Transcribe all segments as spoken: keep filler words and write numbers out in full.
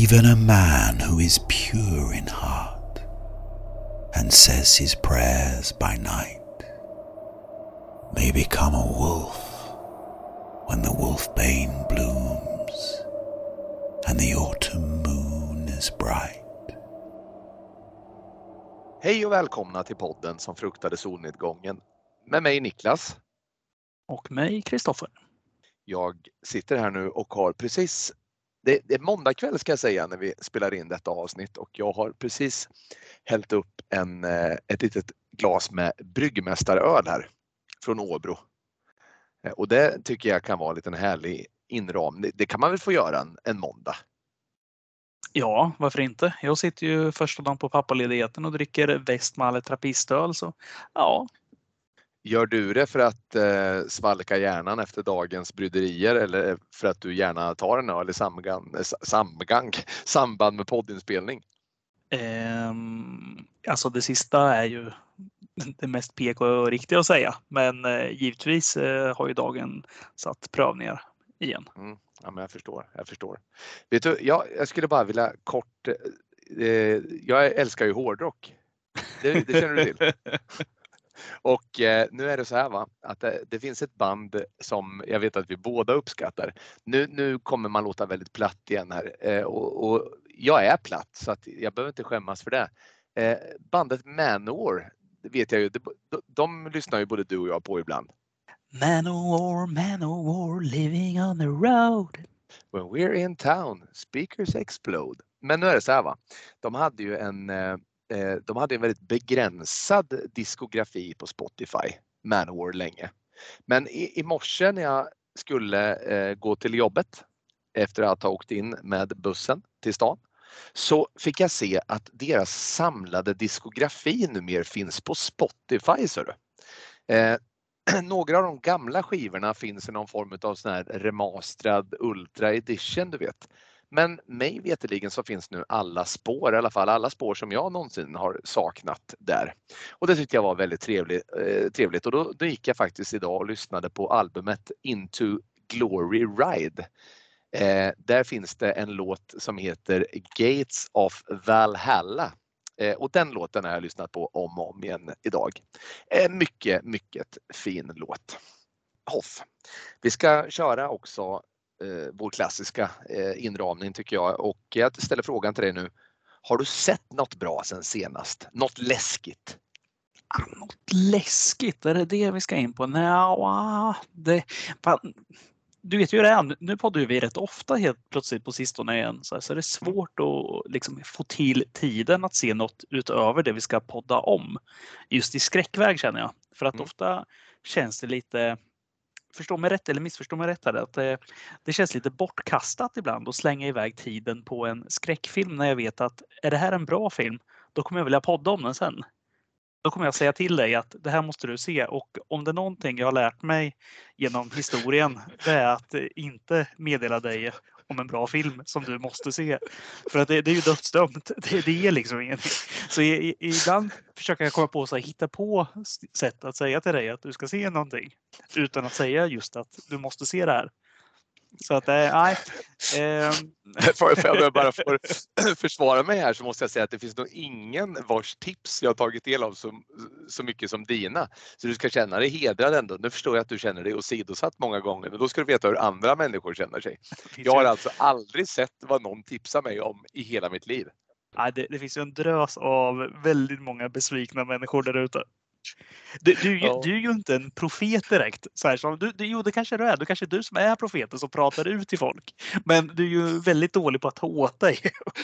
even a man who is pure in heart and says his prayers by night may become a wolf when the wolfbane blooms and the autumn moon is bright. Hej och välkomna till podden som fruktade solnedgången. Med mig Niklas. Och mig Kristoffer. Jag sitter här nu och har precis, det, det är måndag kväll ska jag säga när vi spelar in detta avsnitt. Och jag har precis hällt upp en, ett litet glas med bryggmästaröl här från Åbro. Och det tycker jag kan vara en liten härlig inram. Det, det kan man väl få göra en, en måndag. Ja, varför inte? Jag sitter ju första dagen på pappaledigheten och dricker Westmalle trappistöl, så ja. Gör du det för att eh, svalka hjärnan efter dagens bryderier eller för att du gärna tar en öl i samgang, samgang, samband med poddinspelning? Um, alltså det sista är ju det mest P K-riktiga att säga, men eh, givetvis eh, har ju dagen satt prövningar igen. Mm. Ja, men jag förstår, jag förstår. Vet du, jag, jag skulle bara vilja kort, eh, jag älskar ju hårdrock. Det, det känner du till. Och eh, nu är det så här va, att det, det finns ett band som jag vet att vi båda uppskattar. Nu, nu kommer man låta väldigt platt igen här eh, och, och jag är platt så att jag behöver inte skämmas för det. Eh, bandet Manowar, det vet jag ju, de, de, de lyssnar ju både du och jag på ibland. Manowar, Manowar, living on the road. When we're in town, speakers explode. Men nu är det så här va, de hade ju en... Eh, De hade en väldigt begränsad diskografi på Spotify, Manowar, länge. Men i, i morse när jag skulle eh, gå till jobbet efter att ha åkt in med bussen till stan så fick jag se att deras samlade diskografi numera finns på Spotify. Så eh, några av de gamla skivorna finns i någon form av sån här remasterad Ultra Edition, du vet. Men mig veteligen så finns nu alla spår, i alla fall alla spår som jag någonsin har saknat där. Och det tyckte jag var väldigt trevligt. Eh, trevligt. Och då, då gick jag faktiskt idag och lyssnade på albumet Into Glory Ride. Eh, där finns det en låt som heter Gates of Valhalla. Eh, och den låten har jag lyssnat på om och om igen idag. Eh, mycket, mycket fin låt. Hoff. Vi ska köra också Eh, vår klassiska eh, inramning tycker jag, och jag ställer frågan till dig nu. Har du sett något bra sen senast? Något läskigt? Ah, något läskigt? Är det det vi ska in på? Nja, det... Fan, du vet ju det, nu poddar vi rätt ofta helt plötsligt på sistone igen, så, här, så är det svårt att liksom få till tiden att se något utöver det vi ska podda om. Just i skräckväg känner jag. För att mm. ofta känns det lite... Förstå mig rätt eller missförstå mig rätt här, att det, det känns lite bortkastat ibland att slänga iväg tiden på en skräckfilm när jag vet att är det här en bra film, då kommer jag vilja podda om den sen. Då kommer jag säga till dig att det här måste du se, och om det är någonting jag har lärt mig genom historien, det är att inte meddela dig om en bra film som du måste se. För att det, det är ju dödsdömt. Det, det är liksom ingenting. Så i, i, ibland försöker jag komma på så här, hitta på sätt att säga till dig att du ska se någonting. Utan att säga just att du måste se det här. Så att nej. Eh, för, för jag bara får försvara mig här så måste jag säga att det finns nog ingen vars tips jag har tagit del av så, så mycket som dina. Så du ska känna dig hedrad ändå. Nu förstår jag att du känner dig åsidosatt många gånger. Och då ska du veta hur andra människor känner sig. Jag har alltså aldrig sett vad någon tipsar mig om i hela mitt liv. Nej, det, det finns ju en drös av väldigt många besvikna människor där ute. Du, du, ja. du är ju inte en profet direkt. Så här, så du, du, jo, det kanske du är. Du kanske är du som är profeten som pratar ut till folk. Men du är ju väldigt dålig på att ta åt dig.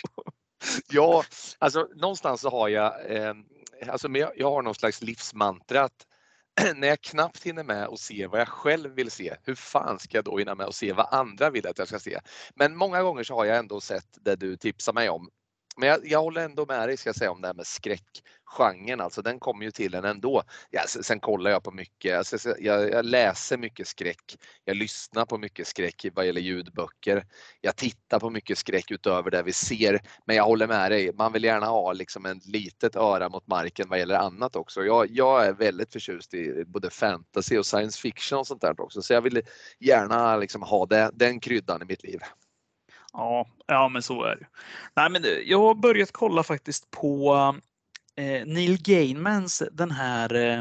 Ja, alltså någonstans så har jag, eh, alltså, jag, jag har någon slags livsmantra att när jag knappt hinner med att se vad jag själv vill se, hur fan ska jag då hinna med att se vad andra vill att jag ska se? Men många gånger så har jag ändå sett det du tipsar mig om. Men jag, jag håller ändå med dig, ska jag säga, om det här med skräckgenren. Alltså den kommer ju till en ändå. Ja, sen, sen kollar jag på mycket. Alltså, jag, jag läser mycket skräck. Jag lyssnar på mycket skräck vad gäller ljudböcker. Jag tittar på mycket skräck utöver det vi ser. Men jag håller med dig. Man vill gärna ha liksom en litet öra mot marken vad gäller annat också. Jag, jag är väldigt förtjust i både fantasy och science fiction och sånt där också. Så jag vill gärna liksom ha det, den kryddan i mitt liv. Ja, ja, men så är det. Nej, men jag har börjat kolla faktiskt på eh, Neil Gaimans den här eh,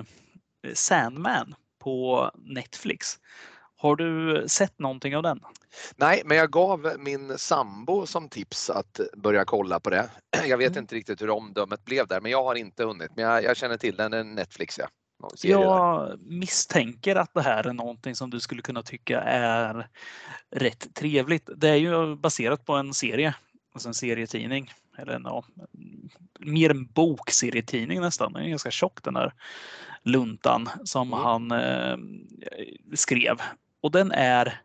Sandman på Netflix. Har du sett någonting av den? Nej, men jag gav min sambo som tips att börja kolla på det. Jag vet Mm. inte riktigt hur omdömet blev där, men jag har inte hunnit. Men jag, jag känner till den, är Netflix, ja. Jag misstänker att det här är någonting som du skulle kunna tycka är rätt trevligt. Det är ju baserat på en serie, alltså en serietidning. Eller en, ja, mer en bokserietidning nästan. Den är ganska tjock den där luntan som Mm. han eh, skrev. Och den är...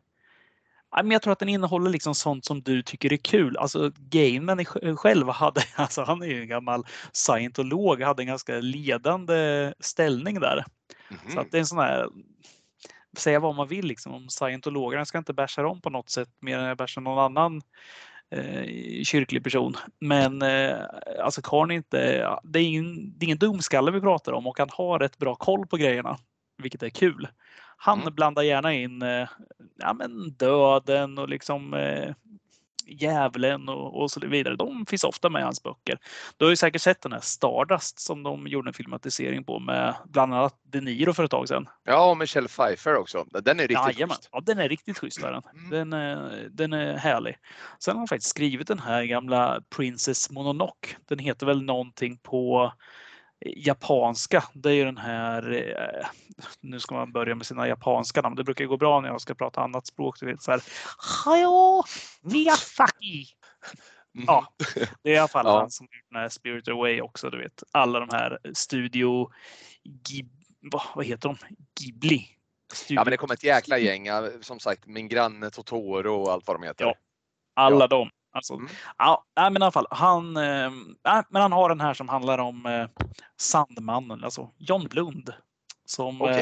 Jag tror att den innehåller liksom sånt som du tycker är kul. Alltså Gaiman själv hade, alltså han är ju en gammal scientolog, hade en ganska ledande ställning där. Mm-hmm. Så att det är en sån här, säga vad man vill liksom om scientologerna, ska inte bärsa dem på något sätt mer än jag bärsar någon annan eh, kyrklig person. Men eh, alltså Karn är inte, det är ingen, det är ingen dumskalle vi pratar om och han har rätt bra koll på grejerna, vilket är kul. Han Mm. blandar gärna in eh, ja, men döden och liksom eh, djävulen och, och så vidare. De finns ofta med i hans böcker. Du har ju säkert sett den här Stardust som de gjorde en filmatisering på med bland annat De Niro för ett tag sedan. Ja, och Michelle Pfeiffer också. Den är riktigt Ja, schysst. ja, den är riktigt schysst. Är den. Mm. Den, är, den är härlig. Sen har han faktiskt skrivit den här gamla Princess Mononoke. Den heter väl någonting på japanska. Det är ju den här, eh, nu ska man börja med sina japanska namn. Det brukar gå bra när jag ska prata annat språk. Du vet, så här, Hayao Miyazaki. Mm. Ja, det är i alla fall Ja. han som gjort den här Spirited Away också. Du vet, alla de här studio, Gib, vad, vad heter de? Ghibli. Studio. Ja, men det kommer ett jäkla gäng. Som sagt, Min granne Totoro och allt vad de heter. Ja, alla Ja. de. Alltså, Mm. ja, men i alla fall, han, äh, men han har den här som handlar om äh, Sandmannen, alltså John Blund. Som, Okej. äh,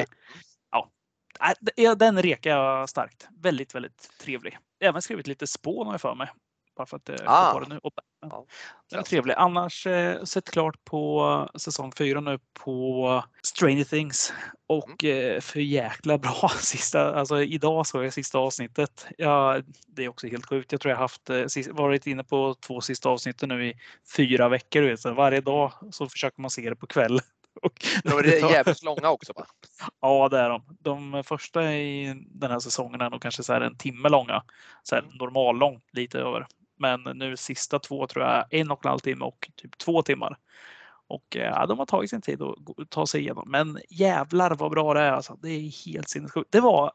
ja, den rekar jag starkt. Väldigt, väldigt trevlig. Jag har även skrivit lite spån har jag för mig. Bara för att jag Ah. på det nu. Och, Ja, den är trevlig. Annars eh, sett klart på säsong fyra nu på Stranger Things. Och eh, för jäkla bra sista, alltså idag såg jag sista avsnittet. Ja, det är också helt sjukt. Jag tror jag haft eh, varit inne på två sista avsnitten nu i fyra veckor. Vet. Så varje dag så försöker man se det på kväll. Och de är jävligt långa också, va? Ja, det är de. De första i den här säsongen är nog kanske så här en timme långa. Så här normal långt, lite över. Men nu sista två tror jag en och en halv timme och typ två timmar. Och ja, de har tagit sin tid att ta sig igenom. Men jävlar vad bra det är. Alltså. Det är helt sinnessjukt. Det var...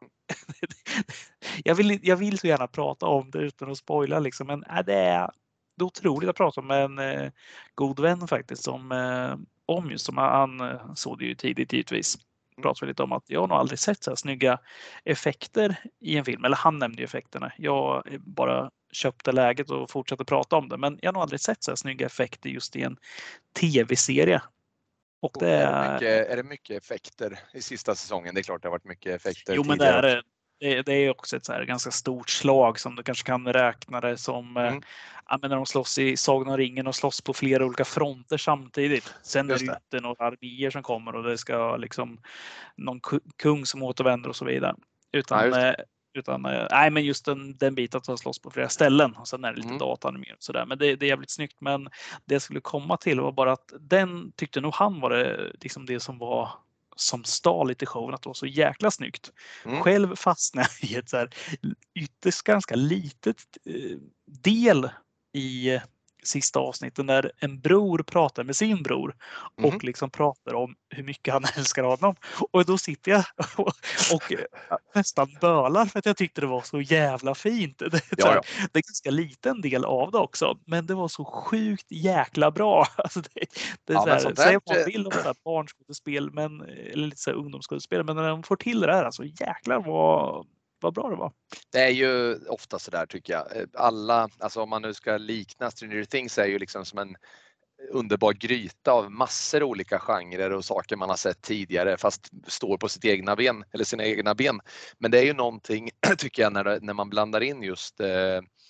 jag, vill, jag vill så gärna prata om det utan att spoila. Liksom. Men äh, det är det är otroligt att prata med en eh, god vän faktiskt. Som, eh, om just som han eh, såg det ju tidigt givetvis. Pratade lite om att jag har nog aldrig sett så här snygga effekter i en film. Eller han nämnde ju effekterna. Jag bara köpte läget och fortsatte prata om det. Men jag har nog aldrig sett så här snygga effekter just i en tv-serie. Och det är, är... det mycket, är det mycket effekter i sista säsongen? Det är klart det har varit mycket effekter. Jo, men det är, det, det är också ett så här ganska stort slag som du kanske kan räkna det som mm. äh, när de slåss i Sagan om ringen och slåss på flera olika fronter samtidigt. Sen är det ju inte några arméer som kommer och det ska liksom någon kung som återvänder och så vidare. Utan, ja, utan nej, men just den, den biten att slåss på flera ställen och sen är det lite mm. dataanimerat och sådär. Men det, det är jävligt snyggt. Men det jag skulle komma till var bara att den tyckte nog han var det, liksom det som var som stal lite showen, att det var så jäkla snyggt. Mm. Själv fastnade jag i ett så här ytterst ganska litet eh, del i sista avsnitten där en bror pratar med sin bror och mm. liksom pratar om hur mycket han älskar honom. Och då sitter jag och, och nästan bölar för att jag tyckte det var så jävla fint. Det, ja, ja. det är ganska liten del av det också, men det var så sjukt jäkla bra. Alltså det, det är ja, så här, säg vad man vill om barnskådespel, men eller lite så här ungdomsskådespel, men när de får till det här, alltså jäklar vad vad bra det var. Det är ju ofta så där tycker jag. Alla, alltså om man nu ska likna Stranger Things, är ju liksom som en underbar gryta av massor av olika genrer och saker man har sett tidigare fast står på sitt egna ben eller sina egna ben. Men det är ju någonting tycker jag när, när man blandar in just eh,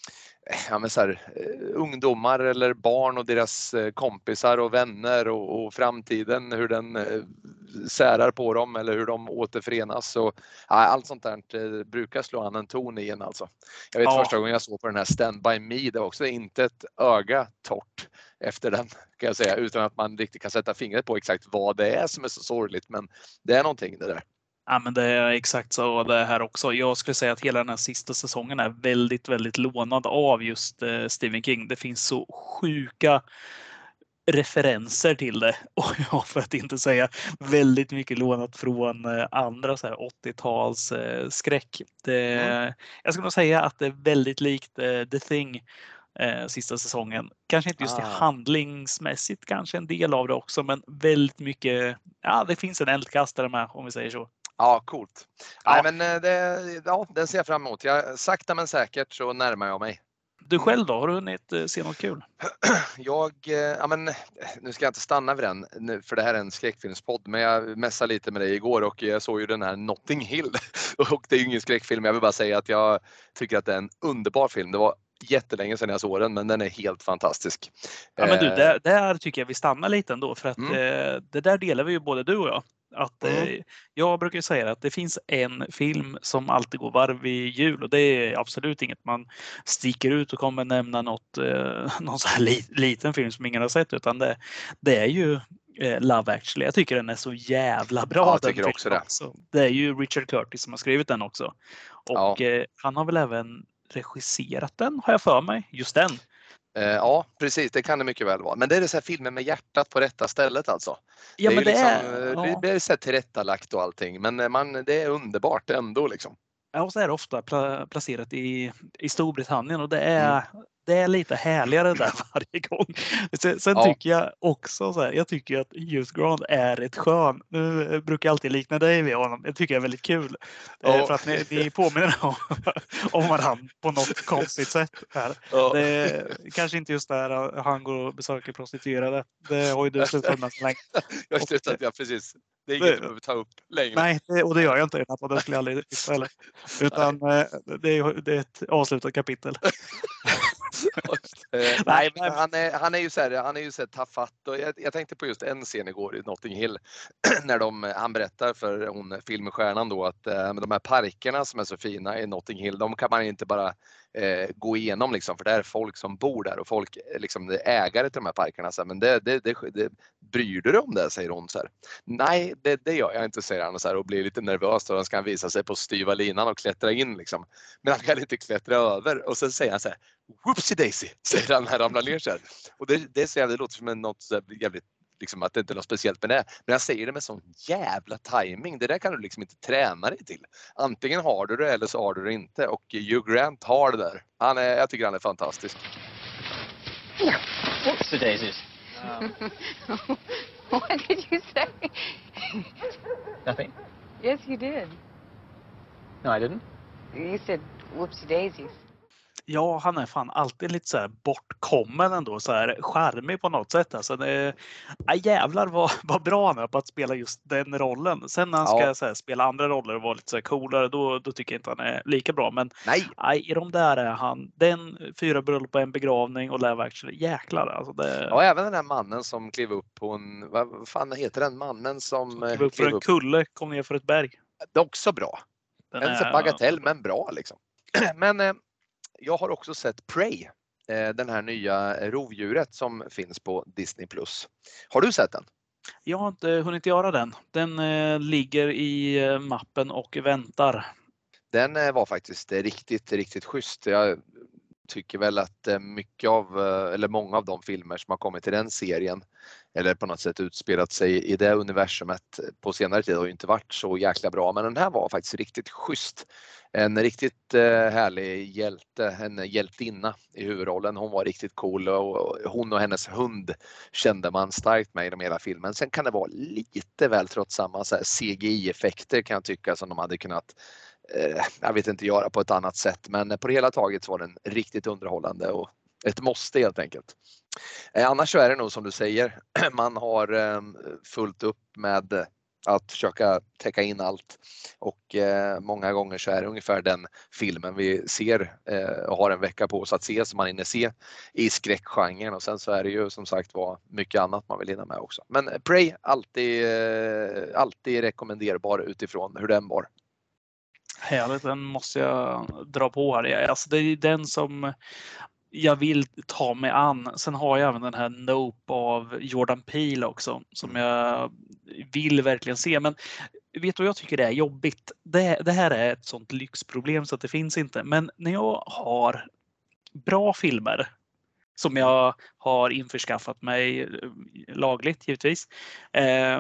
ja, men så här, ungdomar eller barn och deras kompisar och vänner och, och framtiden, hur den särar på dem eller hur de återförenas. Och, ja, allt sånt där brukar slå an en ton igen alltså. Jag vet Ja. första gången jag såg på den här Stand By Me, det var också inte ett öga torrt efter den, kan jag säga, utan att man riktigt kan sätta fingret på exakt vad det är som är så sorgligt, men det är någonting det där. Ja, men det är exakt så det här också. Jag skulle säga att hela den här sista säsongen är väldigt, väldigt lånad av just eh, Stephen King. Det finns så sjuka referenser till det. Och ja, för att inte säga väldigt mycket lånat från eh, andra så här åttio-tals eh, skräck. Det, Mm. Jag skulle nog säga att det är väldigt likt eh, The Thing. Eh, sista säsongen. Kanske inte just Ah. i handlingsmässigt, kanske en del av det också, men väldigt mycket. Ja, det finns en eldkastare med, om vi säger så. Ja, coolt. Ja. Nej, men det, ja, den ser jag fram emot. Jag, sakta men säkert så närmar jag mig. Du själv då? Har du hunnit eh, se något kul? Jag, eh, ja men nu ska jag inte stanna vid den nu, för det här är en skräckfilmspodd, men jag mässade lite med dig igår och jag såg ju den här Notting Hill. Och det är ju ingen skräckfilm, jag vill bara säga att jag tycker att det är en underbar film. Det var jättelänge sedan jag såg den, men den är helt fantastisk. Ja, men du, Eh, där, där tycker jag vi stannar lite ändå, för att Mm. eh, det där delar vi ju både du och jag. Att, eh, Mm. Jag brukar ju säga att det finns en film som alltid går varv i jul, och det är absolut inget man sticker ut och kommer nämna något, eh, någon så här li, liten film som ingen har sett, utan det, det är ju eh, Love Actually. Jag tycker den är så jävla bra. Ja, jag den tycker också filmen det. också. Det är ju Richard Curtis som har skrivit den också. Och eh, han har väl även regisserat den, har jag för mig. Just den. Eh, ja, precis. Det kan det mycket väl vara. Men det är det så här filmer med hjärtat på rätta stället alltså. Ja, det är men ju det liksom, är, eh, ja. det är så här tillrättalagt och allting, men man, det är underbart ändå liksom. Ja, och så är det ofta pla- placerat i, i Storbritannien, och det är, Mm. det är lite härligare där varje gång. Sen, sen Ja. tycker jag också så här, jag tycker att Hugh Grant är ett skön. Nu brukar jag alltid likna dig vid honom. Jag tycker det är väldigt kul. Ja. Eh, för att ni, ni påminner om, om varandra på något konstigt sätt. Här. Ja. Det är, kanske inte just där han går och besöker prostituerade. Det har ju du slutat med så länge. Jag har slutat, ja, precis. Det är inget du behöver ta upp längre. Nej, det, och det gör jag inte i den här podden. skulle jag aldrig tipsa heller. Utan eh, det är, det är ett avslutat kapitel. Eh, Nej, men han är, han är ju så här, han är ju så här tafatt, och jag, jag tänkte på just en scen igår i Notting Hill när de, han berättar för hon filmstjärnan då att eh, de här parkerna som är så fina i Notting Hill, de kan man inte bara eh, gå igenom liksom, för det är folk som bor där och folk liksom det är ägare till de här parkerna. Så här, men det, det, det, det, bryr du dig om det, säger hon så här. Nej, det, det gör jag inte, säger han så här, och blir lite nervös, och då ska han visa sig på styva linan och klättra in liksom. Men han kan inte klättra över, och sen säger han så här: whoopsie daisy, säger han när han ramlar ner så här. Och det, det, så det låter som något så jävligt, liksom, att det inte är något speciellt med det. Men jag säger det med sån jävla timing. Det där kan du liksom inte träna dig till. Antingen har du det eller så har du det inte. Och Hugh Grant har det där. Han är, jag tycker han är fantastisk. Whoopsie daisies. What did you say? Nothing? Yes, you did. No, I didn't. You said whoopsie daisies. Ja, han är fan alltid lite så här bortkommen ändå, så här charmig på något sätt. Alltså det, ja, jävlar vad, vad bra han är på att spela just den rollen. Sen när han ska Ja. så här, spela andra roller och vara lite så här coolare, då, då tycker jag inte han är lika bra. Men Nej, ja, i de där är han, den fyra bröllop på en begravning och Love Actually, jäklar alltså. Det, ja, även den här mannen som klev upp på en, vad fan heter den mannen som klev upp för en kulle, kom ner för ett berg. Det är också bra. Den En så är- bagatell, men bra liksom. Men eh, jag har också sett Prey, eh, den här nya rovdjuret som finns på Disney plus. Har du sett den? Jag har inte hunnit göra den. Den eh, ligger i eh, mappen och väntar. Den eh, var faktiskt eh, riktigt, riktigt schysst. Jag tycker väl att eh, mycket av, eh, eller många av de filmer som har kommit i den serien eller på något sätt utspelat sig i det universumet på senare tid har ju inte varit så jäkla bra. Men den här var faktiskt riktigt schysst. En riktigt eh, härlig hjälte, en hjältinna i huvudrollen. Hon var riktigt cool, och hon och hennes hund kände man starkt med i de hela filmen. Sen kan det vara lite väl tröttsamma så här C G I-effekter kan jag tycka, som de hade kunnat eh, jag vet inte göra på ett annat sätt. Men på det hela taget så var den riktigt underhållande och ett måste helt enkelt. Eh, annars så är det nog som du säger, man har eh, fullt upp med att försöka täcka in allt. Och eh, många gånger så är det ungefär den filmen vi ser eh, och har en vecka på oss att se som man hinner se i skräckgenren. Och sen så är det ju som sagt var mycket annat man vill hinna med också. Men Prey, alltid, eh, alltid rekommenderbar utifrån hur den var. Härligt, den måste jag dra på här. Alltså det är den som jag vill ta mig an. Sen har jag även den här Nope av Jordan Peele också som jag vill verkligen se. Men vet du vad jag tycker det är jobbigt? Det, det här är ett sånt lyxproblem så att det finns inte. Men när jag har bra filmer som jag har införskaffat mig lagligt givetvis, eh,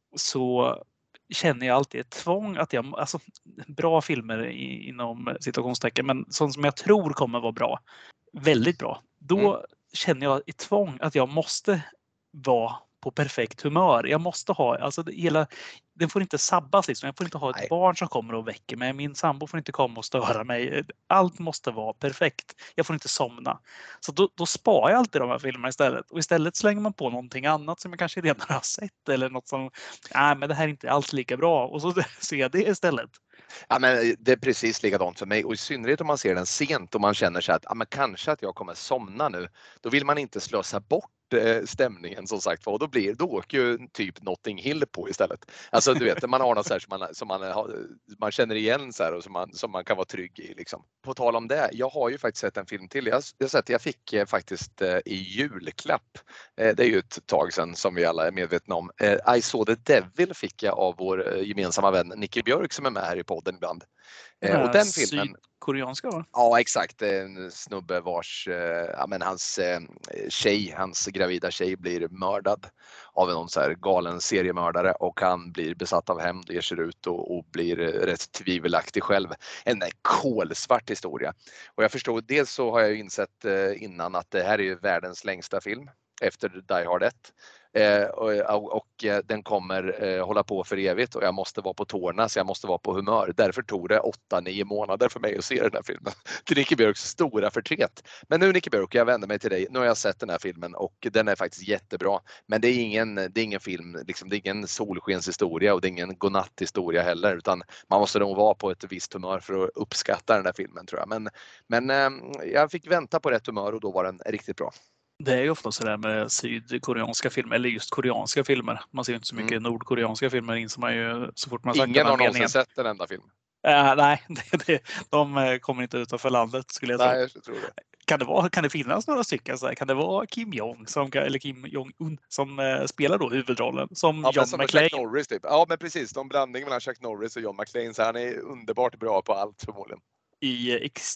så känner jag alltid ett tvång att jag, alltså bra filmer i, inom situationstecken, men sånt som jag tror kommer vara bra, väldigt bra. Då mm. känner jag ett tvång att jag måste vara på perfekt humör. Jag måste ha, alltså det, hela, den får inte sabbas liksom. Jag får inte ha ett Nej. barn som kommer och väcker mig. Min sambo får inte komma och störa mig. Allt måste vara perfekt. Jag får inte somna. Så då, då sparar jag alltid de här filmerna istället. Och istället slänger man på någonting annat som jag kanske redan har sett. Eller något som, nej men det här är inte alls lika bra. Och så ser jag det istället. Ja, men det är precis likadant för mig och i synnerhet om man ser den sent och man känner sig att ja, men kanske att jag kommer somna nu. Då vill man inte slösa bort stämningen som sagt och då blir då åker ju typ Notting Hill på istället. Alltså du vet man har något så här som man som man har, man känner igen så här och som man som man kan vara trygg i liksom. På tal om det, jag har ju faktiskt sett en film till. Jag jag sett jag fick faktiskt i julklapp. Det är ju ett tag sedan som vi alla är medvetna om. I saw the devil fick jag av vår gemensamma vän Nicky Björk som är med här i podden ibland. Ja, och den filmen sydkoreanska va? Ja exakt, en snubbe vars ja, men hans tjej, hans gravida tjej blir mördad av någon så här galen seriemördare och han blir besatt av hämnd, ger sig ut och, och blir rätt tvivelaktig själv. En kolsvart historia. Och jag förstod, dels så har jag insett innan att det här är ju världens längsta film efter Die Hard ett. Eh, och, och den kommer eh, hålla på för evigt och jag måste vara på tårna så jag måste vara på humör. Därför tog det åtta nio månader för mig att se den här filmen. Till Nicky Björks stora förtret. Men nu Nicky Björk, jag vänder mig till dig. Nu har jag sett den här filmen och den är faktiskt jättebra. Men det är ingen, det är ingen film, liksom, det är ingen solskenshistoria och det är ingen godnatthistoria heller. Utan man måste nog vara på ett visst humör för att uppskatta den här filmen tror jag. Men, men eh, jag fick vänta på rätt humör och då var den riktigt bra. Det är ju ofta så där med sydkoreanska filmer, eller just koreanska filmer. Man ser ju inte så mycket mm. nordkoreanska filmer inser man ju så fort man sagt Ingen har någonsin sett en enda film. Uh, nej, det, det, de kommer inte utanför landet skulle jag säga. Nej, jag tror det. Kan det, vara, kan det finnas några stycken? Så här? Kan det vara Kim Jong som, eller Kim Jong-Un som uh, spelar då huvudrollen? Som ja, John som McClane? Norris, typ. Ja, men precis. De blandning mellan Chuck Norris och John McClane. Så han är underbart bra på allt förmodligen. I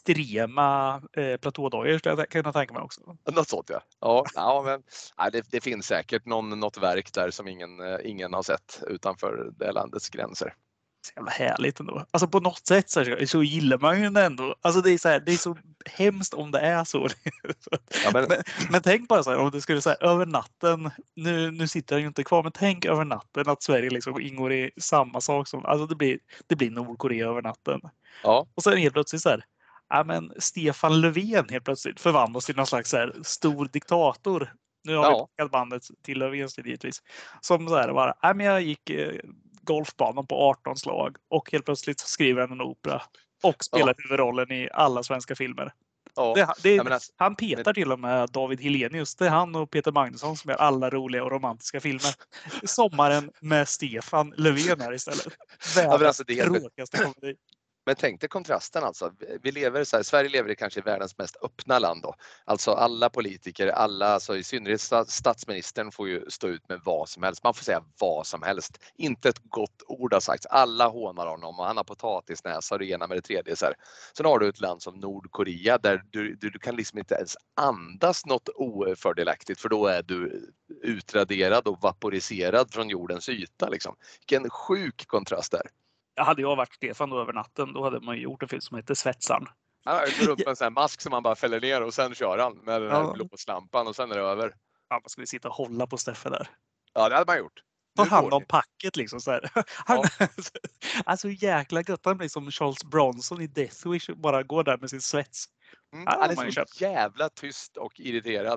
extrema eh, platådagar skulle jag kunna tänka mig också. Något sånt ja. Ja, ja men nej, det, det finns säkert någon, något verk där som ingen, ingen har sett utanför det landets gränser. Så jävla härligt ändå. Alltså på något sätt så, så gillar man ju det ändå. Alltså det är så här, det är så hemskt om det är så. Ja, men... Men, men tänk bara så här, om det skulle säga över natten, nu, nu sitter jag ju inte kvar, men tänk över natten att Sverige liksom ingår i samma sak som, alltså det blir, det blir Nordkorea över natten. Ja. Och sen helt plötsligt så här, ja men Stefan Löfven helt plötsligt förvandlas till någon slags så här stor diktator. Nu har ja. vi packat bandet till Löfvens givetvis. Som så här bara, ja men jag gick eh, golfbanan på arton slag och helt plötsligt skriver han en opera och spelar ja. huvudrollen i alla svenska filmer. Ja. Det, det, ja, alltså, han petar men... till och med David Hellenius. Det är han och Peter Magnusson som gör alla roliga och romantiska filmer. Sommaren med Stefan Löfven här istället. Världens ja, alltså, det är tråkigaste komedi. Men tänk dig kontrasten alltså. Vi lever så här, Sverige lever i kanske världens mest öppna land då. Alltså alla politiker, alla, alltså i synnerhet statsministern får ju stå ut med vad som helst. Man får säga vad som helst. Inte ett gott ord har sagt. Alla hånar honom och han har potatisnäsa och det ena med det tredje. Så här. Sen har du ett land som Nordkorea där du, du, du kan liksom inte ens andas något ofördelaktigt för då är du utraderad och vaporiserad från jordens yta. Liksom. Vilken sjuk kontrast där. Hade jag varit Stefan då över natten, då hade man gjort en film som heter Svetsaren. Han går upp med en sån här mask som man bara fäller ner och sen kör han med den här ja. blåslampan och sen är det över. Ja, man skulle sitta och hålla på Steffe där. Ja, det hade man gjort. Ta hand om packet liksom så här. Han, ja. Alltså jäkla gött, han blir som Charles Bronson i Death Wish, bara går där med sin svets. Mm, han är så köpt. jävla tyst och irriterad.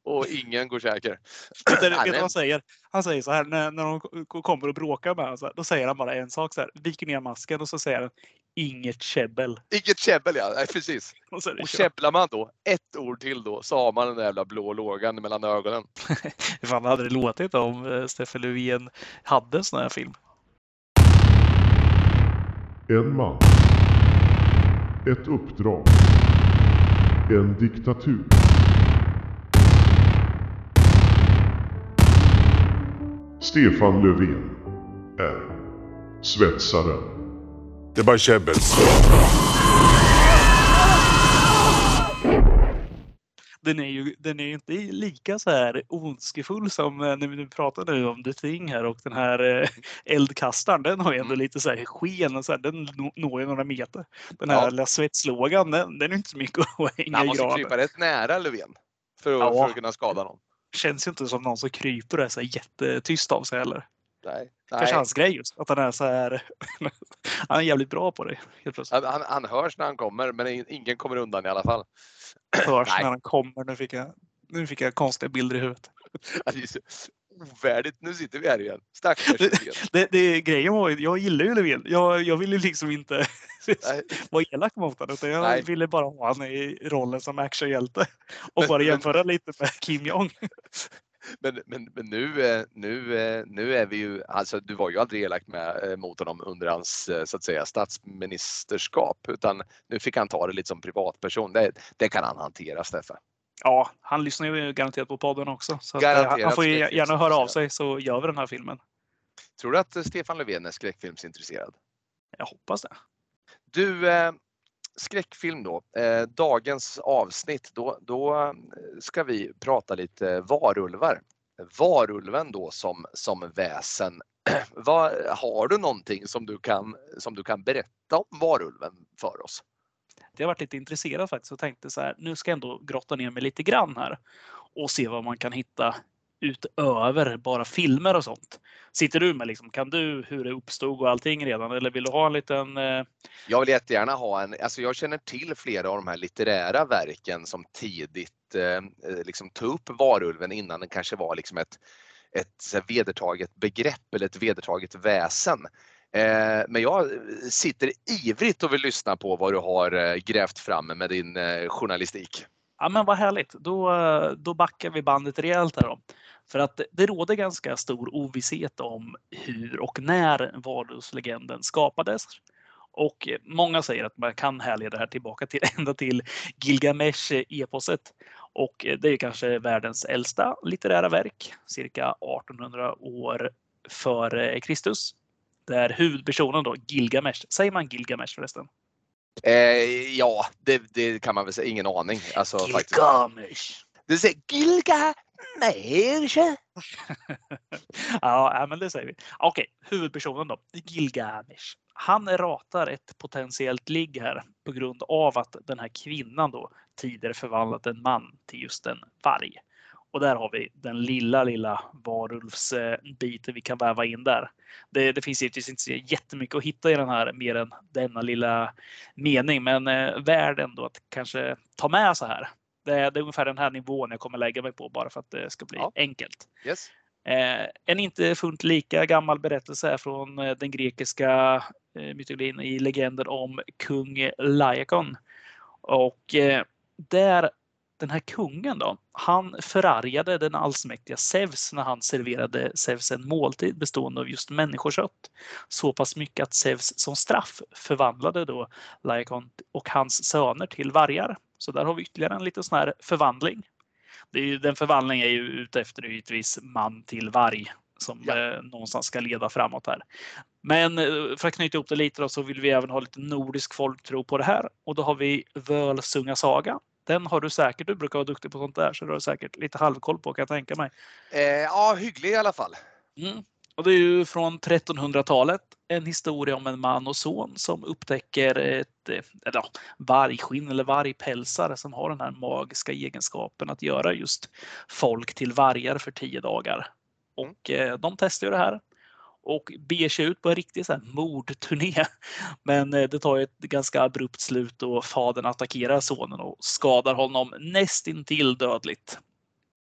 och ingen går säker. Vet du vet Nej, du vad men- han säger? Han säger så här när, när de k- kommer och bråkar med honom, så här, då säger han bara en sak så här, viker ner masken och så säger han inget käbbel. Inget käbbel, ja. Nej, precis. Och så är det Och kört. käbblar man då ett ord till då så har man den där jävla blå lågan mellan ögonen. Hur fan hade det låtit om eh, Stefan Löfven hade en sån här film? En man. Ett uppdrag. En diktatur. Stefan Löfven är svetsaren. Det är bara käbbel. Den är ju den är ju inte lika så här ondskefull som eh, när vi nu pratar nu om The Thing här och den här eh, eldkastaren. Den har ju ändå lite så här sken och så här, den nå- når ju några meter. Den här Ja. lilla svetslågan, den, den är inte så mycket att hänga Man i måste granen. krypa rätt nära Löfven för att, Ja. för att kunna skada någon. Känns ju inte som någon som kryper och är så här jättetyst av sig heller. Nej. Kanske Nej. hans grej just. Att han är så här. Han är jävligt bra på det. Helt plötsligt. Han, han, han hörs när han kommer, men ingen kommer undan i alla fall. Hörs Nej. när han kommer. Nu fick jag, nu fick jag konstiga bilder i huvudet. Det är så ovärdigt. Nu sitter vi här igen. Stackars Löfven. Det, det, grejen var ju, jag gillar ju Löfven. Jag, jag ville liksom inte Nej. vara elak mot honom. Utan jag Nej. ville bara ha honom i rollen som actionhjälte. Och bara jämföra lite med Kim Jong. Men, men, men nu, eh, nu, eh, nu är vi ju, alltså du var ju aldrig elak med, eh, mot honom under hans eh, så att säga statsministerskap, utan nu fick han ta det lite som privatperson. Det, det kan han hantera, Stefan. Ja, han lyssnar ju garanterat på podden också. Så att, eh, Garanterat han får ju skräckfilms- gärna höra av sig så gör vi den här filmen. Tror du att eh, Stefan Löfven är skräckfilmsintresserad? Jag hoppas det. Du, eh, skräckfilm då. Eh, dagens avsnitt, då, då eh, ska vi prata lite varulvar. Varulven då som, som väsen. Vad, har du någonting som du, kan, som du kan berätta om varulven för oss? Jag har varit lite intresserad faktiskt och tänkte så här, nu ska jag ändå grotta ner mig lite grann här och se vad man kan hitta utöver bara filmer och sånt. Sitter du med liksom, kan du hur det uppstod och allting redan eller vill du ha en liten... Eh... Jag vill jättegärna ha en, alltså jag känner till flera av de här litterära verken som tidigt eh, liksom tog upp varulven innan den kanske var liksom ett, ett så här vedertaget begrepp eller ett vedertaget väsen. Eh, men jag sitter ivrigt och vill lyssna på vad du har eh, grävt fram med din eh, journalistik. Ja men vad härligt, då, då backar vi bandet rejält här då. För att det råder ganska stor ovisshet om hur och när varulvslegenden skapades. Och många säger att man kan härleda det här tillbaka till, ända till Gilgamesh-eposet. Och det är kanske världens äldsta litterära verk, cirka artonhundra år före Kristus. Där huvudpersonen då, Gilgamesh, säger man Gilgamesh förresten? Eh, ja, det, det kan man väl säga, ingen aning. Alltså, faktiskt. Gilgamesh! Det säger Gilgamesh. Ja, men det säger vi. Okej, huvudpersonen då, Gilgamesh. Han ratar ett potentiellt ligg här på grund av att den här kvinnan då tidigare förvandlat en man till just en varg. Och där har vi den lilla, lilla varulvsbiten vi kan väva in där. Det, det finns givetvis inte så jättemycket att hitta i den här mer än denna lilla mening. Men eh, värd ändå att kanske ta med så här. Det är, det är ungefär den här nivån jag kommer lägga mig på bara för att det ska bli Ja. enkelt. Yes. Eh, en inte fullt lika gammal berättelse är från eh, den grekiska eh, mytologin i legenden om kung Laikon. Och eh, där den här kungen då, han förargade den allsmäktiga Zeus när han serverade Zeus en måltid bestående av just människokött. Så pass mycket att Zeus som straff förvandlade då Laikon och hans söner till vargar. Så där har vi ytterligare en liten sån här förvandling. Det är ju, den förvandlingen är ju ute efter givetvis man till varg som Ja. eh, någonstans ska leda framåt här. Men eh, för att knyta ihop det lite då, så vill vi även ha lite nordisk folktro på det här. Och då har vi Völsunga saga. Den har du säkert, du brukar vara duktig på sånt där, så du har säkert lite halvkoll på kan jag tänka mig. Eh, ja, hygglig i alla fall. Mm. Och det är ju från trettonhundratalet en historia om en man och son som upptäcker ett eh, eller, ja, vargskinn eller vargpälsar som har den här magiska egenskapen att göra just folk till vargar för tio dagar. Och eh, de testar ju det här och beger sig ut på en riktig så här mordturné. Men eh, det tar ju ett ganska abrupt slut och fadern attackerar sonen och skadar honom nästintill dödligt.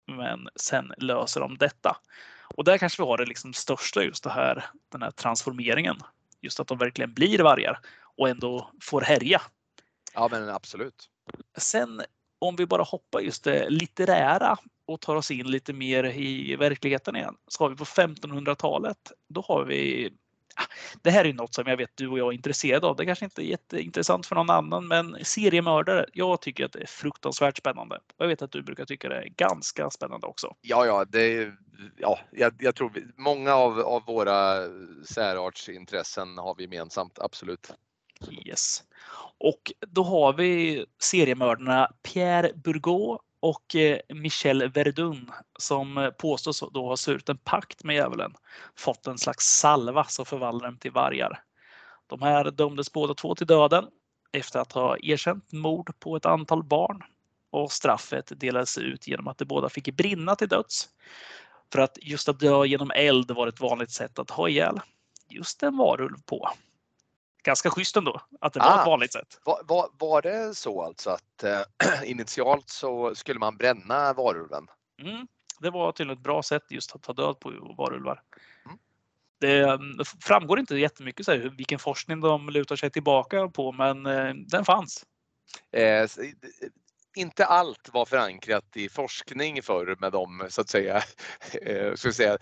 men sen löser de detta. Och där kanske vi har det liksom största, just det här, den här transformeringen. Just att de verkligen blir vargar och ändå får härja. Ja, men absolut. Sen om vi bara hoppar just det litterära och tar oss in lite mer i verkligheten igen, så har vi på femtonhundratalet, då har vi, det här är ju något som jag vet du och jag är intresserade av. Det kanske inte är jätteintressant för någon annan, men seriemördare, jag tycker att det är fruktansvärt spännande. Jag vet att du brukar tycka det är ganska spännande också. Ja, ja, det, ja jag, jag tror vi, många av, av våra särartsintressen har vi gemensamt, absolut. Yes. Och då har vi seriemördarna Pierre Bourgault och Michel Verdun som påstås då ha slutit en pakt med djävulen, fått en slags salva som förvandlar dem till vargar. De här dömdes båda två till döden efter att ha erkänt mord på ett antal barn, och straffet delades ut genom att de båda fick brinna till döds. För att just att dö genom eld var ett vanligt sätt att ha ihjäl just en varulv på. Ganska schysst ändå att det var Ah, ett vanligt sätt. Var, var, var det så alltså att äh, initialt så skulle man bränna varulven? Mm, det var till ett bra sätt just att ta död på varulvar. Mm. Det framgår inte jättemycket så här, vilken forskning de lutar sig tillbaka på, men eh, den fanns. Eh, inte allt var förankrat i forskning förr med de så att säga, eh, ska säga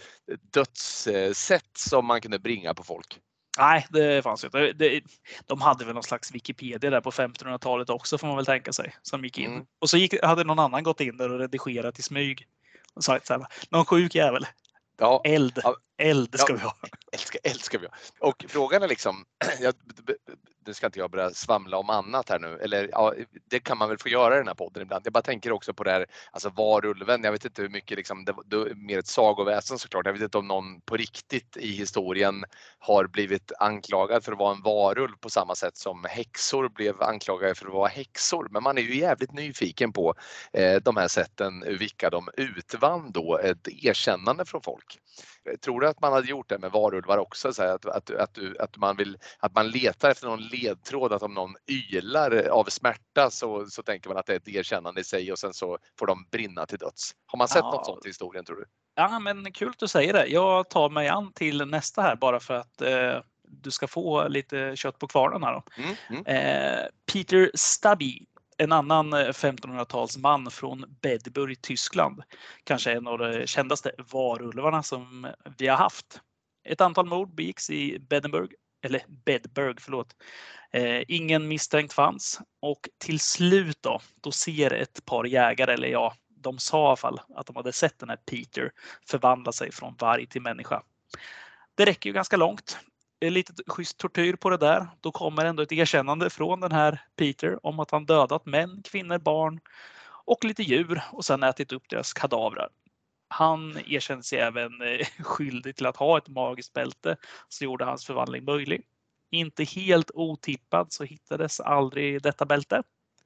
dödssätt som man kunde bringa på folk. Nej, det fanns inte. Det, de hade väl någon slags Wikipedia där på femtonhundratalet också, får man väl tänka sig, som gick in. Mm. Och så gick, hade någon annan gått in där och redigerat i smyg. Och sagt så här, någon sjuk jävel. Ja. Eld. Ja. Eld ska Ja. vi ha. Älskar, älskar vi. Och frågan är liksom, jag, nu ska inte jag börja svamla om annat här nu, eller ja, det kan man väl få göra i den här podden ibland. Jag bara tänker också på det här, alltså varulven, jag vet inte hur mycket liksom, det, det är mer ett sagoväsen såklart. Jag vet inte om någon på riktigt i historien har blivit anklagad för att vara en varulv på samma sätt som häxor blev anklagade för att vara häxor. Men man är ju jävligt nyfiken på eh, de här sätten, vilka de utvann då ett erkännande från folk. Tror du att man hade gjort det med varulvar också? Så här, att, att, att, att, man vill, att man letar efter någon ledtråd, att om någon ylar av smärta så, så tänker man att det är ett erkännande i sig och sen så får de brinna till döds. Har man sett Ja. något sånt i historien, tror du? Ja, men kul att du säger det. Jag tar mig an till nästa här bara för att eh, du ska få lite kött på kvarnen här då. Mm, mm. Eh, Peter Stubby, en annan femtonhundratalsman från Bedburg, Tyskland. Kanske en av de kändaste varulvarna som vi har haft. Ett antal mord begicks i Bedburg, eller Bedburg, förlåt. Eh, ingen misstänkt fanns. Och till slut då, då ser ett par jägare, eller ja, de sa i alla fall att de hade sett den här Peter förvandla sig från varg till människa. Det räcker ju ganska långt. Lite schysst tortyr på det där. Då kommer ändå ett erkännande från den här Peter om att han dödat män, kvinnor, barn och lite djur och sen ätit upp deras kadavrar. Han erkände sig även skyldig till att ha ett magiskt bälte som gjorde hans förvandling möjlig. Inte helt otippad så hittades aldrig detta bälte.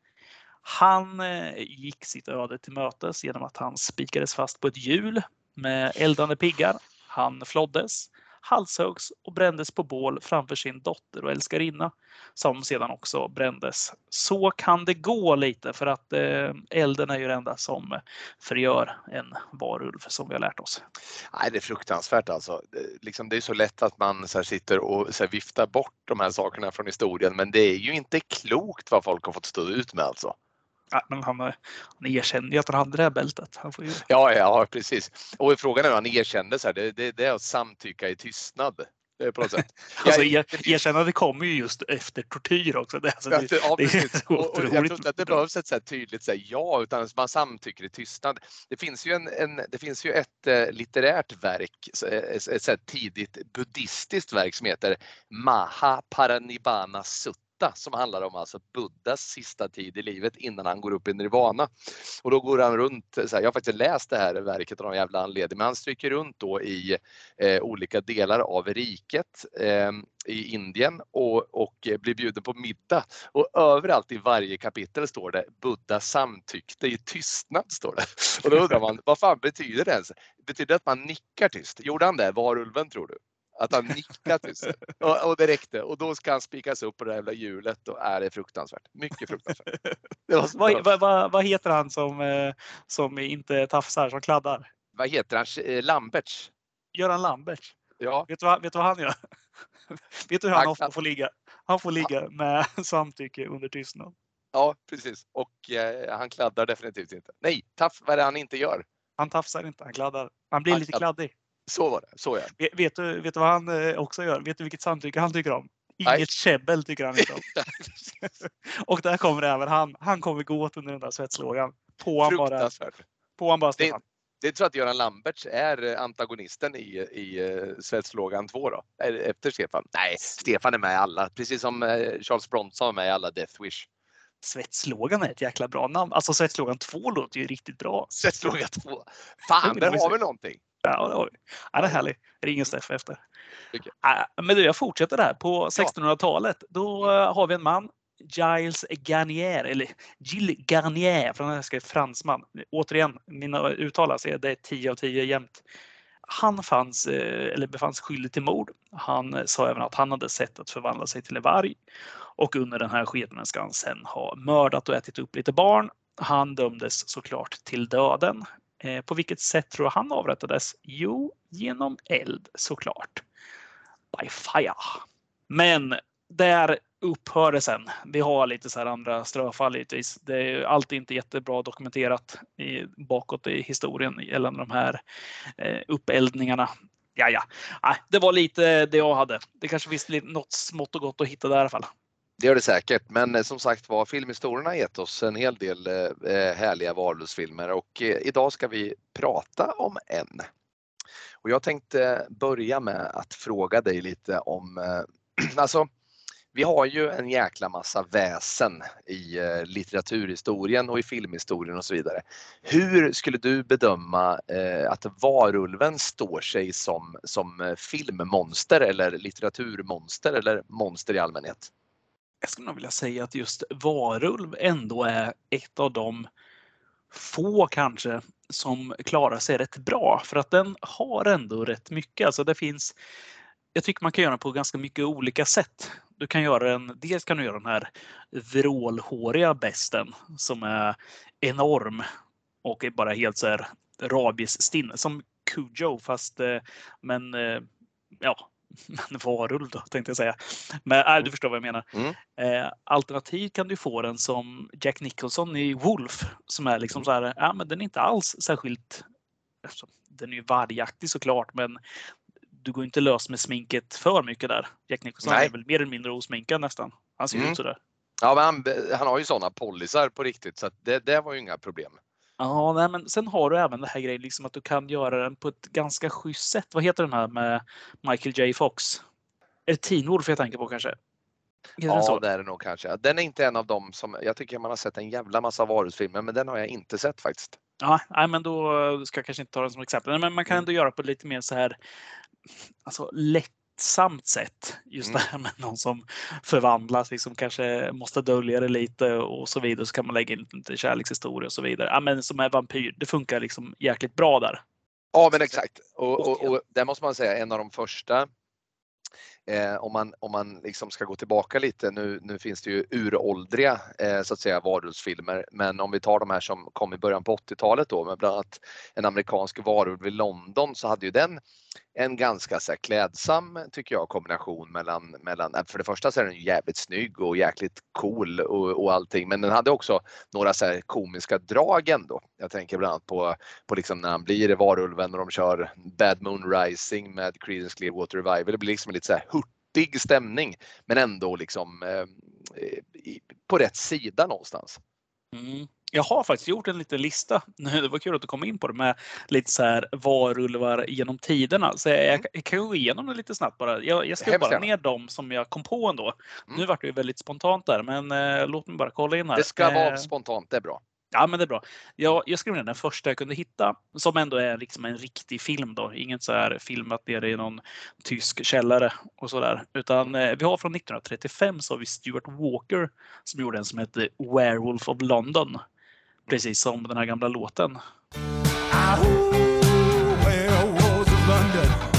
Han gick sitt öde till mötes genom att han spikades fast på ett hjul med eldande piggar. Han floddes, halshögs och brändes på bål framför sin dotter och älskarinna som sedan också brändes. Så kan det gå lite, för att eh, elden är ju det enda som förgör en varulv, som vi har lärt oss. Nej, det är fruktansvärt alltså. Det, liksom, det är så lätt att man så här, sitter och så här, viftar bort de här sakerna från historien, men det är ju inte klokt vad folk har fått stå ut med alltså. Ja, men han, han erkände ju att han hade det här bältet. Han får ju... Ja, ja, precis. Och frågan är hur han erkände så här, det, det, det är att samtycka i tystnad. På något sätt. Alltså, er, erkännande kommer ju just efter tortyr också. Det, alltså, det, ja, det är och, och jag tror inte att det behövs ett så här tydligt så här, ja, utan man samtycker i tystnad. Det finns ju, en, en, det finns ju ett eh, litterärt verk, ett, ett, ett tidigt buddhistiskt verk som heter Mahaparinibbana Sutta, som handlar om alltså Buddhas sista tid i livet innan han går upp i nirvana. Och då går han runt, så här, jag har faktiskt läst det här verket av någon jävla anledning, men han stryker runt då i eh, olika delar av riket eh, i Indien och, och blir bjuden på middag. Och överallt i varje kapitel står det Buddha samtyckte i tystnad, står det. Och då undrar man, vad fan betyder det ens? Betyder det att man nickar tyst? Gjorde han det, varulven, tror du? Att han nickar till sig. Och, och det räckte. Och då ska han spikas upp på det här jävla hjulet. Och är det fruktansvärt. Mycket fruktansvärt. Det var så bra. Vad, vad, vad, vad heter han som, eh, som inte tafsar, som kladdar? Vad heter han? Eh, Lamberts. Göran Lambert. Ja. Vet du vad, vet du vad han gör? Vet du hur Han han kan- ofta får ligga? Han får ligga med samtycke under tystnad. Ja, precis. Och eh, han kladdar definitivt inte. Nej, taff, vad är det han inte gör? Han tafsar inte, han kladdar. Han blir Han lite kladdar. kladdig. Så var det. Så är det. Vet, vet, du, vet du vad han eh, också gör? Vet du vilket samtycke han tycker om? Inget Nej. käbbel tycker han inte om. Och där kommer även han. Han kommer gå åt under den där svetslågan. På han bara. Fruktansvärt. På han bara Det, Stefan. det är så att Göran Lamberts är antagonisten i, i uh, Svetslågan två då. Efter Stefan. Nej, Stefan är med i alla. Precis som uh, Charles Bronson är med i alla Death Wish. Svetslågan är ett jäkla bra namn. Alltså Svetslågan två låter ju riktigt bra. Svetslågan två. Fan, där har vi någonting. Ja, det har vi. Ja, det är härligt. Ring Steff efter. Okej. Ja, men du, jag fortsätter där. På sextonhundratalet, då uh, har vi en man, Giles Garnier, eller Gilles Garnier, från den här fransman. Återigen, mina uttalas är det tio av tio jämt. Han fanns, eh, eller befanns skyldig till mord. Han eh, sa även att han hade sett att förvandla sig till en varg. Och under den här skeden ska han sen ha mördat och ätit upp lite barn. Han dömdes såklart till döden. Eh, på vilket sätt tror jag han avrättades? Jo, genom eld såklart. By fire. Men där upphör det sen. Vi har lite så här andra ströfall givetvis. Det är alltid inte jättebra dokumenterat i, bakåt i historien gällande de här eh, uppeldningarna. Ja, ja. Nej, det var lite det jag hade. Det kanske finns lite, något smått och gott att hitta där i alla fall. Det gör det säkert, men eh, som sagt var, filmhistorierna har gett oss en hel del eh, härliga varulvsfilmer och eh, idag ska vi prata om en. Och jag tänkte börja med att fråga dig lite om, eh, alltså vi har ju en jäkla massa väsen i eh, litteraturhistorien och i filmhistorien och så vidare. Hur skulle du bedöma eh, att varulven står sig som, som filmmonster eller litteraturmonster eller monster i allmänhet? Jag skulle nog vilja säga att just varulv ändå är ett av de få kanske som klarar sig rätt bra. För att den har ändå rätt mycket. Alltså det finns, jag tycker man kan göra den på ganska mycket olika sätt. Du kan göra en, dels kan du göra den här vrålhåriga besten som är enorm och är bara helt så här rabiesstinn som Cujo fast men ja, men varulv då tänkte jag säga. Men äh, du förstår vad jag menar. Mm. Eh, alternativt kan du få den som Jack Nicholson i Wolf som är liksom så här, ja men den är inte alls särskilt, alltså, den är ju vargaktig såklart men du går inte lös med sminket för mycket där. Jack Nicholson Nej. är väl mer eller mindre osminkad nästan. Han ser Mm. ut sådär. Ja, men han, han har ju sådana polisar på riktigt så att det, det var ju inga problem. Ja, nej, men sen har du även det här grejen liksom att du kan göra den på ett ganska schysst sätt. Vad heter den här med Michael J. Fox? Är det Teen Wolf jag tänker på kanske? Heter den Ja, så? det är det nog kanske. Den är inte en av dem som, jag tycker man har sett en jävla massa varulvsfilmer men den har jag inte sett faktiskt. Ja, nej, men då ska jag kanske inte ta den som exempel. Men man kan ändå göra på lite mer så här alltså lättsamt sätt. Just Mm. det här med någon som förvandlas, liksom kanske måste dölja det lite och så vidare. Så kan man lägga in lite kärlekshistoria och så vidare. Ja, men som är vampyr, det funkar liksom jäkligt bra där. Ja, men exakt. Och, och, och där måste man säga en av de första. Eh, om man, om man liksom ska gå tillbaka lite, nu, nu finns det ju uråldriga eh, så att säga varulvsfilmer, men om vi tar de här som kom i början på åttiotalet då med bland annat en amerikansk varulv i London så hade ju den en ganska så här, klädsam tycker jag kombination mellan, mellan för det första så är den ju jävligt snygg och jäkligt cool och, och allting, men den hade också några så här komiska drag ändå. Jag tänker bland annat på, på liksom när han blir varulven och de kör Bad Moon Rising med Creedence Clearwater Revival. Det blir liksom lite så här hurtig stämning men ändå liksom eh, i, på rätt sida någonstans. Mm. Jag har faktiskt gjort en liten lista. Det var kul att du kom in på det med lite så här varulvar genom tiderna. Så jag, jag kan gå igenom det lite snabbt bara. Jag, jag skrev Hemskt bara gärna. ner dem som jag kom på ändå. Mm. Nu var det ju väldigt spontant där, men eh, låt mig bara kolla in här. Det ska vara Eh, spontant, det är bra. Ja, men det är bra. Jag, jag skrev ner den första jag kunde hitta som ändå är liksom en riktig film då. Inget så här filmat nere i någon tysk källare och så där. Utan eh, vi har från nittonhundratrettiofem så har vi Stuart Walker som gjorde en som heter Werewolf of London. Precis som den här gamla låten.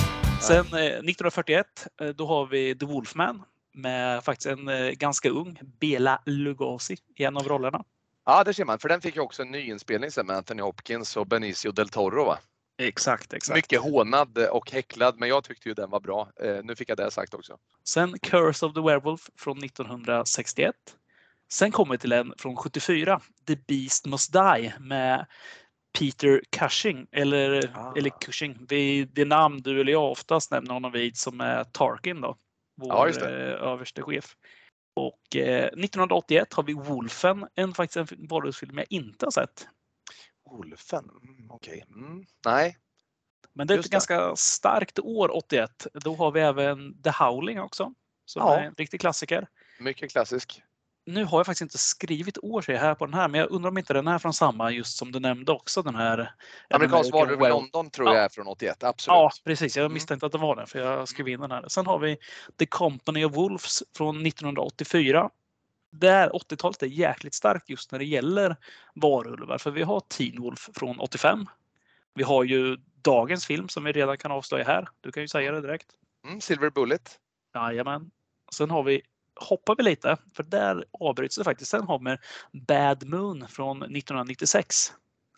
Sen eh, nittonhundrafyrtioett, eh, då har vi The Wolfman med faktiskt en eh, ganska ung Bela Lugosi i en av rollerna. Ja, det ser man. För den fick ju också en nyinspelning sen med Anthony Hopkins och Benicio del Toro, va? Exakt, exakt. Mycket hånad och häcklad, men jag tyckte ju den var bra. Eh, nu fick jag det sagt också. Sen Curse of the Werewolf från nittonhundrasextioett. Sen kommer vi till en från sjuttiofyra, The Beast Must Die med Peter Cushing, eller, Ah. eller Cushing. Det, det namn du eller jag oftast nämner honom vid, som är Tarkin då. Vår Ja, just det. eh, överste chef. Och eh, nittonhundraåttioett har vi Wolfen, en faktiskt en varulvsfilm jag inte har sett. Wolfen, mm, okej. Okay. Mm, nej. Men det är Just ett det. ganska starkt år, åttioett. Då har vi även The Howling också, som Ja. är en riktig klassiker. Mycket klassisk. Nu har jag faktiskt inte skrivit år sig här på den här, men jag undrar om inte den är från samma, just som du nämnde också, den här Amerikansk varulv i Werewolf. London tror Ja. jag är från åttioett, absolut. Ja, precis. Jag Mm. misstänkte att det var den, för jag skrev in den här. Sen har vi The Company of Wolves från nittonhundraåttiofyra. Där åttiotalet är jäkligt starkt just när det gäller varulvar, för vi har Teen Wolf från åttiofem. Vi har ju dagens film som vi redan kan avslöja här. Du kan ju säga det direkt. Mm, Silver Bullet. Jajamän. Sen har vi, hoppar vi lite, för där avbryts det faktiskt. Sen har vi Bad Moon från nittonhundranittiosex.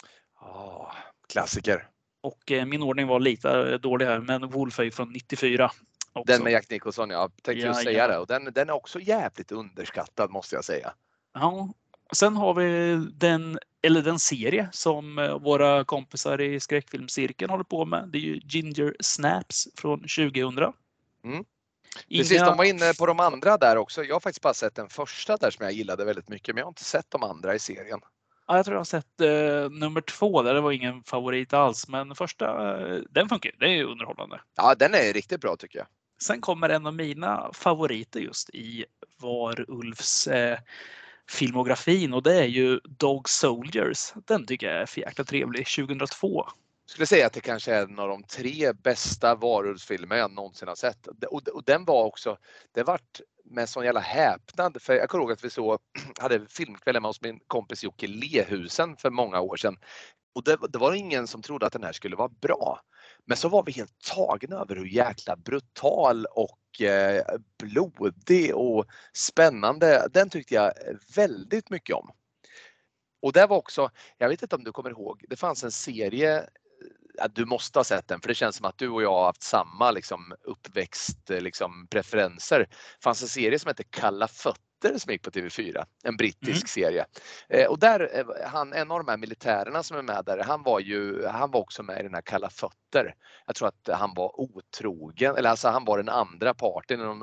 Oh, klassiker. Och eh, min ordning var lite dålig här, men Wolf är ju från nittiofyra. Också. Den med Jack Nicholson, jag tänkte Ja, just säga ja. det. Och den, den är också jävligt underskattad, måste jag säga. Ja. Sen har vi den, eller den serie som eh, våra kompisar i skräckfilmscirkeln håller på med. Det är ju Ginger Snaps från tjugohundra. Mm. Inga... Precis, de var inne på de andra där också. Jag har faktiskt bara sett den första där som jag gillade väldigt mycket, men jag har inte sett de andra i serien. Ja, jag tror jag har sett eh, nummer två där. Det var ingen favorit alls, men första, eh, den funkar ju. Det är ju underhållande. Ja, den är riktigt bra tycker jag. Sen kommer en av mina favoriter just i Varulvs eh, filmografin, och det är ju Dog Soldiers. Den tycker jag är för jäkla trevlig. tjugohundratvå. Jag skulle säga att det kanske är en av de tre bästa varulvsfilmer jag någonsin har sett. Och, och den var också, det vart med sån jävla häpnad. För jag kommer ihåg att vi så hade filmkväll hemma hos min kompis Jocke Lehusen för många år sedan. Och det, det var ingen som trodde att den här skulle vara bra. Men så var vi helt tagna över hur jäkla brutal och eh, blodig och spännande. Den tyckte jag väldigt mycket om. Och det var också, jag vet inte om du kommer ihåg, det fanns en serie, du måste ha sett den för det känns som att du och jag har haft samma liksom, uppväxt liksom, preferenser. Det fanns en serie som hette Kalla fötter som gick på T V fyra, en brittisk mm. serie. Eh, och där, han, en av de här militärerna som är med där, han var ju, han var också med i den här Kalla fötter. Jag tror att han var otrogen, eller alltså han var den andra parten i någon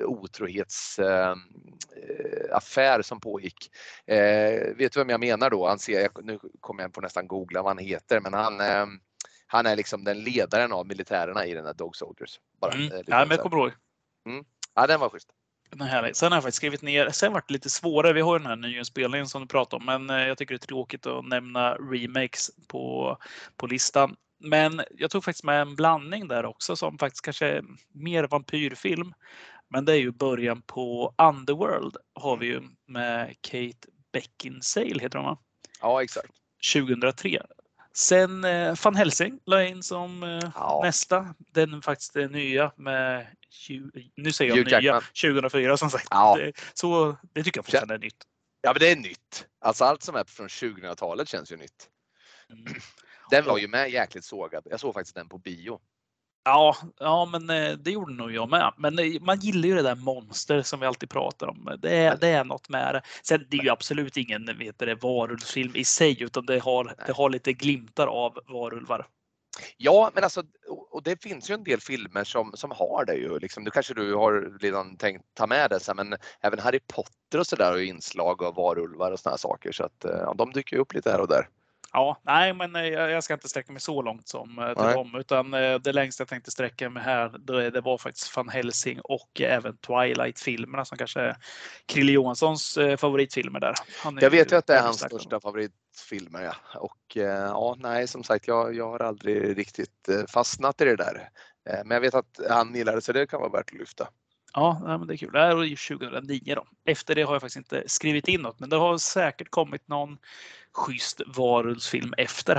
otrohetsaffär eh, som pågick. Eh, vet du vem jag menar då? Han ser, nu kommer jag på nästan googla vad han heter, men han eh, han är liksom den ledaren av militärerna i den här Dog Soldiers. Bara, mm. eh, ja, men jag kommer ihåg. Mm. Ja, den var schysst. Den är härlig. Sen har jag faktiskt skrivit ner, sen var det lite svårare, vi har ju den här nyinspelningen som du pratar om, men jag tycker det är tråkigt att nämna remakes på, på listan. Men jag tog faktiskt med en blandning där också som faktiskt kanske är mer vampyrfilm. Men det är ju början på Underworld har vi ju med Kate Beckinsale, heter hon va? Ja, exakt. tjugohundratre. Sen eh, Van Helsing la in som eh, ja. nästa. Den faktiskt är nya med, nu säger jag Hugh nya, Jackman. tjugohundrafyra som sagt. Ja. Det, så det tycker jag fortfarande är nytt. Ja, men det är nytt. Alltså allt som är från tjugohundratalet känns ju nytt. Mm. Den var ju med jäkligt sågad. Jag såg faktiskt den på bio. Ja, ja, men det gjorde nog jag med. Men man gillar ju det där monster som vi alltid pratar om. Det är, det är något med det. Sen det är ju absolut ingen vet det, varulvsfilm i sig, utan det har, det har lite glimtar av varulvar. Ja, men alltså, och det finns ju en del filmer som, som har det ju. Liksom, du kanske du har redan tänkt ta med det, men även Harry Potter och sådär har ju inslag av varulvar och såna här saker. Så att ja, de dyker ju upp lite här och där. Ja, nej, men jag ska inte sträcka mig så långt som till nej. dem, utan det längsta jag tänkte sträcka mig här, det var faktiskt Van Helsing och även Twilight-filmerna som kanske är Krille Johanssons favoritfilmer där. Han jag vet ju att det är hans största favoritfilmer, ja. Och ja, nej, som sagt, jag, jag har aldrig riktigt fastnat i det där. Men jag vet att han gillar det, så det kan vara värt att lyfta. Ja, men det är kul. Det här var ju tjugohundranio då. Efter det har jag faktiskt inte skrivit in något, men det har säkert kommit någon schysst varulvsfilm efter här.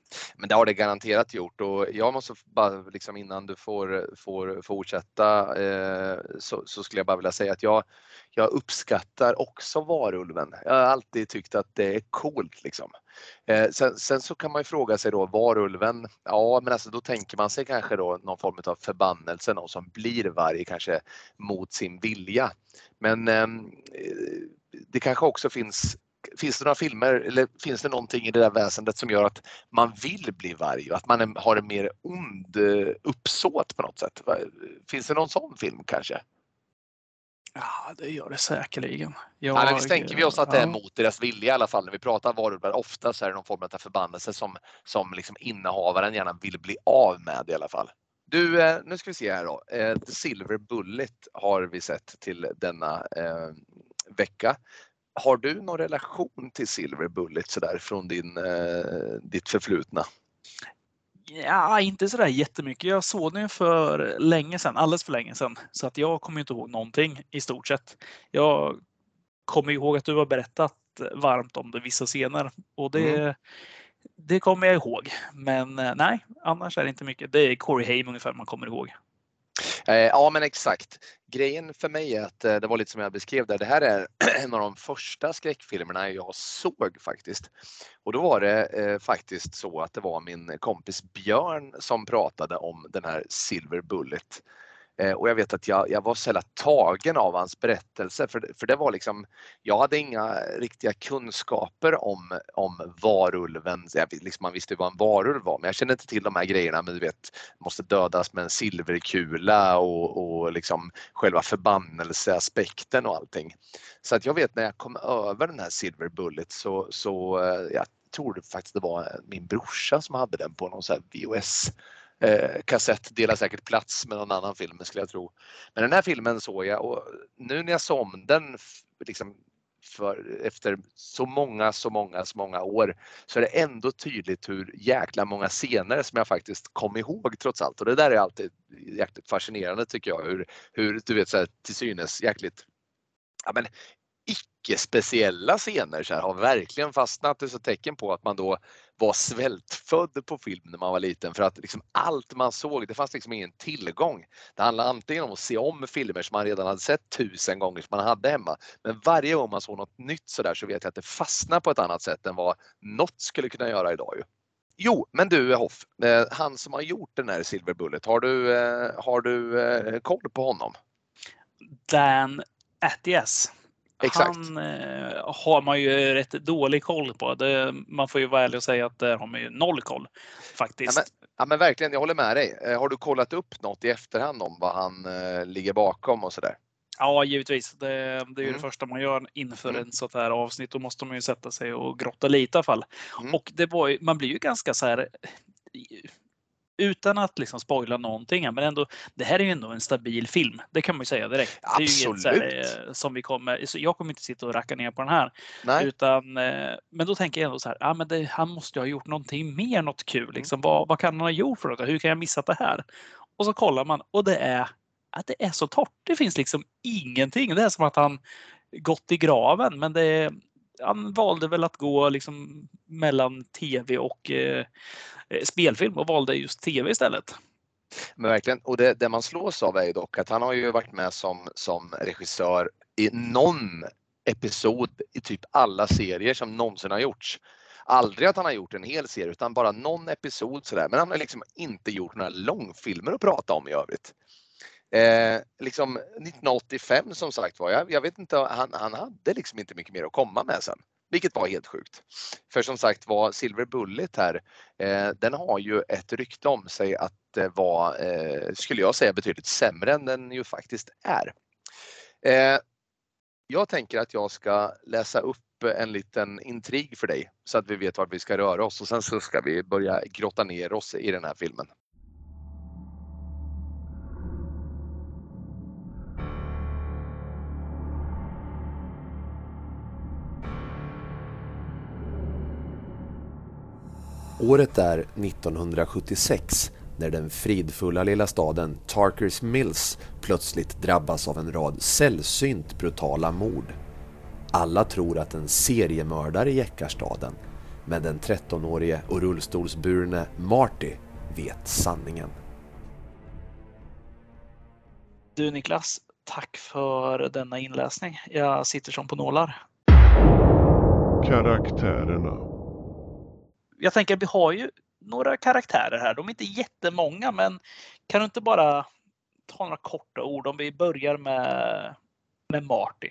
Men det har det garanterat gjort och jag måste bara liksom innan du får, får fortsätta eh, så, så skulle jag bara vilja säga att jag, jag uppskattar också varulven. Jag har alltid tyckt att det är coolt liksom. Eh, sen, sen så kan man ju fråga sig då varulven, ja men alltså då tänker man sig kanske då någon form av förbannelse, någon som blir varg kanske mot sin vilja. Men eh, det kanske också finns Finns det några filmer eller finns det någonting i det där väsendet som gör att man vill bli varg och att man har en mer ond uppsåt på något sätt? Finns det någon sån film kanske? Ja, det gör det säkerligen. Jag, ja, men visst tänker vi oss att det är mot deras vilja i alla fall. När vi pratar varulvar, ofta så är det någon form av förbannelse som, som liksom innehavaren gärna vill bli av med i alla fall. Du, nu ska vi se här då. The Silver Bullet har vi sett till denna eh, vecka. Har du någon relation till Silver Bullet så där från din, eh, ditt förflutna? Ja, inte så där jättemycket. Jag såg den för länge sedan, alldeles för länge sedan. Så att jag kommer inte ihåg någonting i stort sett. Jag kommer ihåg att du har berättat varmt om det vissa scener. Och det, mm. det kommer jag ihåg. Men nej, annars är det inte mycket. Det är Corey Haim ungefär man kommer ihåg. Ja men exakt. Grejen för mig är att det var lite som jag beskrev där. Det här är en av de första skräckfilmerna jag såg faktiskt. Och då var det eh, faktiskt så att det var min kompis Björn som pratade om den här Silver Bullet. Eh, och jag vet att jag, jag var så jävla tagen av hans berättelse. För, för det var liksom, jag hade inga riktiga kunskaper om, om varulven. Jag, liksom, man visste vad en varulv var, men jag kände inte till de här grejerna. Men du vet, måste dödas med en silverkula och, och liksom själva förbannelseaspekten och allting. Så att jag vet när jag kom över den här Silver Bullet så, så jag tror faktiskt det var min brorsa som hade den på någon sån här V H S. Eh, kassett delar säkert plats med någon annan film skulle jag tro. Men den här filmen såg jag och nu när jag såg om den liksom för, efter så många, så många, så många år så är det ändå tydligt hur jäkla många scener som jag faktiskt kom ihåg trots allt. Och det där är alltid jäkligt fascinerande tycker jag. Hur, hur du vet så här, till synes jäkligt ja, men, icke-speciella scener så här, har verkligen fastnat. Det är så tecken på att man då var svältfödd på film när man var liten för att liksom allt man såg, det fanns liksom ingen tillgång. Det handlade antingen om att se om filmer som man redan hade sett tusen gånger som man hade hemma. Men varje gång man såg något nytt så där så vet jag att det fastnar på ett annat sätt än vad något skulle kunna göra idag ju. Jo, men du Hoff, han som har gjort den här Silver Bullet, har du, har du koll på honom? Dan Attias. Exakt. Han eh, har man ju rätt dålig koll på. Det, man får ju vara ärlig och säga att där har man ju noll koll faktiskt. Ja men, ja, men verkligen, jag håller med dig. Eh, har du kollat upp något i efterhand om vad han eh, ligger bakom och sådär? Ja, givetvis. Det, det är ju mm. det första man gör inför mm. en sånt här avsnitt. Då måste man ju sätta sig och grotta lite i alla fall. Mm. Och det var ju, man blir ju ganska så här... Utan att liksom spoila någonting, men ändå, det här är ju ändå en stabil film. Det kan man ju säga direkt. Absolut. Det är ju inget så här, som vi kommer, så jag kommer inte sitta och racka ner på den här. Nej. Utan, men då tänker jag ändå så här, ja, men det, han måste ju ha gjort någonting mer, något kul. Liksom. Mm. Vad, vad kan han ha gjort för något? Hur kan jag missa det här? Och så kollar man och det är, att det är så torrt. Det finns liksom ingenting. Det är som att han gått i graven, men det är, han valde väl att gå liksom mellan tv och eh, spelfilm och valde just tv istället. Men verkligen, och det, det man slås av är dock att han har ju varit med som, som regissör i någon episod i typ alla serier som någonsin har gjorts. Aldrig att han har gjort en hel serie utan bara någon episod sådär. Men han har liksom inte gjort några långfilmer att prata om i övrigt. Eh, liksom nittonhundraåttiofem som sagt var, jag, jag vet inte, han, han hade liksom inte mycket mer att komma med sen. Vilket var helt sjukt. För som sagt var Silver Bullet här, eh, den har ju ett rykte om sig att eh, vara, eh, skulle jag säga, betydligt sämre än den ju faktiskt är. Eh, jag tänker att jag ska läsa upp en liten intrig för dig så att vi vet vart vi ska röra oss och sen så ska vi börja grotta ner oss i den här filmen. Året är nittonhundrasjuttiosex när den fridfulla lilla staden Tarkers Mills plötsligt drabbas av en rad sällsynt brutala mord. Alla tror att en seriemördare jäckar staden, Men den trettonårige och rullstolsburne Marty vet sanningen. Du Niklas, tack för denna inläsning. Jag sitter som på nålar. Karaktärerna. Jag tänker vi har ju några karaktärer här. De är inte jättemånga, men kan du inte bara ta några korta ord om vi börjar med, med Marty?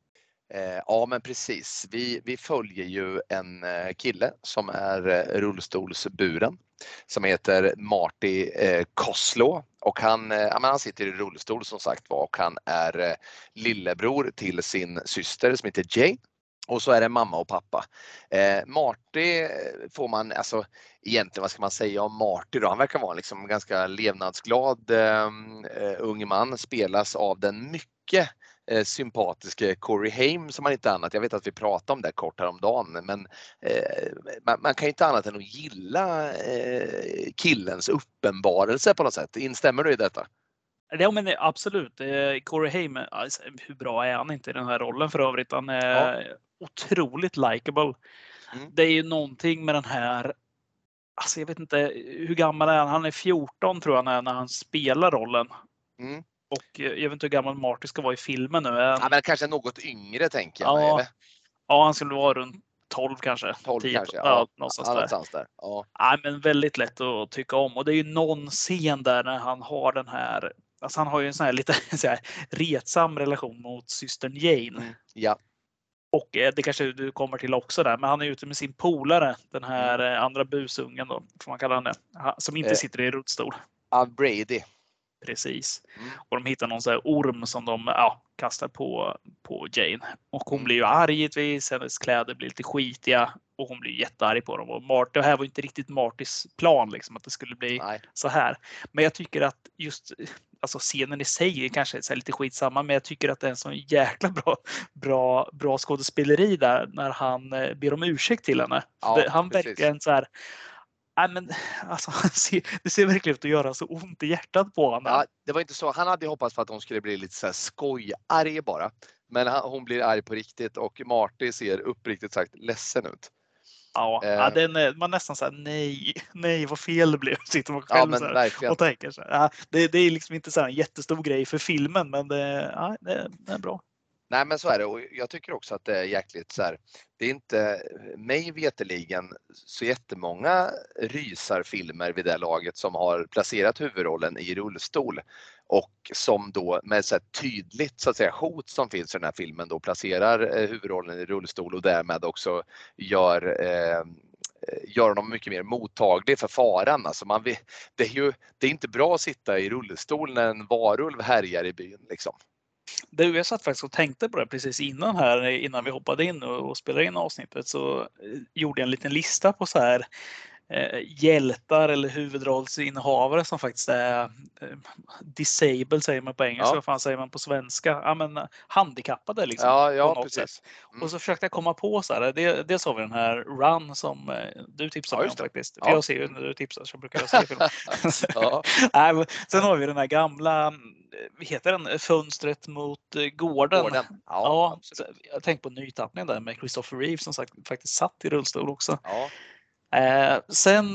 Eh, ja men precis. Vi, vi följer ju en eh, kille som är eh, rullstolsburen som heter Marty eh, Koslow och han, eh, ja, men han sitter i rullstol som sagt var och han är eh, lillebror till sin syster som heter Jane. Och så är det mamma och pappa. Eh, Marty får man, alltså egentligen vad ska man säga om Marty då? Han verkar vara liksom en ganska levnadsglad eh, ung man, spelas av den mycket eh, sympatiska Corey Haim som man inte annat. Jag vet att vi pratade om det kort häromdagen, men eh, man, man kan inte annat än att gilla eh, killens uppenbarelse på något sätt. Instämmer du i detta? Ja, men absolut. Corey Haim, alltså, hur bra är han inte i den här rollen för övrigt? Han är ja. otroligt likable. Mm. Det är ju någonting med den här, alltså jag vet inte hur gammal är han? Han är fjorton tror jag när han spelar rollen. Mm. Och jag vet inte hur gammal Marty ska vara i filmen nu. Ja, men kanske något yngre tänker jag. Ja, med, ja han skulle vara runt tolv kanske. tolv tio, kanske, ja. ja någonstans ja, där. någonstans där. Ja. Ja, men väldigt lätt att tycka om. Och det är ju någon scen där när han har den här, alltså han har ju en sån här lite så här, retsam relation mot systern Jane. Mm, ja. Och eh, det kanske du kommer till också där, men han är ute med sin polare, den här mm. andra busungen då, får man kalla han det, som inte eh. sitter i rullstol. Ja, Brady. Precis. Mm. Och de hittar någon så här orm som de ja, kastar på, på Jane. Och hon mm. blir ju arg givetvis. Hennes kläder blir lite skitiga. Och hon blir jättearg på dem. Och Marty, det här var inte riktigt Martys plan liksom, att det skulle bli Nej. så här. Men jag tycker att just alltså scenen i sig är kanske så här lite skitsamma. Men jag tycker att det är en sån jäkla bra, bra, bra skådespeleri där. När han ber om ursäkt till henne. Ja, det, han verkligen så här. Nej, men alltså, det ser verkligen ut att göra så ont i hjärtat på honom. Ja, det var inte så. Han hade hoppats på att hon skulle bli lite så här skojarg bara. Men han, hon blir arg på riktigt och Marty ser uppriktigt sagt ledsen ut. Ja, eh. ja den, man nästan säger nej, nej vad fel det blev. Sitter man själv ja, men så här verkligen. och tänker så här. Ja, det, det är liksom inte så här en jättestor grej för filmen, men det, ja, det, det är bra. Nej men så är det och jag tycker också att det är jäkligt så här. Det är inte mig veteligen så jättemånga rysarfilmer vid det laget som har placerat huvudrollen i rullstol och som då med så här tydligt så att säga hot som finns i den här filmen då placerar huvudrollen i rullstol och därmed också gör eh, gör honom mycket mer mottaglig för faran. Alltså man vill, det är ju det är inte bra att sitta i rullstol när en varulv härjar i byn liksom. Det, jag satt faktiskt och tänkte på det precis innan här, innan vi hoppade in och, och spelade in avsnittet, så gjorde jag en liten lista på så här eh, hjältar eller huvudrollsinnehavare som faktiskt är eh, disabled säger man på engelska, ja. Vad fan säger man på svenska? Ja, men handikappade liksom. Ja, ja precis. Mm. Och så försökte jag komma på så här, det, dels har vi den här Run som eh, du tipsade ja, om faktiskt. Ja. För jag ser ju när du tipsar så brukar jag se filmen. Ja. Nej, sen har vi den här gamla, vad heter den? Fönstret mot gården. gården. Ja, ja jag tänkte på nytappningen där med Christopher Reeve som sagt faktiskt satt i rullstol också. Ja. Eh, sen,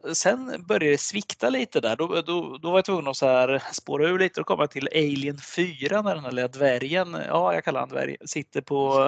sen började det svikta lite där. Då, då, då var jag tvungen att så här spåra ur lite och komma till Alien fyra när den här lilla dvärgen, ja jag kallar han dvärg, sitter på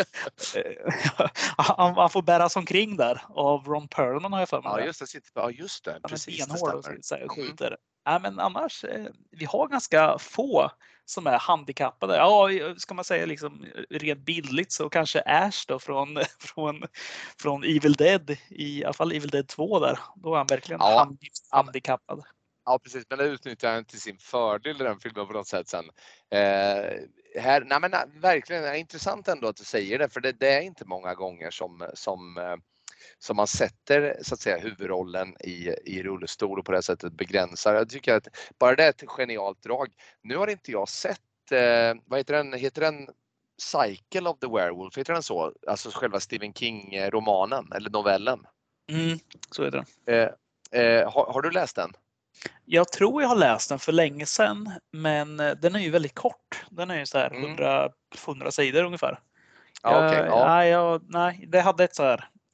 han, han får bäras omkring där av Ron Perlman har jag för mig. Ja just det, sitter på, ja just det, han precis det stämmer. Och så här, skjuter. Mm. Ja, men annars, vi har ganska få som är handikappade. Ja, ska man säga liksom rent bildligt så kanske Ash då från, från, från Evil Dead, i alla fall Evil Dead två där. Då är han verkligen ja. hand, handikappad. Ja, precis. Men det utnyttjar han till sin fördel i den filmen på något sätt sen. Eh, här, nej men verkligen är intressant ändå att du säger det, för det, det är inte många gånger som, som eh, som man sätter så att säga huvudrollen i, i rullstol och på det sättet begränsar. Jag tycker att bara det är ett genialt drag. Nu har inte jag sett, eh, vad heter den, heter den Cycle of the Werewolf, heter den så? Alltså själva Stephen King-romanen eller novellen. Mm, så är det. Eh, eh, har, har du läst den? Jag tror jag har läst den för länge sedan, men den är ju väldigt kort. Den är ju så här mm. hundra, hundra sidor ungefär. Ja, okay, ja. Nej, jag, nej, det hade ett så här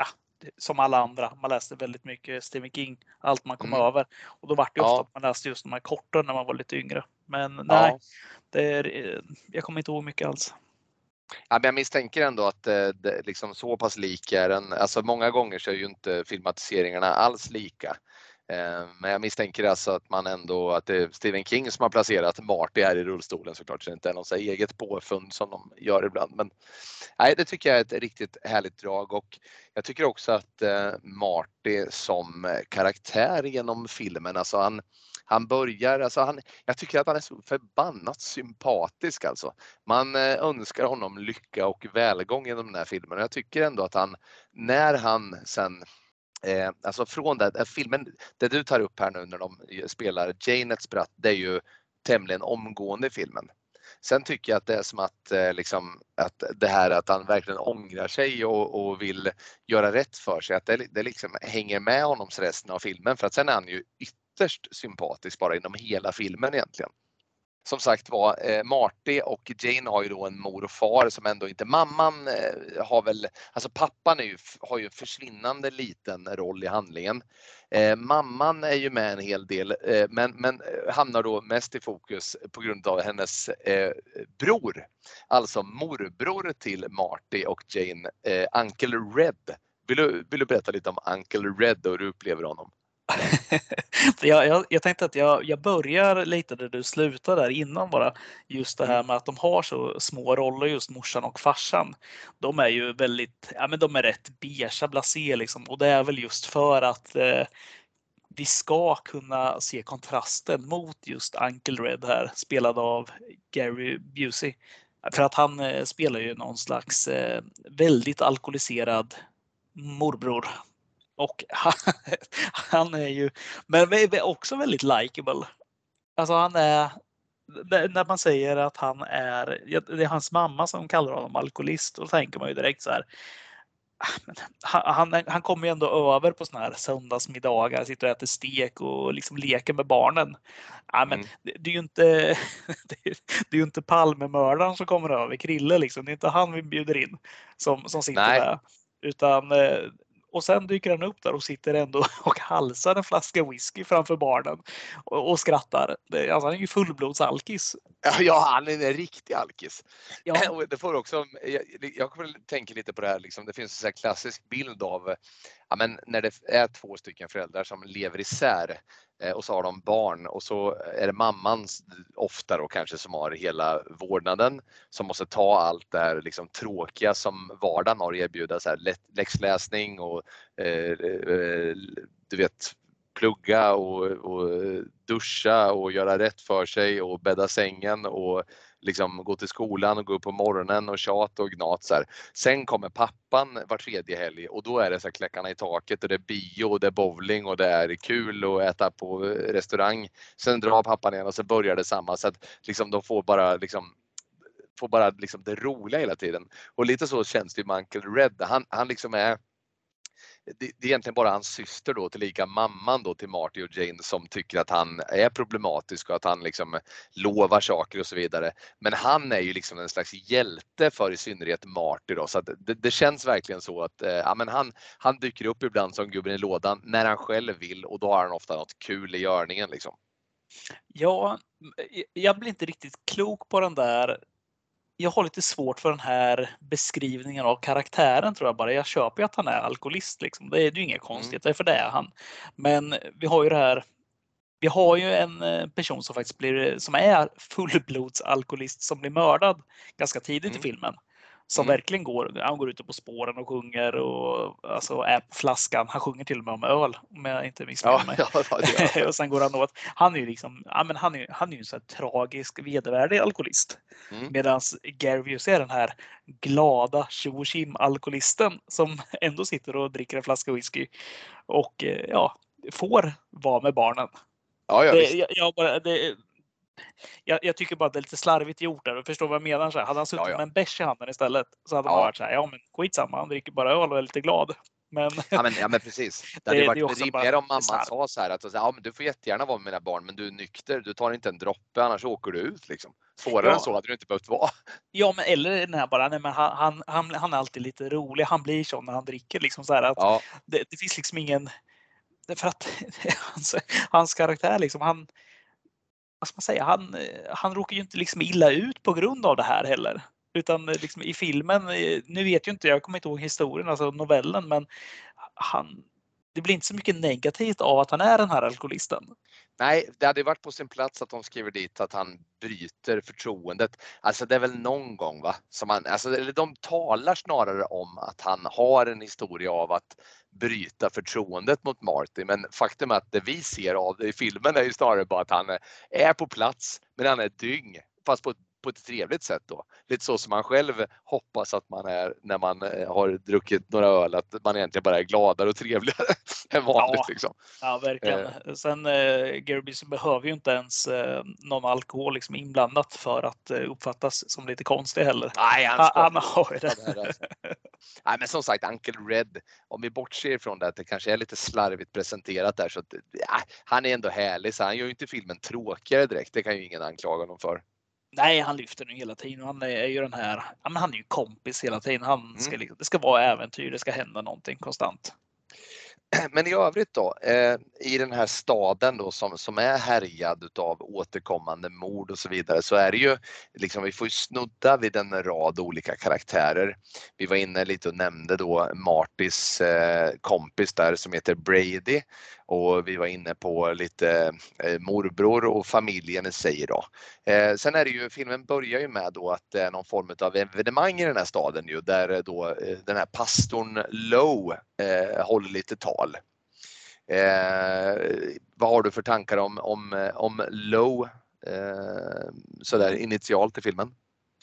som alla andra. Man läste väldigt mycket Stephen King, allt man kom Mm. över. Och då var det ofta Ja. att man läste just de här korta när man var lite yngre. Men nej, Ja. det är, jag kommer inte ihåg mycket alls. Ja, men jag misstänker ändå att eh, det liksom så pass lika är den. Alltså många gånger så är ju inte filmatiseringarna alls lika. Eh, men jag misstänker alltså att man ändå, att det är Stephen King som har placerat Marty här i rullstolen, såklart, så det inte är någon så här eget påfund som de gör ibland. Men nej, det tycker jag är ett riktigt härligt drag, och jag tycker också att eh, Marty som karaktär genom filmen, alltså han Han börjar, alltså han, jag tycker att han är så förbannat sympatisk alltså. Man eh, önskar honom lycka och välgång genom den här filmen. Jag tycker ändå att han, när han sen, eh, alltså från den äh, filmen, det du tar upp här nu när de spelar Jane ett spratt, det är ju tämligen omgående i filmen. Sen tycker jag att det är som att, eh, liksom, att det här att han verkligen ångrar sig och, och vill göra rätt för sig, att det, det liksom hänger med honom resten av filmen, för att sen är han ju ytterst sympatisk bara inom hela filmen egentligen. Som sagt var, eh, Marty och Jane har ju då en mor och far som ändå inte, mamman eh, har väl, alltså pappan är ju, har ju en försvinnande liten roll i handlingen. Eh, mamman är ju med en hel del, eh, men, men hamnar då mest i fokus på grund av hennes eh, bror, alltså morbror till Marty och Jane, eh, Uncle Red. Vill du, vill du berätta lite om Uncle Red och hur du upplever honom? jag, jag, jag tänkte att jag, jag börjar lite där du slutar där innan bara. Just det här med att de har så små roller, just morsan och farsan. De är ju väldigt, ja men de är rätt beige, blasé liksom. Och det är väl just för att eh, vi ska kunna se kontrasten mot just Uncle Red här, spelad av Gary Busey. För att han eh, spelar ju någon slags eh, väldigt alkoholiserad morbror. Och han, han är ju, men också väldigt likable. Alltså han är, när man säger att han är, det är hans mamma som kallar honom alkoholist, och tänker man ju direkt så här, han, han kommer ju ändå över på såna här söndagsmiddagar, sitter och äter stek och liksom leker med barnen. Ja, men mm. det, det är ju inte det är, det är ju inte Palmemördaren som kommer över, Krille liksom. Det är inte han vi bjuder in som, som sitter Nej. där, utan och sen dyker han upp där och sitter ändå och halsar en flaska whisky framför barnen och, och skrattar. Det, alltså han är ju fullblodsalkis. Ja, han är en riktig alkis. Ja. Och det får också, jag, jag tänker lite på det här, liksom, det finns en sån här klassisk bild av, ja, men när det är två stycken föräldrar som lever isär och så har de barn, och så är det mamman ofta då kanske som har hela vårdnaden, som måste ta allt det här liksom tråkiga som vardagen har att erbjuda, så här läxläsning och eh, du vet, plugga och, och duscha och göra rätt för sig och bädda sängen och liksom gå till skolan och gå upp på morgonen och tjat och gnat så här. Sen kommer pappan var tredje helg, och då är det så här kläckarna i taket, och det är bio och det är bowling och det är kul att äta på restaurang. Sen drar pappan igen och så börjar det samma, så att liksom de får bara liksom får bara liksom det roliga hela tiden. Och lite så känns det med Uncle Red. Han, han liksom är Det, det är egentligen bara hans syster då, till lika mamman då till Marty och Jane, som tycker att han är problematisk och att han liksom lovar saker och så vidare. Men han är ju liksom en slags hjälte för i synnerhet Marty då, så att det, det känns verkligen så att eh, ja, men han, han dyker upp ibland som gubben i lådan när han själv vill, och då har han ofta något kul i görningen liksom. Ja, jag blir inte riktigt klok på den där. Jag har lite svårt för den här beskrivningen av karaktären, tror jag bara. Jag köper ju att han är alkoholist liksom. Det är ju inget konstigt, mm. för det är han. Men vi har ju det här, vi har ju en person som faktiskt blir, som är fullblodsalkoholist, som blir mördad ganska tidigt mm. i filmen. Som mm. verkligen går, han går ute på spåren och sjunger och alltså är på flaskan. Han sjunger till och med om öl, om jag inte missminner mig. Ja, ja, ja. Och sen går han åt. Han är ju liksom, ja, men han är, han är ju en så här tragisk, vedervärdig alkoholist. Mm. Medan Gary Busey är den här glada tjo-tjim-alkoholisten som ändå sitter och dricker en flaska whisky och ja, får vara med barnen. Ja, ja, det, jag, jag bara, det, Jag, jag tycker bara att det är lite slarvigt gjort där. Du förstår vad jag menar? Så här, hade han suttit ja, ja. med en bärs i handen istället, så hade man ja. varit så här, ja men skitsamma, han dricker bara öl och är lite glad. Men, Ja men, ja, men precis. Det Det- hade det är varit också rimligare bara om mamman bisarrt. sa så här att ja, men du får jättegärna vara med mina barn, men du är nykter. Du tar inte en droppe, annars åker du ut. Liksom. Svårare Ja. än så hade det inte behövt vara. ja, men eller den här bara, nej, men han, han, han, han är alltid lite rolig. Han blir så när han dricker. Liksom så här att Ja, det, det finns liksom ingen... För att hans, hans karaktär, liksom, han, vad ska man säga, han, han råkar ju inte liksom illa ut på grund av det här heller. Utan liksom i filmen, nu vet ju inte, jag kommer inte ihåg historien, alltså novellen, men han, det blir inte så mycket negativt av att han är den här alkoholisten. nej, det hade varit på sin plats att de skriver dit att han bryter förtroendet. Alltså det är väl någon gång va? Som han, alltså, eller de talar snarare om att han har en historia av att bryta förtroendet mot Marty. Men faktum är att det vi ser av det i filmen är ju snarare bara att han är på plats, men han är dyng. Fast på ett på ett trevligt sätt då. Lite så som man själv hoppas att man är när man har druckit några öl, att man egentligen bara är gladare och trevligare än vanligt. Ja. Liksom. Ja, verkligen. Eh. Sen eh, Gary Busey behöver ju inte ens eh, någon alkohol liksom inblandat för att eh, uppfattas som lite konstig heller. Nej, han, Han, ska han har ju det. det alltså. Nej, men som sagt, Uncle Red, om vi bortser ifrån det att det kanske är lite slarvigt presenterat där, så att, ja, han är ändå härlig, så han gör ju inte filmen tråkigare direkt. Det kan ju ingen anklaga honom för. Nej, han lyfter nu hela tiden. Han är ju den här, ja, men han är ju kompis hela tiden. Han ska, mm. Det ska vara äventyr, det ska hända någonting konstant. Men i övrigt då, eh, i den här staden då som, som är härjad utav återkommande mord och så vidare, så är det ju liksom, vi får ju snudda vid en rad olika karaktärer. Vi var inne lite och nämnde då Martys eh, kompis där som heter Brady, och vi var inne på lite eh, morbror och familjen i sig då. Eh, sen är det ju, filmen börjar ju med då att det är någon form av evenemang i den här staden ju, där då eh, den här pastorn Lowe eh, håller lite tal. Eh, vad har du för tankar om, om, om Lowe eh, sådär initialt i filmen?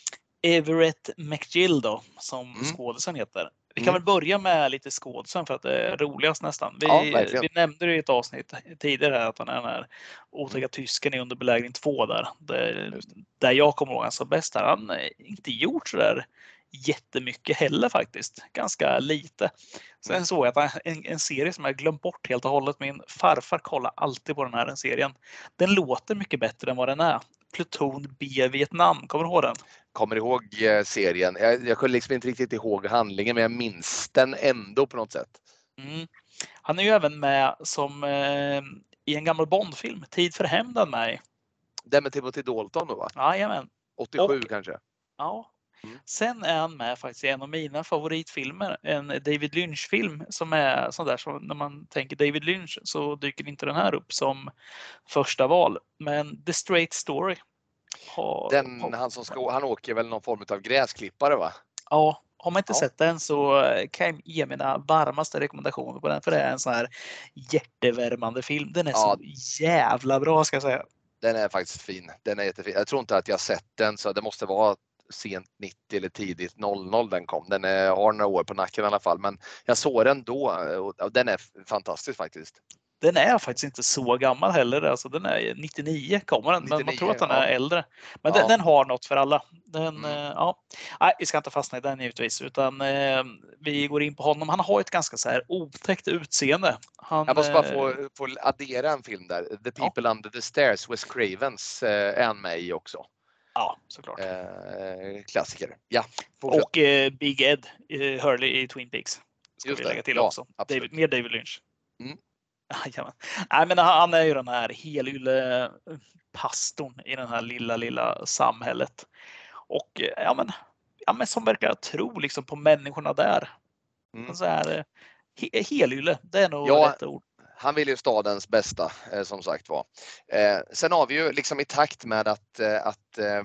Everett McGill då, som Mm. skådisen heter. Vi kan Mm. väl börja med lite skådisen för att det är roligast nästan. Vi, Ja, vi nämnde det i ett avsnitt tidigare att han är den här otäcka tysken i Under belägring två där. Där, där jag kommer ihåg han så bäst här. Han har inte gjort så där jättemycket heller faktiskt. Ganska lite. Sen Mm. såg jag att en, en serie som jag glömt bort helt och hållet. Min farfar kollar alltid på den här serien. Den låter mycket bättre än vad den är. Pluton B Vietnam, kommer du ihåg den? Kommer ihåg serien. Jag, jag kunde liksom inte riktigt ihåg handlingen, men jag minns den ändå på något sätt. Mm. Han är ju även med som eh, i en gammal Bondfilm, Tid för hämnden med. Den med Timothy Dalton då va? Jajamän. åttiosju Och, kanske? Ja. Mm. Sen är han med faktiskt i en av mina favoritfilmer, en David Lynch-film som är sån där, så när man tänker David Lynch så dyker inte den här upp som första val. Men The Straight Story. Har, Den, har, han, som ska, han åker väl någon form av gräsklippare va? Ja, har man inte Ja. sett den så kan jag ge mina varmaste rekommendationer på den. För det är en sån här hjärtevärmande film. Den är Ja. så jävla bra ska jag säga. Den är faktiskt fin. Den är jättefin. Jag tror inte att jag sett den, så det måste vara sent nittio eller tidigt noll noll den kom. Den är, har några år på nacken i alla fall, men jag såg den då och den är fantastisk faktiskt. Den är faktiskt inte så gammal heller. Alltså den är nittionio kommer den, men man tror att den är ja. äldre. Men Ja. den, den har något för alla. Den, Mm. eh, ja. Nej, vi ska inte fastna i den givetvis, utan eh, vi går in på honom. Han har ett ganska så här otäckt utseende. Han, Jag måste bara eh, få, få addera en film där. The People Under the Stairs, Wes Cravens eh, är han med i också. Ja, såklart. Eh, klassiker. Ja, fortsätt. Och eh, Big Ed eh, Hurley i Twin Peaks. Ska Just vi det. lägga till Ja, också. absolut. David, mer David Lynch. Mm. Jajamän. Nej, men han är ju den här helylle pastorn i den här lilla, lilla samhället. Och ja, men, ja, men som verkar tro liksom på människorna där. Mm. Så här, he, helylle, det är nog Ja. rätt ord. Han vill ju stadens bästa, eh, som sagt var. Eh, sen har vi ju liksom i takt med att, eh, att eh,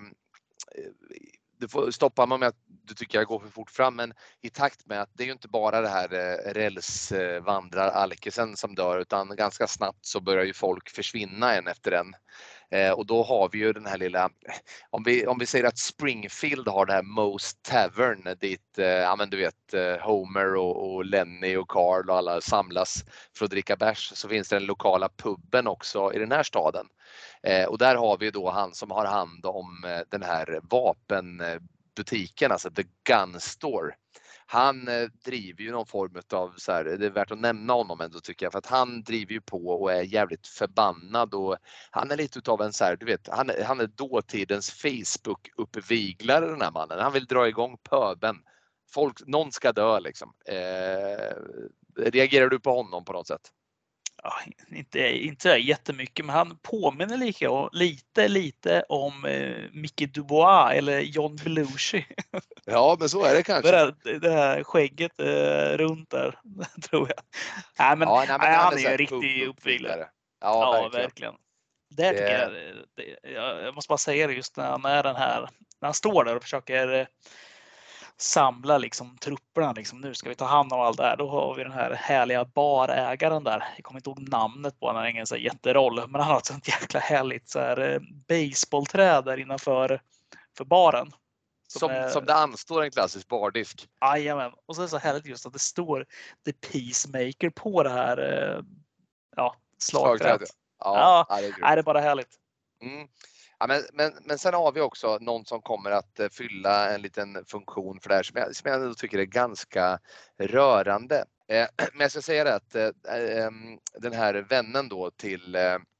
du får stoppa mig med att du tycker jag går för fort fram, men i takt med att det är ju inte bara det här eh, rälsvandraralkisen som dör, utan ganska snabbt så börjar ju folk försvinna en efter en. Eh, och då har vi ju den här lilla, om vi, om vi säger att Springfield har det här Moe's Tavern dit, eh, ja men du vet eh, Homer och, och Lenny och Carl och alla samlas för att dricka bärs, så finns det den lokala puben också i den här staden. Eh, och där har vi då han som har hand om eh, den här vapenbutiken, alltså The Gun Store. han eh, driver ju någon form av så här, det är värt att nämna honom ändå tycker jag, för att han driver ju på och är jävligt förbannad och han är lite utav en så här, du vet, han, han är dåtidens Facebook-uppviglare den här mannen. Han vill dra igång pöben. Folk, någon ska dö liksom. Eh, reagerar du på honom på något sätt? Ja, inte, inte jättemycket, men han påminner lika, lite, lite om eh, Mickey Dubois eller John Belushi. Ja, men så är det kanske. Det, där, det här skägget eh, runt där, tror jag. Nej, men, ja, nej, men nej, han, han är är ju en riktig uppviglare. Ja, ja, verkligen. verkligen. Där tycker det... jag, det, jag måste bara säga det just när han är den här, när han står där och försöker eh, samla liksom trupperna, liksom, nu ska vi ta hand om allt det här. Då har vi den här härliga barägaren där. Jag kommer inte ihåg namnet på, han har ingen så jätteroll, men han har ett sånt jäkla härligt så här baseballträd där innanför för baren. Som, som, är, som det anstår en klassisk bardisk. Jajamän. Och så är det så härligt just att det står The Peacemaker på det här ja, slagträdet. Ja, ja, det är, är det bara härligt. Mm. Ja, men, men, men sen har vi också någon som kommer att fylla en liten funktion för det här som jag, som jag tycker är ganska rörande. Eh, men jag ska säga det att eh, den här vännen då till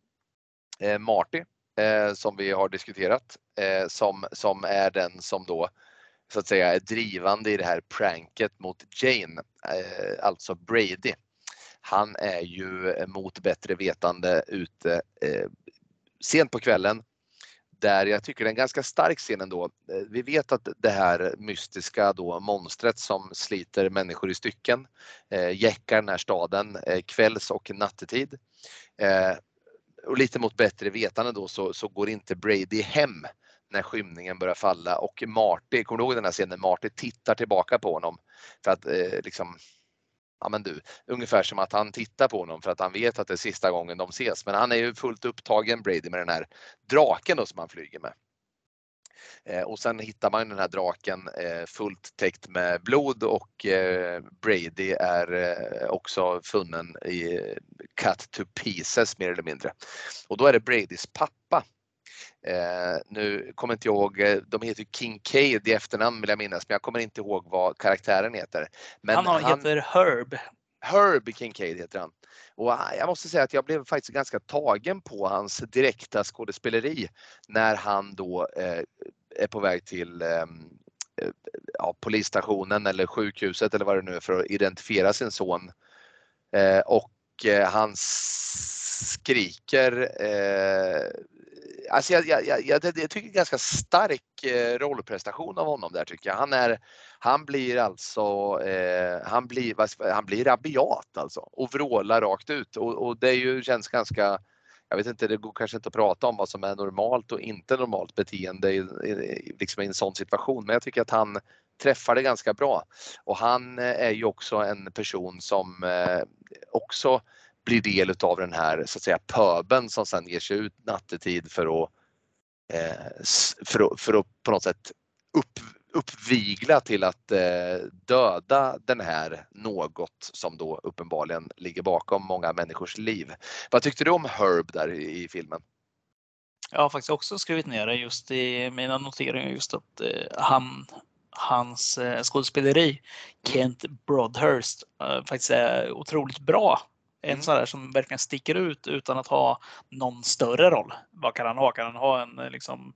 eh, Marty eh, som vi har diskuterat eh, som, som är den som då så att säga är drivande i det här pranket mot Jane, eh, alltså Brady. Han är ju mot bättre vetande ute eh, sent på kvällen. Där jag tycker det är en ganska stark scen ändå. Vi vet att det här mystiska då monstret som sliter människor i stycken eh, jäckar den här staden eh, kvälls- och nattetid. Eh, och lite mot bättre vetande då så, så går inte Brady hem när skymningen börjar falla och Marty, kommer du ihåg den här scenen? Marty tittar tillbaka på honom för att eh, liksom ja men du, ungefär som att han tittar på honom för att han vet att det är sista gången de ses. Men han är ju fullt upptagen, Brady, med den här draken då som han flyger med. Eh, och sen hittar man den här draken eh, fullt täckt med blod och eh, Brady är eh, också funnen i cut to pieces mer eller mindre. Och då är det Bradys pappa. Eh, nu kommer inte jag ihåg, de heter Kincaid i efternamn vill jag minnas, men jag kommer inte ihåg vad karaktären heter. Men han, han heter Herb. Herb Kincaid heter han. Och jag måste säga att jag blev faktiskt ganska tagen på hans direkta skådespeleri när han då eh, är på väg till eh, ja, polisstationen eller sjukhuset eller vad det nu är för att identifiera sin son. Eh, och eh, han skriker eh, Alltså jag, jag, jag, jag, jag tycker det är ganska stark eh, rollprestation av honom där tycker jag. Han, är, han blir alltså eh, han, blir, han blir rabiat alltså och vrålar rakt ut och, och det är ju, känns ganska, jag vet inte, det går kanske inte att prata om vad som är normalt och inte normalt beteende i, i, liksom i en sån situation, men jag tycker att han träffar det ganska bra och han är ju också en person som eh, också blir del av den här så att säga pöben som sen ger sig ut nattetid för att, eh, för att, för att på något sätt upp, uppvigla till att eh, döda den här något som då uppenbarligen ligger bakom många människors liv. Vad tyckte du om Herb där i, i filmen? Jag har faktiskt också skrivit ner det just i mina noteringar just att eh, han hans eh, skådespeleri Kent Broadhurst eh, faktiskt är otroligt bra. En Mm. sån där som verkligen sticker ut utan att ha någon större roll. Vad kan han ha? Kan han ha en liksom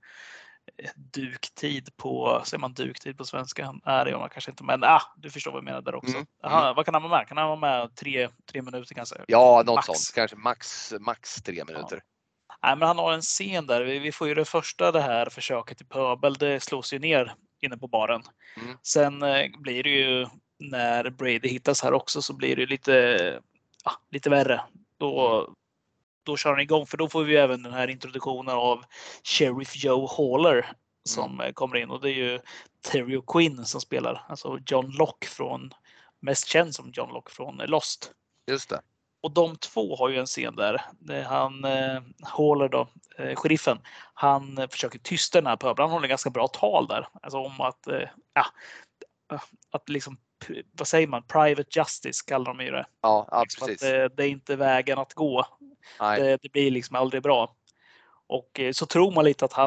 duktid på, säger man duktid på svenska? Nej, det gör man kanske inte, men ah, du förstår vad jag menar där också. Mm. Aha, Mm. vad kan han vara med? Kan han vara med tre, tre minuter kanske? Ja, något max. sånt. Kanske max, max tre minuter. Ja. Nej, men han har en scen där. Vi, vi får ju det första, det här försöket till pöbel. Det slås ju ner inne på baren. Mm. Sen eh, blir det ju, när Brady hittas här också, så blir det lite, ja, lite värre. Då, då kör han igång, för då får vi även den här introduktionen av Sheriff Joe Haller som mm. kommer in, och det är ju Terry O'Quinn som spelar, alltså John Locke från, mest känd som John Locke från Lost. Just det. Och de två har ju en scen där, där han, eh, Haller då, eh, sheriffen, han eh, försöker tysta den här pöbeln. Han håller ganska bra tal där, alltså om att, eh, ja, att liksom, vad säger man, private justice kallar de ju det. Ja, ja liksom precis. Att, eh, det är inte vägen att gå. Det, det blir liksom aldrig bra. Och eh, så tror man lite att han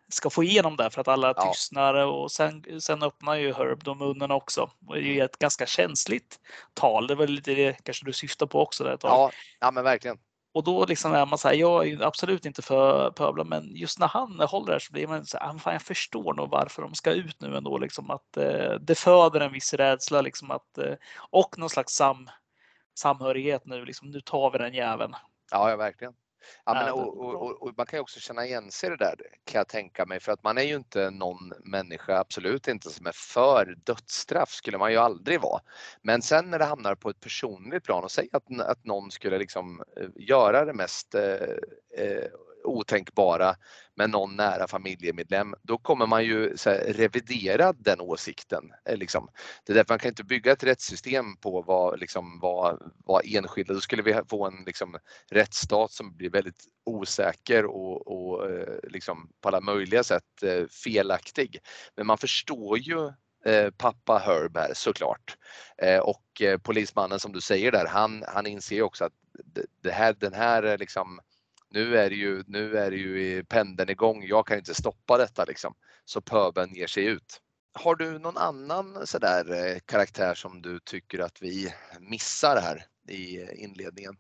ska få igenom det för att alla Ja. tystnar och sen, sen öppnar ju Herb då munnen också. Och det är ett ganska känsligt tal. Det är väl lite det kanske du syftar på också där ett tag. Ja, ja men verkligen. Och då liksom är man så här, jag är ju absolut inte för pöbla, men just när han håller där så blir man så här, fan, jag förstår nog varför de ska ut nu ändå liksom att eh, det föder en viss rädsla liksom att eh, och någon slags sam, samhörighet nu liksom, nu tar vi den jäveln. Ja, ja verkligen. Ja, men, Ja, det- och, och, och, och man kan ju också känna igen sig i det där kan jag tänka mig, för att man är ju inte någon människa, absolut inte, som är för dödsstraff, skulle man ju aldrig vara. Men sen när det hamnar på ett personligt plan och säger att, att någon skulle liksom eh, göra det mest eh, eh, otänkbara med någon nära familjemedlem, då kommer man ju så här, revidera den åsikten. Eh, liksom. Det är därför man kan inte bygga ett rättssystem på vad, liksom, vad, vad enskilda, då skulle vi få en liksom, rättsstat som blir väldigt osäker och, och eh, liksom, på alla möjliga sätt eh, felaktig. Men man förstår ju eh, pappa Herb här såklart. Eh, och eh, polismannen som du säger där, han, han inser ju också att det, det här, den här liksom, nu är det ju, nu är det ju pendeln igång, jag kan inte stoppa detta liksom. Så pöbeln ger sig ut. Har du någon annan sådär eh, karaktär som du tycker att vi missar här i inledningen?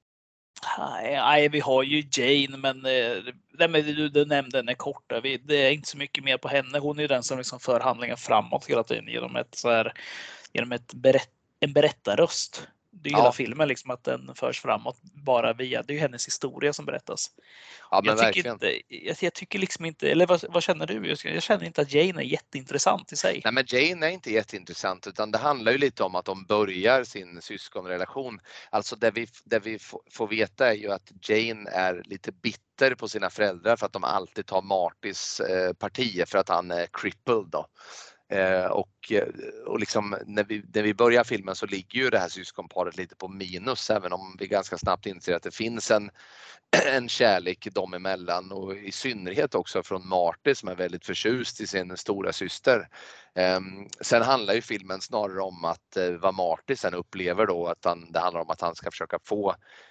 Nej, nej, vi har ju Jane, men, eh, nej, men du, du nämnde henne kort. Där. Vi, det är inte så mycket mer på henne. Hon är ju den som liksom för handlingen framåt hela tiden genom, ett, så här, genom ett berätt, en berättarröst. Det är ju Ja. hela filmen, liksom, att den förs framåt bara via, det är ju hennes historia som berättas. Ja, men jag, tycker verkligen. inte, jag, jag tycker liksom inte, eller vad, vad känner du? Jag, jag känner inte att Jane är jätteintressant i sig. Nej, men Jane är inte jätteintressant, utan det handlar ju lite om att de börjar sin syskonrelation. Alltså det vi, det vi f- får veta är ju att Jane är lite bitter på sina föräldrar för att de alltid tar Martys eh, parti för att han är crippled då. Eh, och och liksom, när, vi, när vi börjar filmen så ligger ju det här syskonparet lite på minus, även om vi ganska snabbt inser att det finns en, en kärlek dem emellan, och i synnerhet också från Marty som är väldigt förtjust i sin stora syster. Eh, sen handlar ju filmen snarare om att eh, vad Marty sen upplever då, att han, det handlar om att han ska försöka få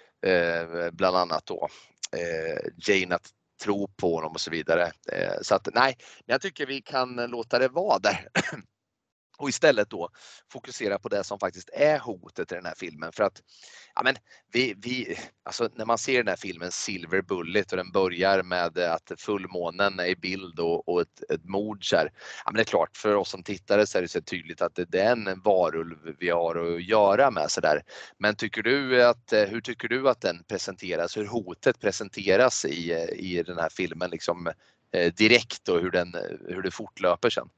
eh, bland annat då eh, Jane att tro på honom och så vidare. Så att nej, jag tycker vi kan låta det vara där. Och istället då fokusera på det som faktiskt är hotet i den här filmen. För att ja, men vi, vi, alltså när man ser den här filmen Silver Bullet och den börjar med att fullmånen är i bild och, och ett, ett mord så här, ja, men det är klart, för oss som tittare så är det så tydligt att det, det är en varulv vi har att göra med så där. Men tycker du att, hur tycker du att den presenteras, hur hotet presenteras i, i den här filmen liksom, eh, direkt, och hur, den, hur det fortlöper sen?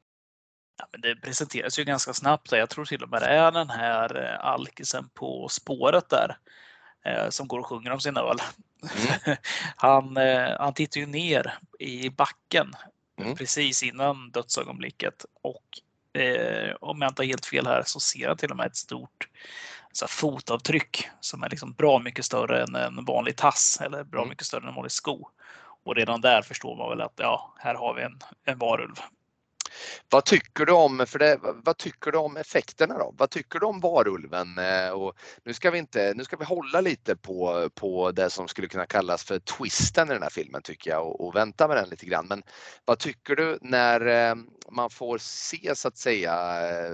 Ja, men det presenteras ju ganska snabbt. Jag tror till och med det är den här eh, alkisen på spåret där eh, som går och sjunger om sin öl. Mm. han, eh, han tittar ju ner i backen mm. precis innan dödsögonblicket, och eh, om jag inte har helt fel här så ser han till och med ett stort så här, fotavtryck som är liksom bra mycket större än en vanlig tass, eller bra mm. mycket större än en vanlig sko. Och redan där förstår man väl att ja, här har vi en, en varulv. Vad tycker du om, för det, vad tycker du om effekterna då? Vad tycker du om varulven? Och nu ska vi inte, nu ska vi hålla lite på, på det som skulle kunna kallas för twisten i den här filmen tycker jag, och, och vänta med den lite grann. Men vad tycker du när man får se så att säga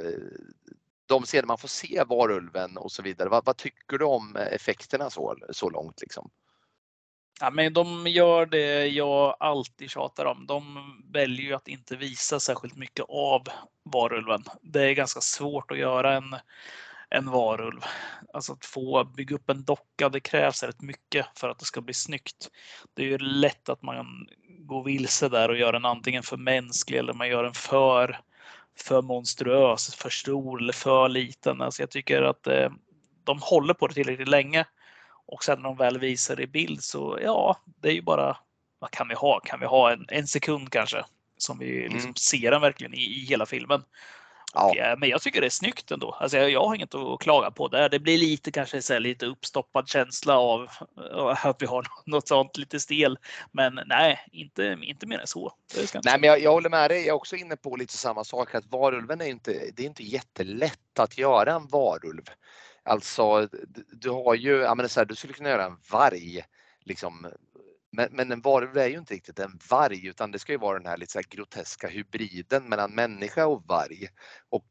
de scener man får se varulven och så vidare? Vad, vad tycker du om effekterna så, så långt liksom? Ja, men de gör det jag alltid tjatar om. De väljer ju att inte visa särskilt mycket av varulven. Det är ganska svårt att göra en, en varulv. Alltså att få bygga upp en docka, det krävs rätt mycket för att det ska bli snyggt. Det är ju lätt att man går vilse där och gör den antingen för mänsklig eller man gör den för, för monstruös, för stor eller för liten. Alltså jag tycker att eh, de håller på det tillräckligt länge. Och sen när de väl visar det i bild så ja, det är ju bara, vad kan vi ha? Kan vi ha en, en sekund kanske som vi liksom mm. ser den verkligen i, i hela filmen. Ja. Och, ja, men jag tycker det är snyggt ändå. Alltså jag, jag har inget att klaga på där. Det blir lite kanske så här, lite uppstoppad känsla av att vi har något sånt lite stel. Men nej, inte, inte mer än så. Nej, men jag, jag håller med dig. Jag är också inne på lite samma sak. Att varulven är inte, det är inte jättelätt att göra en varulv. Alltså du har ju, jag menar så här, du skulle kunna göra en varg liksom Men, men en varulv är ju inte riktigt en varg, utan det ska ju vara den här lite så här groteska hybriden mellan människa och varg. Och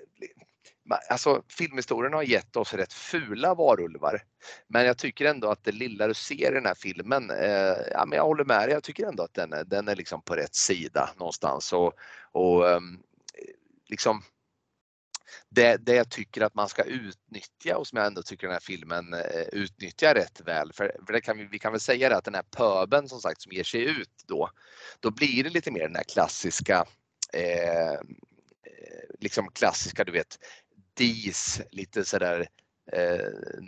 alltså, filmhistorien har gett oss rätt fula varulvar. Men jag tycker ändå att det lilla du ser i den här filmen, eh, ja, men jag håller med dig, jag tycker ändå att den är, den är liksom på rätt sida någonstans. Och, och um, liksom det, det jag tycker att man ska utnyttja, och som jag ändå tycker den här filmen eh, utnyttjar rätt väl. För, för det kan vi, vi kan väl säga det, att den här pöben som sagt som ger sig ut då, då blir det lite mer den här klassiska eh, liksom klassiska, du vet, dis, lite sådär eh,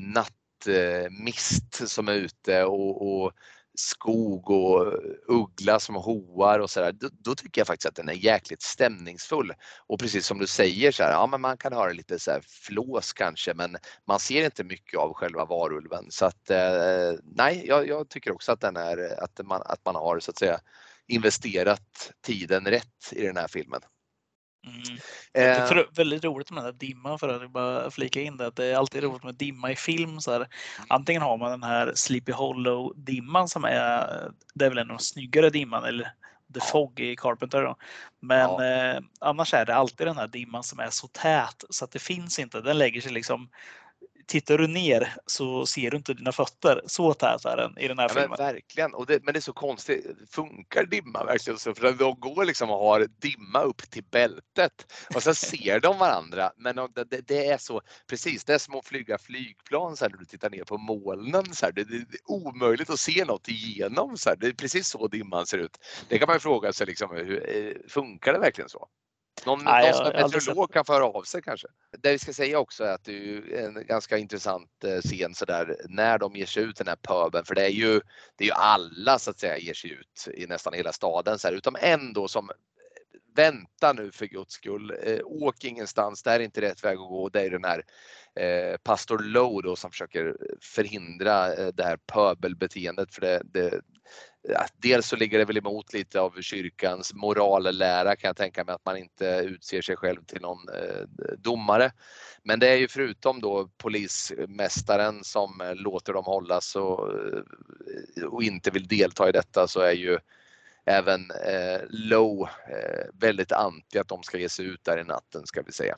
nattmist som är ute och, och skog och uggla som hoar och sådär. Då, då tycker jag faktiskt att den är jäkligt stämningsfull. Och precis som du säger så här, ja men man kan höra lite så här flås kanske, men man ser inte mycket av själva varulven. Så att eh, nej, jag, jag tycker också att den är, att man, att man har så att säga investerat tiden rätt i den här filmen. Mm. Det är väldigt roligt med den här dimman, för att bara flika in det, att det är alltid roligt med dimma i film. Så här. Antingen har man den här Sleepy Hollow dimman som är, det är väl en av de snyggare dimman, eller The Fog i Carpenter då. Men ja. eh, annars är det alltid den här dimman som är så tät så att det finns inte, den lägger sig liksom, tittar du ner så ser du inte dina fötter. Så tät är den i den här ja, filmen. Men verkligen. Och det, men det är så konstigt. Funkar dimma verkligen så? För de går liksom och har dimma upp till bältet. Och så ser de varandra. Men det, det är så, precis, det är som att flyga flygplan så här, när du tittar ner på molnen. Så här, det, det är omöjligt att se något igenom. Så här. Det är precis så dimman ser ut. Det kan man ju fråga sig, liksom, hur, funkar det verkligen så? Någon, Nej, någon som är meteorolog kan föra av sig kanske. Det vi ska säga också är att det är en ganska intressant scen så där, när de ger sig ut den här pöben. För det är ju, det är ju alla så att säga ger sig ut i nästan hela staden. Så här, utom en då som vänta nu för guds skull. Eh, åk ingenstans, det här är inte rätt väg att gå. Det är den här eh, pastor Lowe då, som försöker förhindra eh, det här pöbelbeteendet. För det, det Ja, dels så ligger det väl emot lite av kyrkans morallära, kan jag tänka mig, att man inte utser sig själv till någon eh, domare. Men det är ju förutom då polismästaren som eh, låter dem hållas och, och inte vill delta i detta, så är ju även eh, Lowe eh, väldigt anti att de ska ge sig ut där i natten, ska vi säga.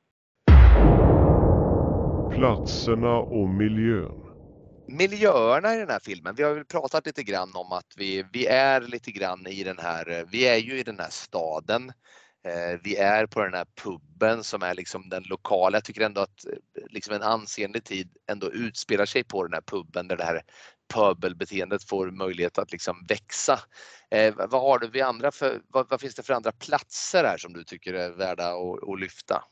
Platserna och miljön. Miljöerna i den här filmen, vi har väl pratat lite grann om att vi, vi är lite grann i den här, vi är ju i den här staden, eh, vi är på den här puben som är liksom den lokala. Jag tycker ändå att liksom en ansenlig tid ändå utspelar sig på den här puben där det här pöbelbeteendet får möjlighet att liksom växa. Eh, vad har du vi andra för, vad, vad finns det för andra platser här som du tycker är värda att, att lyfta?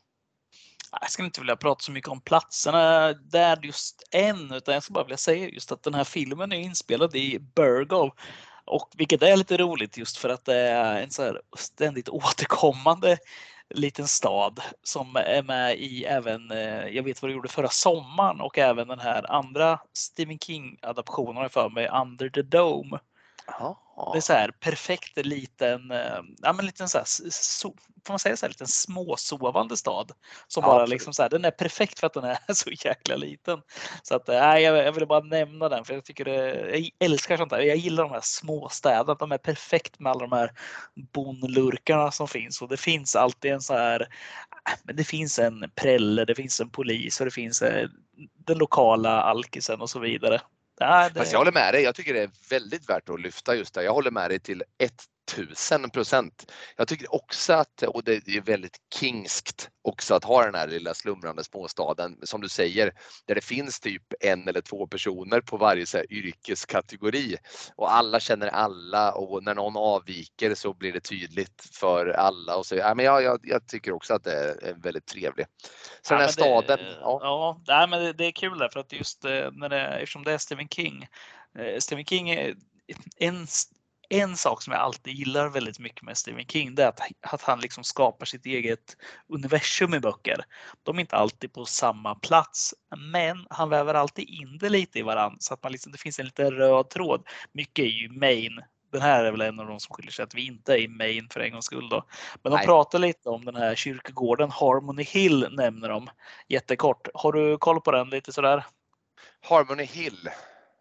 Jag ska inte vilja prata så mycket om platserna där just än, utan jag ska bara vilja säga just att den här filmen är inspelad i Burgo, och vilket är lite roligt just för att det är en så här ständigt återkommande liten stad som är med i även, jag vet vad du gjorde förra sommaren, och även den här andra Stephen King-adaptionen för mig, Under the Dome. Aha. Det är så här perfekt liten, ja men liten så här, so, får man säga så här, liten småsovande stad som ja, bara liksom så här, den är perfekt för att den är så jäkla liten. Så att nej, jag, jag vill bara nämna den, för jag tycker det, jag älskar sånt där. Jag gillar de här små städerna, de är perfekt med alla de här bonlurkarna som finns, och det finns alltid en så här, men det finns en prälle, det finns en polis och det finns den lokala alkisen och så vidare. Ja, det... Fast jag håller med dig, jag tycker det är väldigt värt att lyfta just det. Jag håller med dig till tusen procent. Jag tycker också att, och det är väldigt kingskt också, att ha den här lilla slumrande småstaden, som du säger, där det finns typ en eller två personer på varje så här yrkeskategori, och alla känner alla, och när någon avviker så blir det tydligt för alla. Och så, ja, men jag, jag, jag tycker också att det är väldigt trevligt. Så ja, den här det, staden. Ja, ja nej, men det, det är kul där, för att just när det, eftersom det är Stephen King. Eh, Stephen King är en En sak som jag alltid gillar väldigt mycket med Stephen King, det är att, att han liksom skapar sitt eget universum i böcker. De är inte alltid på samma plats, men han väver alltid in det lite i varandra, så att man liksom, det finns en liten röd tråd. Mycket är ju Maine. Den här är väl en av de som skiljer sig, att vi inte är i Maine för en gångs skull då. Men de Nej. pratar lite om den här kyrkogården, Harmony Hill nämner de jättekort. Har du koll på den lite sådär? Harmony Hill.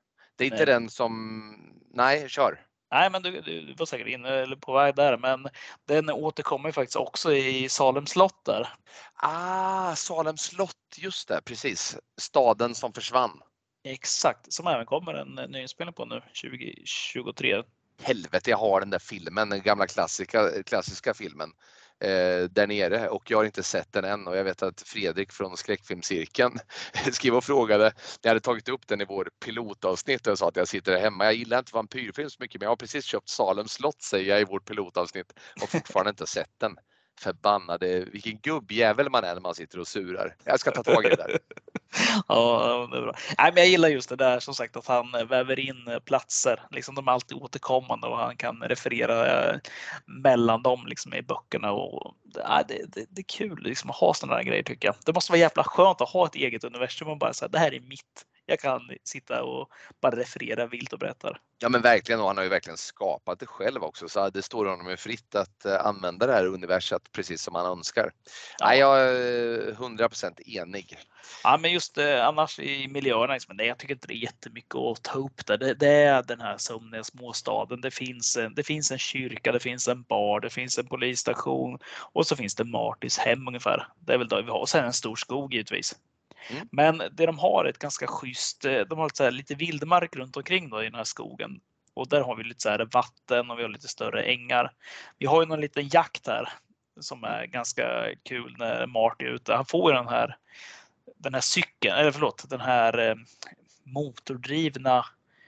Det är inte Nej. den som... Nej, kör. Nej, men du, du, du var säkert inne eller på väg där. Men den återkommer ju faktiskt också i Salem slott där. Ah, Salem slott, just det, precis. Staden som försvann. Exakt, som även kommer en nyinspelning på nu, tjugo tjugotre. Helvete, jag har den där filmen, den gamla klassiska, klassiska filmen eh, där nere och jag har inte sett den än och jag vet att Fredrik från skräckfilmscirkeln skrev och frågade. Jag hade tagit upp den i vår pilotavsnitt och jag sa att jag sitter där hemma. Jag gillar inte vampyrfilm så mycket men jag har precis köpt Salem slott, säger jag i vårt pilotavsnitt och fortfarande inte sett den. Förbannade, vilken gubbjävel man är när man sitter och surar. Jag ska ta tag i det där. Ja, det är bra. Nej, men jag gillar just det där som sagt att han väver in platser. Liksom de är alltid återkommande och han kan referera eh, mellan dem liksom i böckerna. Och, ja, det, det, det är kul liksom, att ha sådana där grejer tycker jag. Det måste vara jävla skönt att ha ett eget universum och bara säga det här är mitt. Jag kan sitta och bara referera vilt och berätta. Ja men verkligen, och han har ju verkligen skapat det själv också så det står honom ju fritt att använda det här universet precis som han önskar. Ja. Nej, jag är hundra procent enig. Ja, men just eh, annars i miljöerna, liksom, det, jag tycker inte det är jättemycket att ta upp där. Det, det är den här sömniga småstaden. Det finns, en, det finns en kyrka, det finns en bar, det finns en polisstation och så finns det Martys hem ungefär. Det är väl det vi har. Och sen en stor skog givetvis. Mm. Men det de har är ett ganska schysst, de har så här lite vildmark runt omkring då i den här skogen. Och där har vi lite så här vatten och vi har lite större ängar. Vi har ju någon liten jakt här som är ganska kul när Marty är ute. Han får ju den här den här cykeln, eller förlåt, den här eh, motordrivna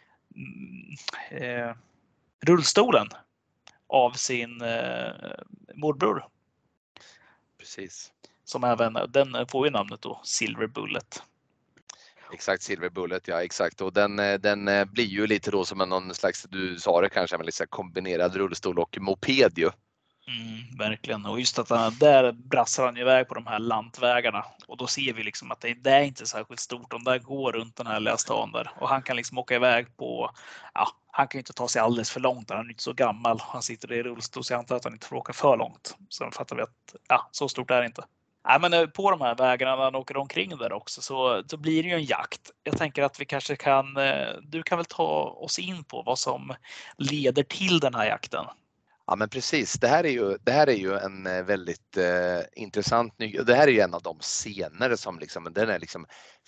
eh, rullstolen av sin eh, morbror. Precis. Som även, den får ju namnet då Silver Bullet. Exakt, Silver Bullet, ja exakt. Och den, den blir ju lite då som en någon slags, du sa det kanske, men lite kombinerad rullstol och moped ju. Mm, verkligen. Och just att han, där brassar han iväg på de här lantvägarna. Och då ser vi liksom att det, det är inte särskilt stort. De där går runt den här lilla stan där. Och han kan liksom åka iväg på, ja, han kan ju inte ta sig alldeles för långt. Han är inte så gammal. Han sitter i rullstol så jag antar att han inte får åka för långt. Sen fattar vi att, ja, så stort är det inte. Nej, men på de här vägarna när han åker omkring där också så, så blir det ju en jakt. Jag tänker att vi kanske kan, du kan väl ta oss in på vad som leder till den här jakten. Ja men precis, det här är ju, det här är ju en väldigt eh, intressant ny, det här är ju en av de scener som liksom, den är liksom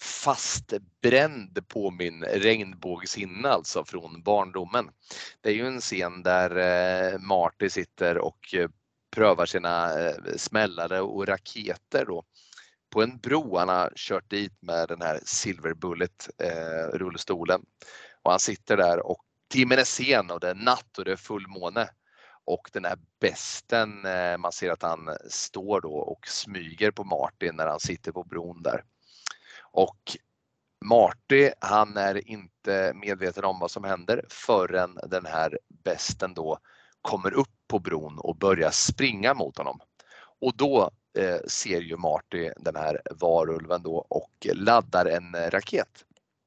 fastbränd på min regnbågshinna alltså från barndomen. Det är ju en scen där eh, Marty sitter och eh, prövar sina eh, smällare och raketer då på en bro. Han har kört dit med den här Silver Bullet eh, rullstolen och han sitter där och timmen är sen och det är natt och det är fullmåne. Och den här besten, man ser att han står då och smyger på Martin när han sitter på bron där. Och Marty, han är inte medveten om vad som händer förrän den här besten då kommer upp på bron och börjar springa mot honom. Och då eh, ser ju Marty den här varulven då och laddar en raket.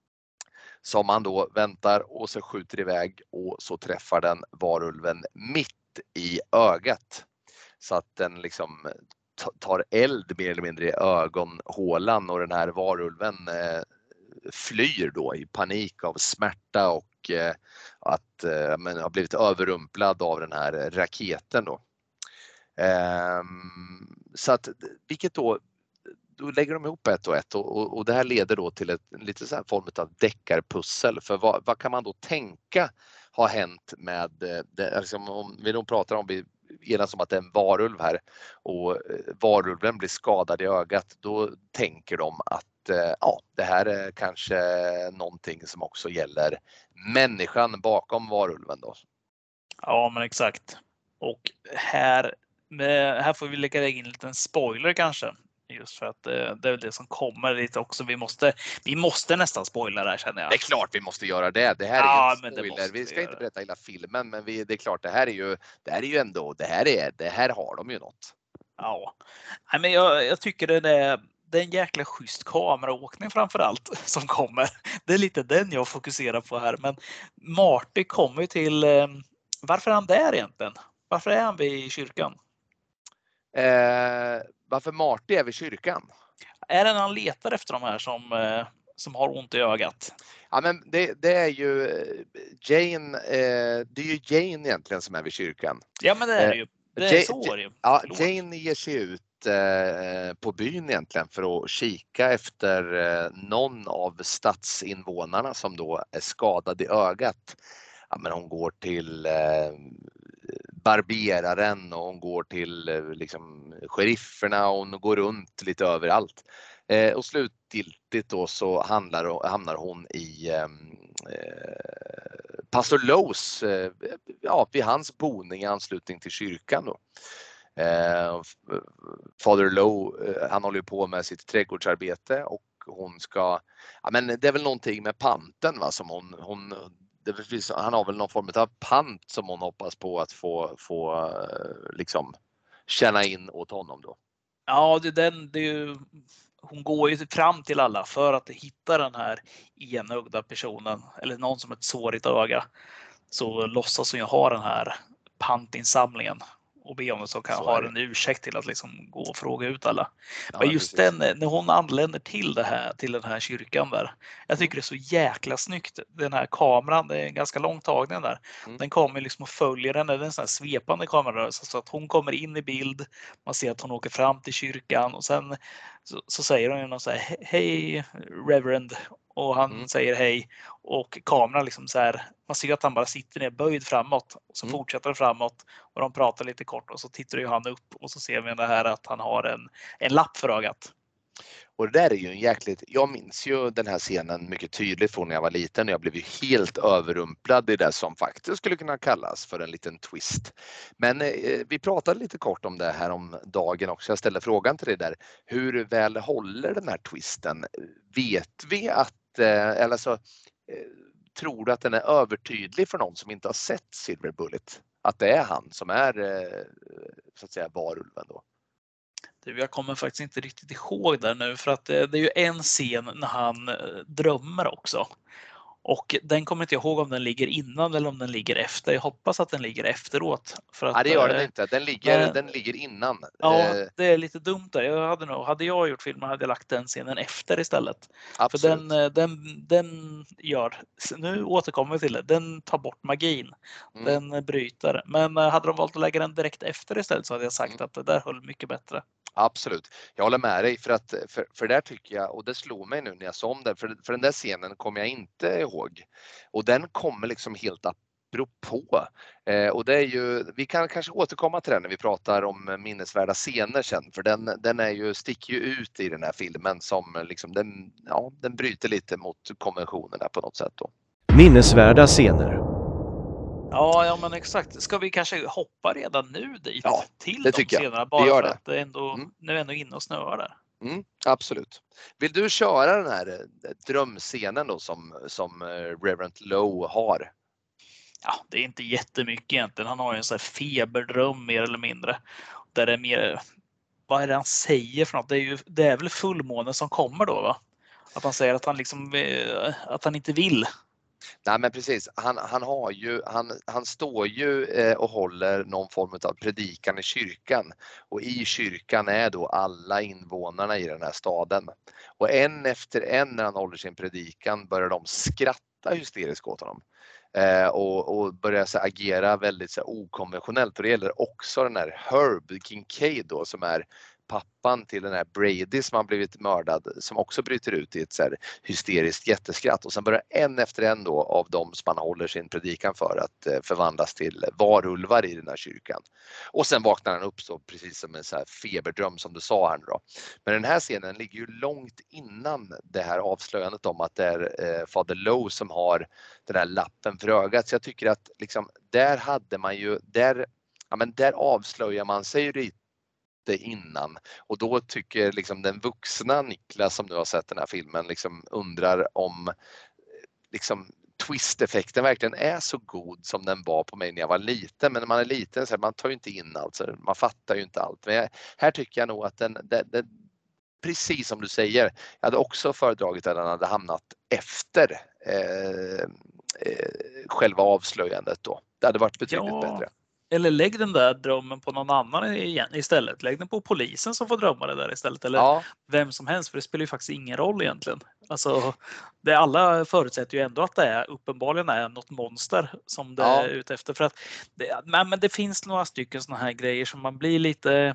Som han då väntar och så skjuter iväg och så träffar den varulven mitt i ögat så att den liksom tar eld mer eller mindre i ögonhålan och den här varulven eh, flyr då i panik av smärta och eh, att eh, men har blivit överrumplad av den här raketen då. Eh, så att vilket då då lägger de ihop ett och ett och, och, och det här leder då till ett lite så här form av deckarpussel för vad, vad kan man då tänka har hänt med det, liksom, om vi då pratar om vi enas om att det är en varulv här och varulven blir skadad i ögat, då tänker de att ja, det här är kanske någonting som också gäller människan bakom varulven då. Ja, men exakt. Och här, här får vi lägga in en liten spoiler kanske. Just för att det, det är det som kommer lite också. Vi måste, vi måste nästan spoila det här känner jag. Det är klart vi måste göra det. Det här ja, är en spoiler. Vi ska vi inte berätta hela filmen, men vi, det är klart det här är ju, det här är ju ändå, det här är, det här har de ju något. Ja, nej, men jag, jag tycker det är, det är en jäkla schysst kameraåkning framför allt som kommer. Det är lite den jag fokuserar på här. Men Marty kommer till, varför är han där egentligen? Varför är han vid kyrkan? Eh, varför Marty är vid kyrkan? Är det när han letar efter de här som, som har ont i ögat. Ja, men det, det är ju Jane, eh, det är ju Jane egentligen som är vid kyrkan. Ja, men det är det ju. Det är Jane, så är det ju. Ja, Förlåt. Jane ger sig ut eh, på byn egentligen för att kika efter eh, någon av stadsinvånarna som då är skadad i ögat. Ja, men hon går till eh, barberaren och hon går till eh, liksom, sherifferna och hon går runt lite överallt. Eh, och slutgiltigt då så handlar, hamnar hon i eh, pastor Lowe's, eh, ja, vid hans boning i anslutning till kyrkan då. Eh, Father Lowe, eh, han håller ju på med sitt trädgårdsarbete och hon ska, ja men det är väl någonting med panten va, som hon, hon det finns, han har väl någon form av pant som hon hoppas på att få, få eh, liksom känna in åt honom då. Ja, det är den, det är ju, hon går ju fram till alla för att hitta den här enögda personen eller någon som ett sårigt öga. Så låtsas hon ju ha den här pantinsamlingen och be om det så kan Så ha är en ursäkt till att liksom gå och fråga ut alla. Ja, Men just precis. den, när hon anländer till det här, till den här kyrkan där. Jag tycker det är så jäkla snyggt. Den här kameran, det är en ganska lång tagning där. Mm. Den kommer liksom och följer den. Det är en sån här svepande kamerarörelse så att hon kommer in i bild. Man ser att hon åker fram till kyrkan och sen så, så säger hon ju något så här, hej Reverend, och han Mm. säger hej och kameran liksom så här, man ser att han bara sitter ner böjd framåt och så Mm. fortsätter det framåt och de pratar lite kort och så tittar ju han upp och så ser vi det här att han har en, en lapp för ögat. Och det där är ju en jäkligt, jag minns ju den här scenen mycket tydligt från när jag var liten och jag blev ju helt överrumplad i det som faktiskt skulle kunna kallas för en liten twist. Men eh, vi pratade lite kort om det här om dagen också. Jag ställde frågan till dig där, hur väl håller den här twisten? Vet vi att, eh, eller så, eh, tror du att den är övertydlig för någon som inte har sett Silver Bullet? Att det är han som är eh, så att säga varulven då? Jag kommer faktiskt inte riktigt ihåg där nu för att det, det är ju en scen när han drömmer också. Och den kommer inte jag ihåg om den ligger innan eller om den ligger efter. Jag hoppas att den ligger efteråt. För att, Nej, det gör den inte. Den ligger, men, den ligger innan. Ja, det är lite dumt där. Jag hade, nog, hade jag gjort filmen hade jag lagt den scenen efter istället. Absolut. För den, den, den gör, nu återkommer vi till det, den tar bort magin. Mm. Den bryter. Men hade de valt att lägga den direkt efter istället så hade jag sagt Mm. att det där höll mycket bättre. Absolut. Jag håller med dig för att för, för där tycker jag, och det slog mig nu när jag sa om det, för, för den där scenen kommer jag inte ihåg. Och den kommer liksom helt apropå. Eh, och det är ju, vi kan kanske återkomma till den när vi pratar om minnesvärda scener sen, för den, den är ju, sticker ju ut i den här filmen som liksom, den, ja, den bryter lite mot konventionerna på något sätt då. Minnesvärda scener. Ja, ja, men exakt. Ska vi kanske hoppa redan nu dit Ja, till det de tycker jag. scenerna? Vi Bara gör för det. att det ändå, Mm. nu är ändå inne och snöar där. Mm, absolut. Vill du köra den här eh, drömscenen då som, som eh, Reverend Lowe har? Ja, det är inte jättemycket egentligen. Han har ju en sån här feberdröm mer eller mindre. Där det är mer, vad är det han säger för något? Det är ju, det är väl fullmånen som kommer då va? Att han säger att han liksom, eh, att han inte vill. Nej men precis, han, han, har ju, han, han står ju eh, och håller någon form av predikan i kyrkan och i kyrkan är då alla invånarna i den här staden. Och en efter en när han håller sin predikan börjar de skratta hysteriskt åt honom. Eh, och, och börjar så, agera väldigt så, okonventionellt och det gäller också den här Herb Kincaid då som är pappan till den här Brady som har blivit mördad som också bryter ut i ett så här hysteriskt jätteskratt och sen börjar en efter en då av dem som man håller sin predikan för att förvandlas till varulvar i den här kyrkan. Och sen vaknar han upp så precis som en så här feberdröm som du sa här nu då. Men den här scenen ligger ju långt innan det här avslöjandet om att det är eh, Father Lowe som har den här lappen för ögat. Så jag tycker att liksom där hade man ju, där, ja men där avslöjar man sig ju lite innan och då tycker liksom den vuxna Niklas som nu har sett den här filmen liksom undrar om liksom twist-effekten verkligen är så god som den var på mig när jag var liten, men när man är liten så här, man tar ju inte in allt, så man fattar ju inte allt, men jag, här tycker jag nog att den, den, den precis som du säger, jag hade också föredragit att den hade hamnat efter eh, eh, själva avslöjandet då. Det hade varit betydligt Ja. bättre. eller lägg den där drömmen på någon annan igen istället. Lägg den på polisen som får drömma det där istället. Eller Ja. vem som helst, för det spelar ju faktiskt ingen roll egentligen. Alltså, det alla förutsätter ju ändå att det är uppenbarligen är något monster som det Ja. är ute efter. För att det, men, men det finns några stycken såna här grejer som man blir lite...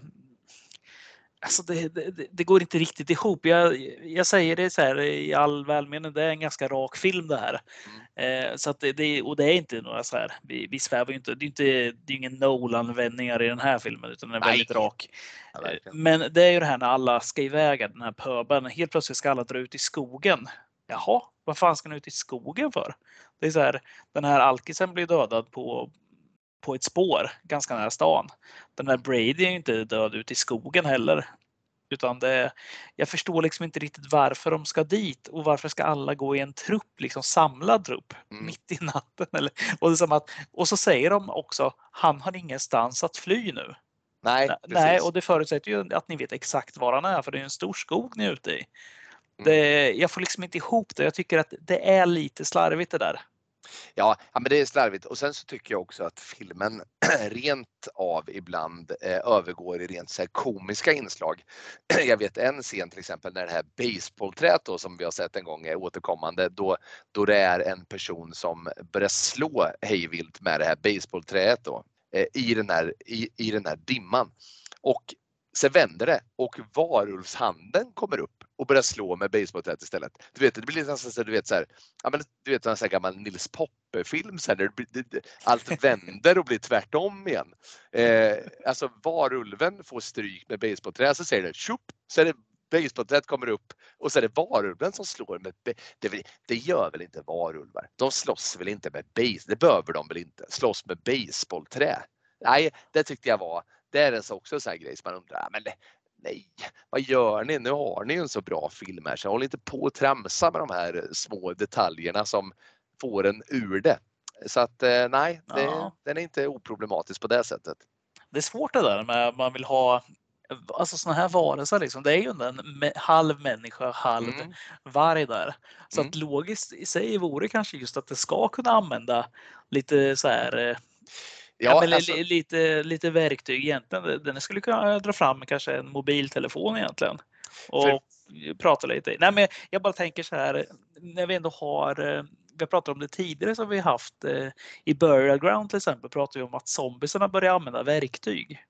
Alltså det, det, det går inte riktigt ihop. Jag, jag säger det så här i all välmening, det är en ganska rak film det här. Mm. Eh, så att det, det, och det är inte några så här, vi, vi svävar ju inte, det är inte, det är ingen Nolan-vändningar i den här filmen utan den är Nej. väldigt rak. Ja, Eh, verkligen. men det är ju det här när alla ska iväg, den här pöben, helt plötsligt ska alla dra ut i skogen. Jaha, vad fan ska ni ut i skogen för? Det är så här, den här alkisen blir dödad på på ett spår ganska nära stan. Den där Brady är ju inte död ute i skogen heller. Utan det, jag förstår liksom inte riktigt varför de ska dit och varför ska alla gå i en trupp, liksom samlad trupp Mm. mitt i natten. Eller, och, det är som att, och så säger de också, han har ingenstans att fly nu. Nej, Nej, precis. nej, och det förutsätter ju att ni vet exakt var han är, för det är en stor skog ni är ute i. Mm. Det, jag får liksom inte ihop det. Jag tycker att det är lite slarvigt det där. Ja, ja, men det är slarvigt. Och sen så tycker jag också att filmen rent av ibland eh, övergår i rent så här komiska inslag. Jag vet en scen till exempel när det här baseballträet då, som vi har sett en gång är återkommande, då, då det är en person som börjar slå hejvilt med det här baseballträet då, eh, i, den här, i, i den här dimman. Och så vänder det och varulvshanden kommer upp och börjar slå med baseballträet istället. Du vet, det blir nästan så du vet så här, ja men du vet en sån här gammal Nils Poppe-film så här, där det, det, allt vänder och blir tvärtom igen. Eh, alltså varulven får stryk med baseballträet, så säger det tjup, så är det baseballträet kommer upp och så är det varulven som slår med det, det gör väl inte varulvar. De slåss väl inte med base, det behöver de väl inte slåss med baseballträ. Nej, det tyckte jag var det är så också så här grej som man undrar, men nej, vad gör ni? Nu har ni ju en så bra film här, så håll inte på att tramsa med de här små detaljerna som får en ur det. Så att nej, det, Ja. den är inte oproblematisk på det sättet. Det är svårt det där med att man vill ha alltså såna här varelser liksom. Det är ju en halv människa, halv Mm. varg där. Så Mm. att logiskt i sig vore kanske just att det ska kunna använda lite så här Ja, ja, men alltså, lite, lite verktyg egentligen. Den skulle kunna dra fram kanske en mobiltelefon egentligen. Och För... prata lite. Nej, men jag bara tänker så här, när vi ändå har, vi har pratat om det tidigare som vi haft i Burial Ground till exempel, pratar vi om att zombiesarna börjar använda verktyg.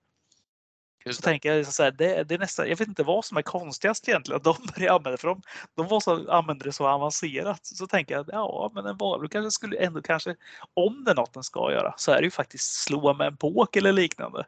Så tänker jag så här, det, det är nästan, jag vet inte vad som är konstigast egentligen att de börjar använda, för de, de var så, använder det så avancerat. Så tänker jag att ja, men en varulv kanske skulle ändå kanske, om det är något den ska göra, så är det ju faktiskt slå med en båk eller liknande.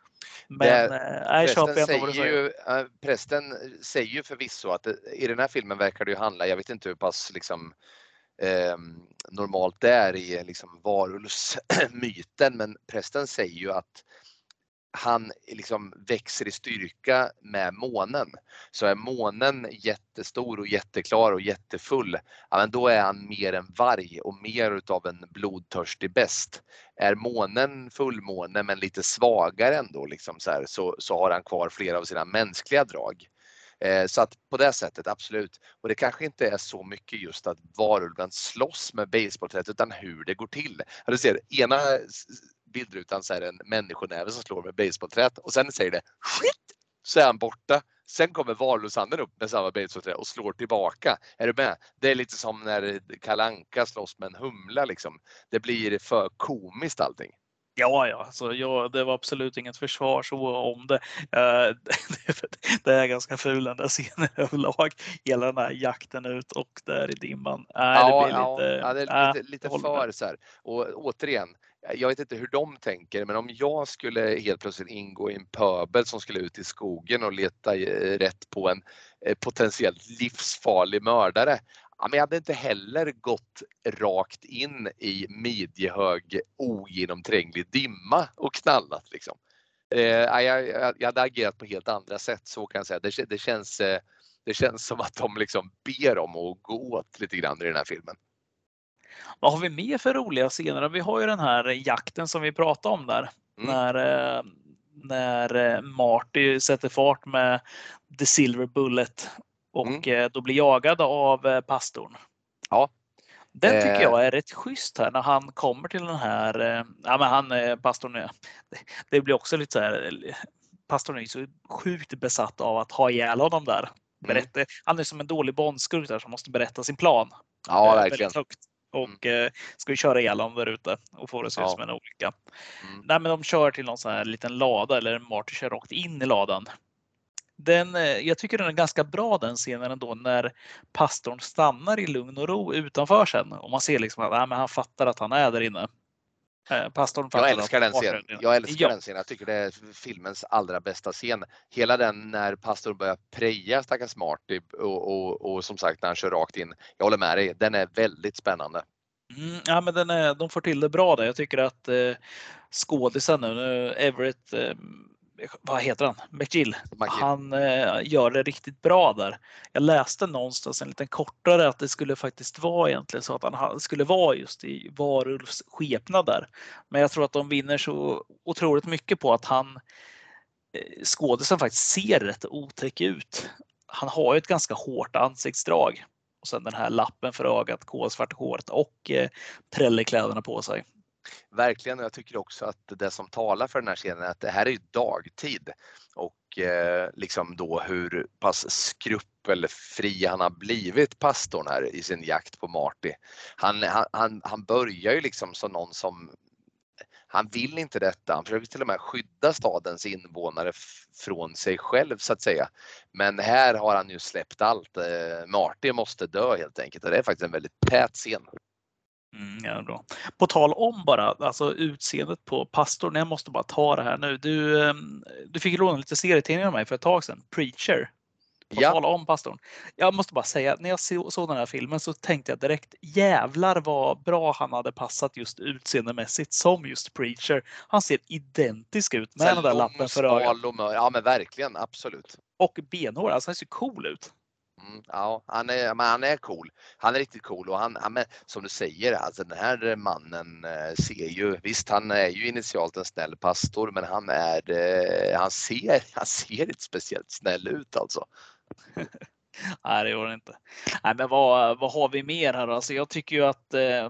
Men det, äh, jag prästen, köper säger ju, äh, prästen säger ju förvisso att det, i den här filmen verkar det ju handla, jag vet inte hur pass liksom eh, normalt det är i liksom varulvsmyten, men prästen säger ju att han liksom växer i styrka med månen. Så är månen jättestor och jätteklar och jättefull, ja, men då är han mer en varg och mer utav en blodtörstig bäst. Är månen fullmåne men lite svagare ändå liksom så, här, så, så har han kvar flera av sina mänskliga drag. Eh, så att på det sättet, absolut. Och det kanske inte är så mycket just att varulven slåss med basebollträet, utan hur det går till. Ja, du ser, ena bildrutan så är det en människonäve som slår med basebollträt och sen säger det skit, så är han borta. Sen kommer varulvshanden upp med samma basebollträ och slår tillbaka. Är du med? Det är lite som när Kalle Anka slåss med en humla liksom. Det blir för komiskt allting. Ja, ja, så ja, det var absolut inget försvar så om det. Uh, det är ganska ful den där scenen överlag. Hela den här jakten ut och där i dimman. Nej, ja, det blir ja, lite, ja, det är lite, äh, lite för så här. Och återigen, jag vet inte hur de tänker, men om jag skulle helt plötsligt ingå i en pöbel som skulle ut i skogen och leta rätt på en potentiellt livsfarlig mördare. Ja, men jag hade inte heller gått rakt in i midjehög ogenomtränglig dimma och knallat liksom. Eh, jag, jag hade agerat på helt andra sätt, så kan jag säga. Det, det, känns, det känns som att de liksom ber om att gå åt lite grann i den här filmen. Vad har vi mer för roliga scener? Vi har ju den här jakten som vi pratade om där. Mm. När, när Marty sätter fart med The Silver Bullet och mm. då blir jagad av pastorn. Ja. Den tycker jag är rätt schysst här när han kommer till den här, eh, ja men han är pastorn. Det, det blir också lite så här, pastorn är så sjukt besatt av att ha ihjäl honom där. Berätta, mm. Han är som en dålig bondskurk där som måste berätta sin plan. Ja, eh, verkligen. Högt. Och mm. eh, ska vi köra ihjäl honom där ute och få det se ut ja. som en olycka. Mm. Nej, men de kör till någon sån här liten lada eller Marty kör rakt in i ladan. Den, jag tycker den är ganska bra den scenen ändå när pastorn stannar i lugn och ro utanför sen. Och man ser liksom att nej, men han fattar att han är där inne. Pastorn jag älskar den scenen. Jag älskar ja. den scenen. Jag tycker det är filmens allra bästa scen. Hela den när pastorn börjar preja stackars Marty och, och, och som sagt när han kör rakt in. Jag håller med dig. Den är väldigt spännande. Mm, ja, men den är, de får till det bra där. Jag tycker att eh, skådisen nu, Everett, eh, vad heter han? McGill. McGill. Han eh, gör det riktigt bra där. Jag läste någonstans en liten kortare att det skulle faktiskt vara egentligen så att han skulle vara just i Varulvs skepnad där. Men jag tror att de vinner så otroligt mycket på att han eh, skådisen faktiskt ser rätt otäck ut. Han har ju ett ganska hårt ansiktsdrag. Och sen den här lappen för ögat, kolsvart håret och eh, prellekläderna på sig. Verkligen, och jag tycker också att det som talar för den här scenen är att det här är ju dagtid och eh, liksom då hur pass skrupelfri han har blivit pastorn här i sin jakt på Marty. Han, han, han, han börjar ju liksom som någon som han vill inte detta. Han försöker till och med skydda stadens invånare f- från sig själv så att säga. Men här har han ju släppt allt. Eh, Marty måste dö helt enkelt och det är faktiskt en väldigt tät scen. Mm, ja, bra. På tal om bara alltså utseendet på pastorn. Jag måste bara ta det här nu. Du, du fick låna lite serietidningar av mig för ett tag sedan. Preacher. På ja. tal om pastorn. Jag måste bara säga när jag såg den här filmen så tänkte jag direkt jävlar vad bra han hade passat just utseendemässigt som just Preacher. Han ser identisk ut med den där lappen för ögat. Ja men verkligen, absolut. Och benhår, alltså han ser cool ut. Mm, ja, han är, men han är cool. Han är riktigt cool och han, han men, som du säger, alltså den här mannen eh, ser ju, visst han är ju initialt en snäll pastor men han är, eh, han ser, han ser inte speciellt snäll ut alltså. Nej, det gör det inte. Nej, men vad, vad har vi mer här? Alltså jag tycker ju att eh,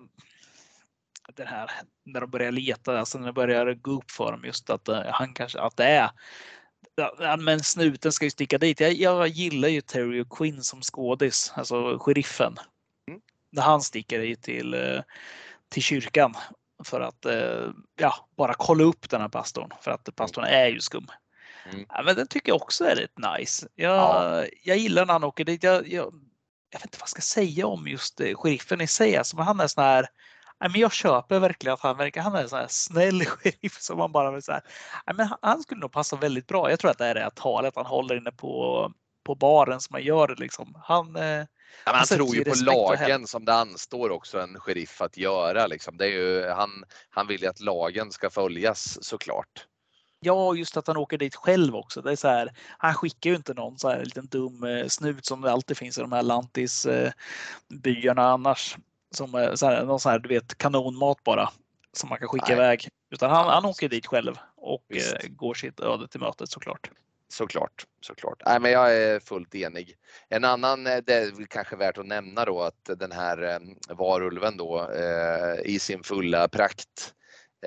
den här, när de börjar leta, alltså när det börjar gå upp för dem just att eh, han kanske, att det är ja, men snuten ska ju sticka dit. Jag, jag gillar ju Terry och Quinn som skådis, alltså sheriffen. Mm. När han sticker dit till, eh, till kyrkan för att eh, ja, bara kolla upp den här pastorn. För att pastorn är ju skum. Mm. Ja, men den tycker jag också är rätt nice. Jag, ja. jag gillar när han åker dit. Jag, jag, jag vet inte vad jag ska säga om just eh, sheriffen i sig. Alltså, men han är sån här, ja, men jag köper verkligen att han verkar, han är en sån här snäll sheriff som man bara vill så här, ja, men han, han skulle nog passa väldigt bra. Jag tror att det är det här talet han håller inne på, på baren som man gör det liksom. Han, eh, ja, han, han tror ju på lagen som det anstår också en sheriff att göra liksom. Det är ju, han, han vill ju att lagen ska följas såklart. Ja, just att han åker dit själv också. Det är så här, han skickar ju inte någon så här liten dum eh, snut som det alltid finns i de här lantis eh, byarna annars. Som är så här, någon så här, du vet, kanonmat bara som man kan skicka Nej. iväg. Utan han, han åker dit själv och eh, går sitt öde till mötet såklart. Såklart, såklart. Nej, men jag är fullt enig. En annan, det är kanske värt att nämna då att den här eh, varulven då eh, i sin fulla prakt.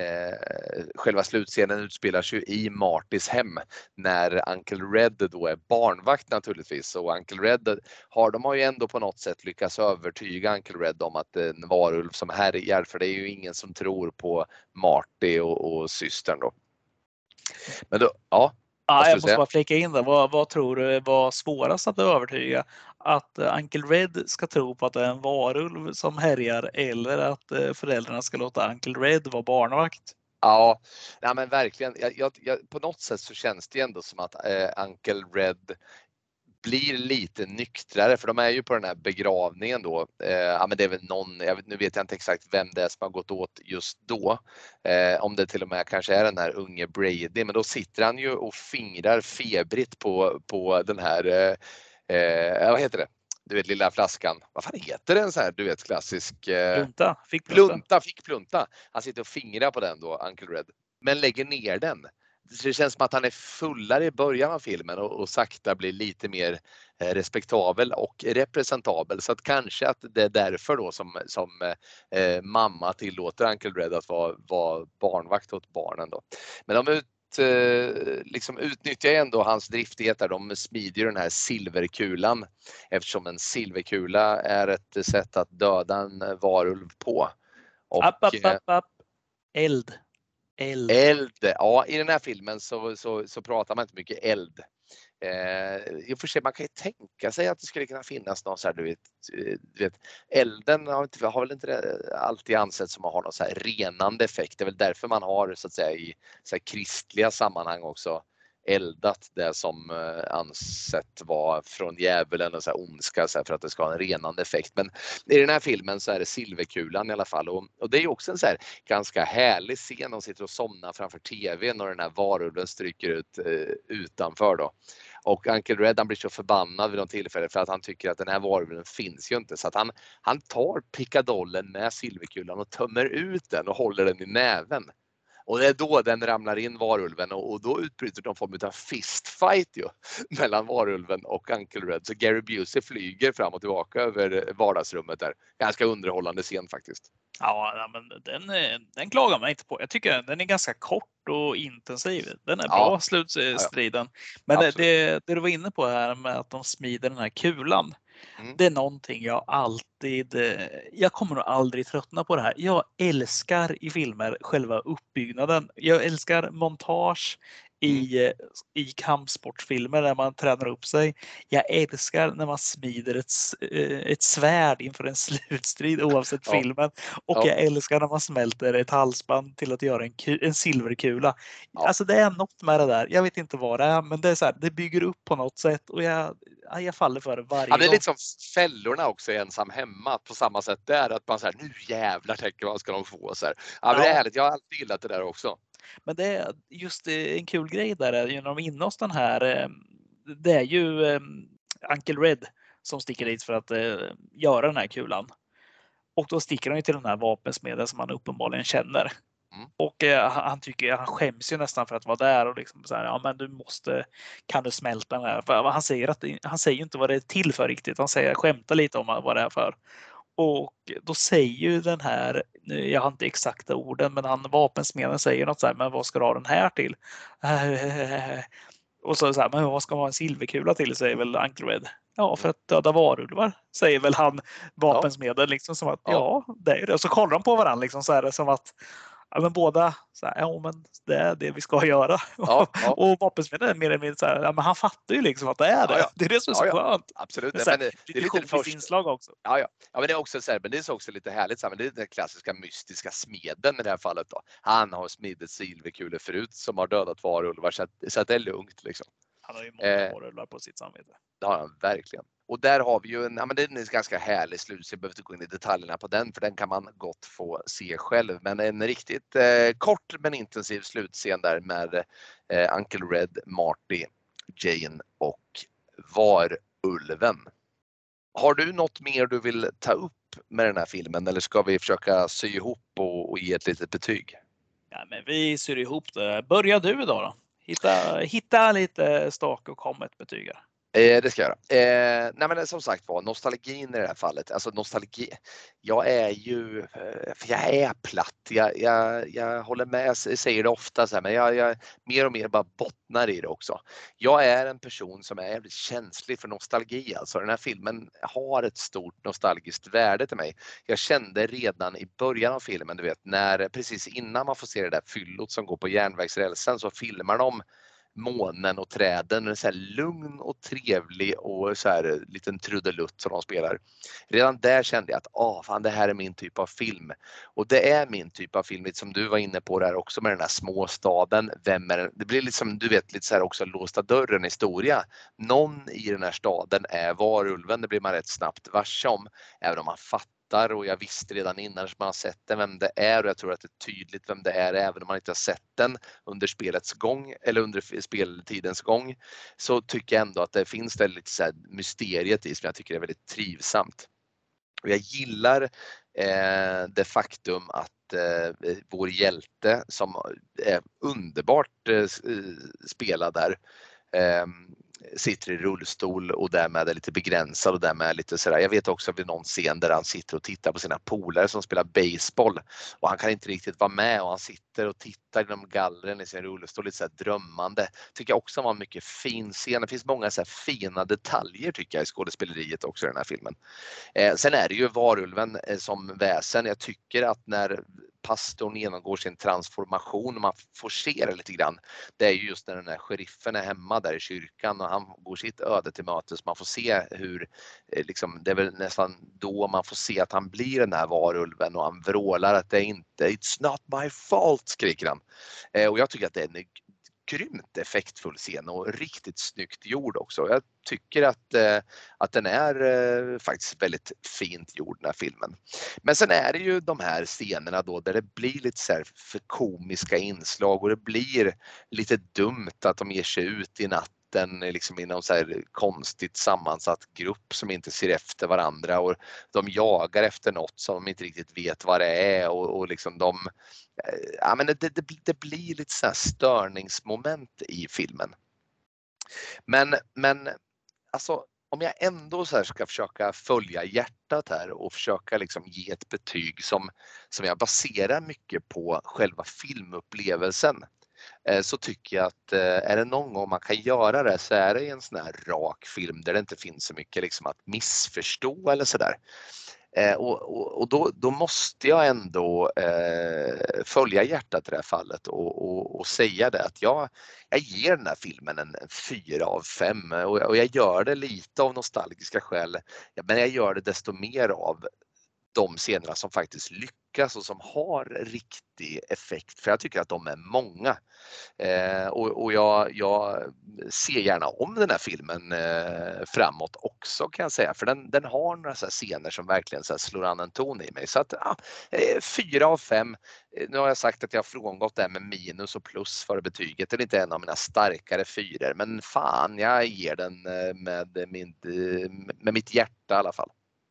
Eh, själva slutscenen utspelar sig i Martys hem när Uncle Red då är barnvakt naturligtvis och Uncle Red har, de har ju ändå på något sätt lyckats övertyga Uncle Red om att en varulv som härjar, för det är ju ingen som tror på Marty och, och systern då. Men då, ja. Ja, jag måste bara flika in det. Vad, vad tror du var svårast att övertyga? Att Uncle Red ska tro på att det är en varulv som härjar eller att föräldrarna ska låta Uncle Red vara barnvakt? Ja, nej men verkligen. Jag, jag, jag, på något sätt så känns det ändå som att eh, Uncle Red blir lite nyktrare, för de är ju på den här begravningen då. Eh, ja, men det är väl någon, jag vet, nu vet jag inte exakt vem det är som har gått åt just då. Eh, om det till och med kanske är den här unge Brady, men då sitter han ju och fingrar febrigt på, på den här, eh, eh, vad heter det? Du vet, lilla flaskan. Vad fan heter den så här, du vet, klassisk... Eh, plunta, fick plunta. Plunta, fick plunta. Han sitter och fingrar på den då, Uncle Red. Men lägger ner den. det känns som att han är fullare i början av filmen och, och sakta blir lite mer eh, respektabel och representabel. Så att kanske att det är därför då som, som eh, mamma tillåter Uncle Red att vara, vara barnvakt åt barnen då. Men de ut, eh, liksom utnyttjar ändå hans driftighet där. De smider den här silverkulan eftersom en silverkula är ett sätt att döda en varulv på. Och, App, app, app, app. Eld. Eld. Eld. Ja, i den här filmen så, så, så pratar man inte mycket eld. Eh, I och för sig, man kan ju tänka sig att det skulle kunna finnas någon så här, du vet, du vet elden har, inte, har väl inte alltid ansett som att ha någon så här renande effekt. Det är väl därför man har så att säga i så här kristliga sammanhang också eldat det som eh, ansett vara från djävulen och så här ondska så här, för att det ska ha en renande effekt. Men i den här filmen så är det silverkulan i alla fall och, och det är ju också en så här ganska härlig scen. De sitter och somnar framför tvn och den här varulven stryker ut eh, utanför då. Och Uncle Red han blir så förbannad vid någon tillfälle för att han tycker att den här varulven finns ju inte. Så att han, han tar pickadollen med silverkulan och tömmer ut den och håller den i näven. Och det är då den ramlar in varulven och, och då utbryter de form av fistfight ju, mellan varulven och Uncle Red. Så Gary Busey flyger fram och tillbaka över vardagsrummet där. Ganska underhållande scen faktiskt. Ja, men den, den klagar man inte på. Jag tycker den är ganska kort och intensiv. Den är Ja. bra, slutstriden. Men det, det, det du var inne på här med att de smider den här kulan. Mm. Det är någonting jag alltid, jag kommer nog aldrig tröttna på det här. Jag älskar i filmer själva uppbyggnaden. Jag älskar montage i, mm. i kampsportfilmer där man tränar upp sig. Jag älskar när man smider ett, ett svärd inför en slutstrid oavsett ja. filmen. Och ja. jag älskar när man smälter ett halsband till att göra en, en silverkula. Ja. Alltså det är något med det där. Jag vet inte vad det är, men det är så här, det bygger upp på något sätt och jag, jag faller för det varje ja, det är gång. lite som fällorna också i Ensam hemma på samma sätt där. Att man säger nu jävlar tänker vad ska de få så här. Ja, men ja. det är härligt. Jag har alltid gillat det där också. Men det är just en kul grej där är ju när de är inne hos den här, det är ju Uncle Red som sticker dit för att göra den här kulan. Och då sticker han ju till den här vapensmeden som han uppenbarligen känner. Mm. Och han tycker, han skäms ju nästan för att vara där och liksom så här, ja men du måste, kan du smälta den här? För han säger att han säger ju inte vad det är till för riktigt. Han säger, skämtar lite om vad det är för. Och då säger ju den här, jag har inte exakta orden, men han vapensmeden säger något så här, men vad ska du ha den här till? Och så så här, men vad ska man ha en silverkula till, säger väl Uncle Red. Ja, för att döda varulvar, säger väl han vapensmeden liksom som att ja, ja det är det. Och så kollar de på varandra liksom så här som att ja, men båda så här, ja men det är det vi ska göra. Ja, ja. Och vapensmeden är mer eller mindre så här, ja men han fattar ju liksom att det är det. Ja, ja. Det är det som är så ja, ja. skönt. Absolut. Men, så här, men det, det är lite först inslag också. Ja, ja. Ja, men det är också så här, men det är så också lite härligt så här, men det är den klassiska mystiska smeden i det här fallet då. Han har smidit silverkulor förut som har dödat varulvar så att, så att det är lugnt liksom. Han har ju många eh, varulvar på sitt samvete. Det har han verkligen. Och där har vi ju en, ja, men det är en ganska härlig slut så jag behöver inte gå in i detaljerna på den för den kan man gott få se själv. Men en riktigt eh, kort men intensiv slutscen där med eh, Uncle Red, Marty, Jane och varulven. Har du något mer du vill ta upp med den här filmen eller ska vi försöka sy ihop och, och ge ett litet betyg? Ja, men vi syr ihop det. Börja du idag då? Hitta, hitta lite stak och kom ett betyg här. Eh, det ska jag göra. Eh, nej men som sagt var, nostalgin i det här fallet. Alltså nostalgi. Jag är ju, för jag är platt. Jag, jag, jag håller med, jag säger det ofta så här, men jag, jag mer och mer bara bottnar i det också. Jag är en person som är jävligt känslig för nostalgi. Alltså den här filmen har ett stort nostalgiskt värde till mig. Jag kände redan i början av filmen, du vet, när precis innan man får se det där fyllot som går på järnvägsrälsen så filmar de månen och träden, en så här lugn och trevlig och så här liten trudelutt som de spelar. Redan där kände jag att ah, fan, det här är min typ av film. Och det är min typ av film, som du var inne på där också med den här småstaden. Vem är den? Det blir liksom, du vet, lite så här också låsta dörren historia. Någon i den här staden är varulven, det blir man rätt snabbt varse om, även om man fattar. Och jag visste redan innan man har sett den vem det är och jag tror att det är tydligt vem det är även om man inte har sett den under spelets gång eller under speltidens gång, så tycker jag ändå att det finns det lite så här mysteriet i som jag tycker är väldigt trivsamt. Och jag gillar Eh, det faktum att eh, vår hjälte som är underbart eh, spelad där eh, sitter i rullstol och därmed är lite begränsad och därmed är lite sådär. Jag vet också vid någon scen där han sitter och tittar på sina polare som spelar baseball och han kan inte riktigt vara med och han sitter och tittar genom gallren i sin rullstol lite sådär drömmande. Tycker jag också var en mycket fin scen. Det finns många så här fina detaljer tycker jag i skådespeleriet också i den här filmen. Eh, sen är det ju varulven eh, som väsen. Jag tycker att när pastorn genomgår sin transformation och man får se det lite grann. Det är ju just när den här sheriffen är hemma där i kyrkan och han går sitt öde till mötes. Man får se hur, liksom, det är väl nästan då man får se att han blir den här varulven och han vrålar att det är inte, it's not my fault, skriker han. Eh, och jag tycker att det är en grymt effektfull scen och riktigt snyggt gjord också. Jag tycker att, eh, att den är eh, faktiskt väldigt fint gjord, den här filmen. Men sen är det ju de här scenerna då där det blir lite så här för komiska inslag och det blir lite dumt att de ger sig ut i natten liksom i någon så här konstigt sammansatt grupp som inte ser efter varandra och de jagar efter något som de inte riktigt vet vad det är och, och liksom de ja, men det, det, det blir lite så här störningsmoment i filmen. Men, men alltså om jag ändå så här ska försöka följa hjärtat här och försöka liksom ge ett betyg som, som jag baserar mycket på själva filmupplevelsen, så tycker jag att är det någon gång man kan göra det så är det i en sån här rak film där det inte finns så mycket liksom att missförstå eller sådär. Eh, och och, och då, då måste jag ändå eh, följa hjärtat i det här fallet och, och, och säga det att jag, jag ger den här filmen en, en fyra av fem och, och jag gör det lite av nostalgiska skäl, men jag gör det desto mer av de scenerna som faktiskt lyckas och som har riktig effekt, för jag tycker att de är många. Eh, och och jag, jag ser gärna om den här filmen eh, framåt också kan jag säga, för den, den har några så här scener som verkligen så här slår an en ton i mig. Så att ja, fyra av fem. Nu har jag sagt att jag har frångått det här med minus och plus för betyget. Det är inte en av mina starkare fyror, men fan, jag ger den med, min, med mitt hjärta i alla fall.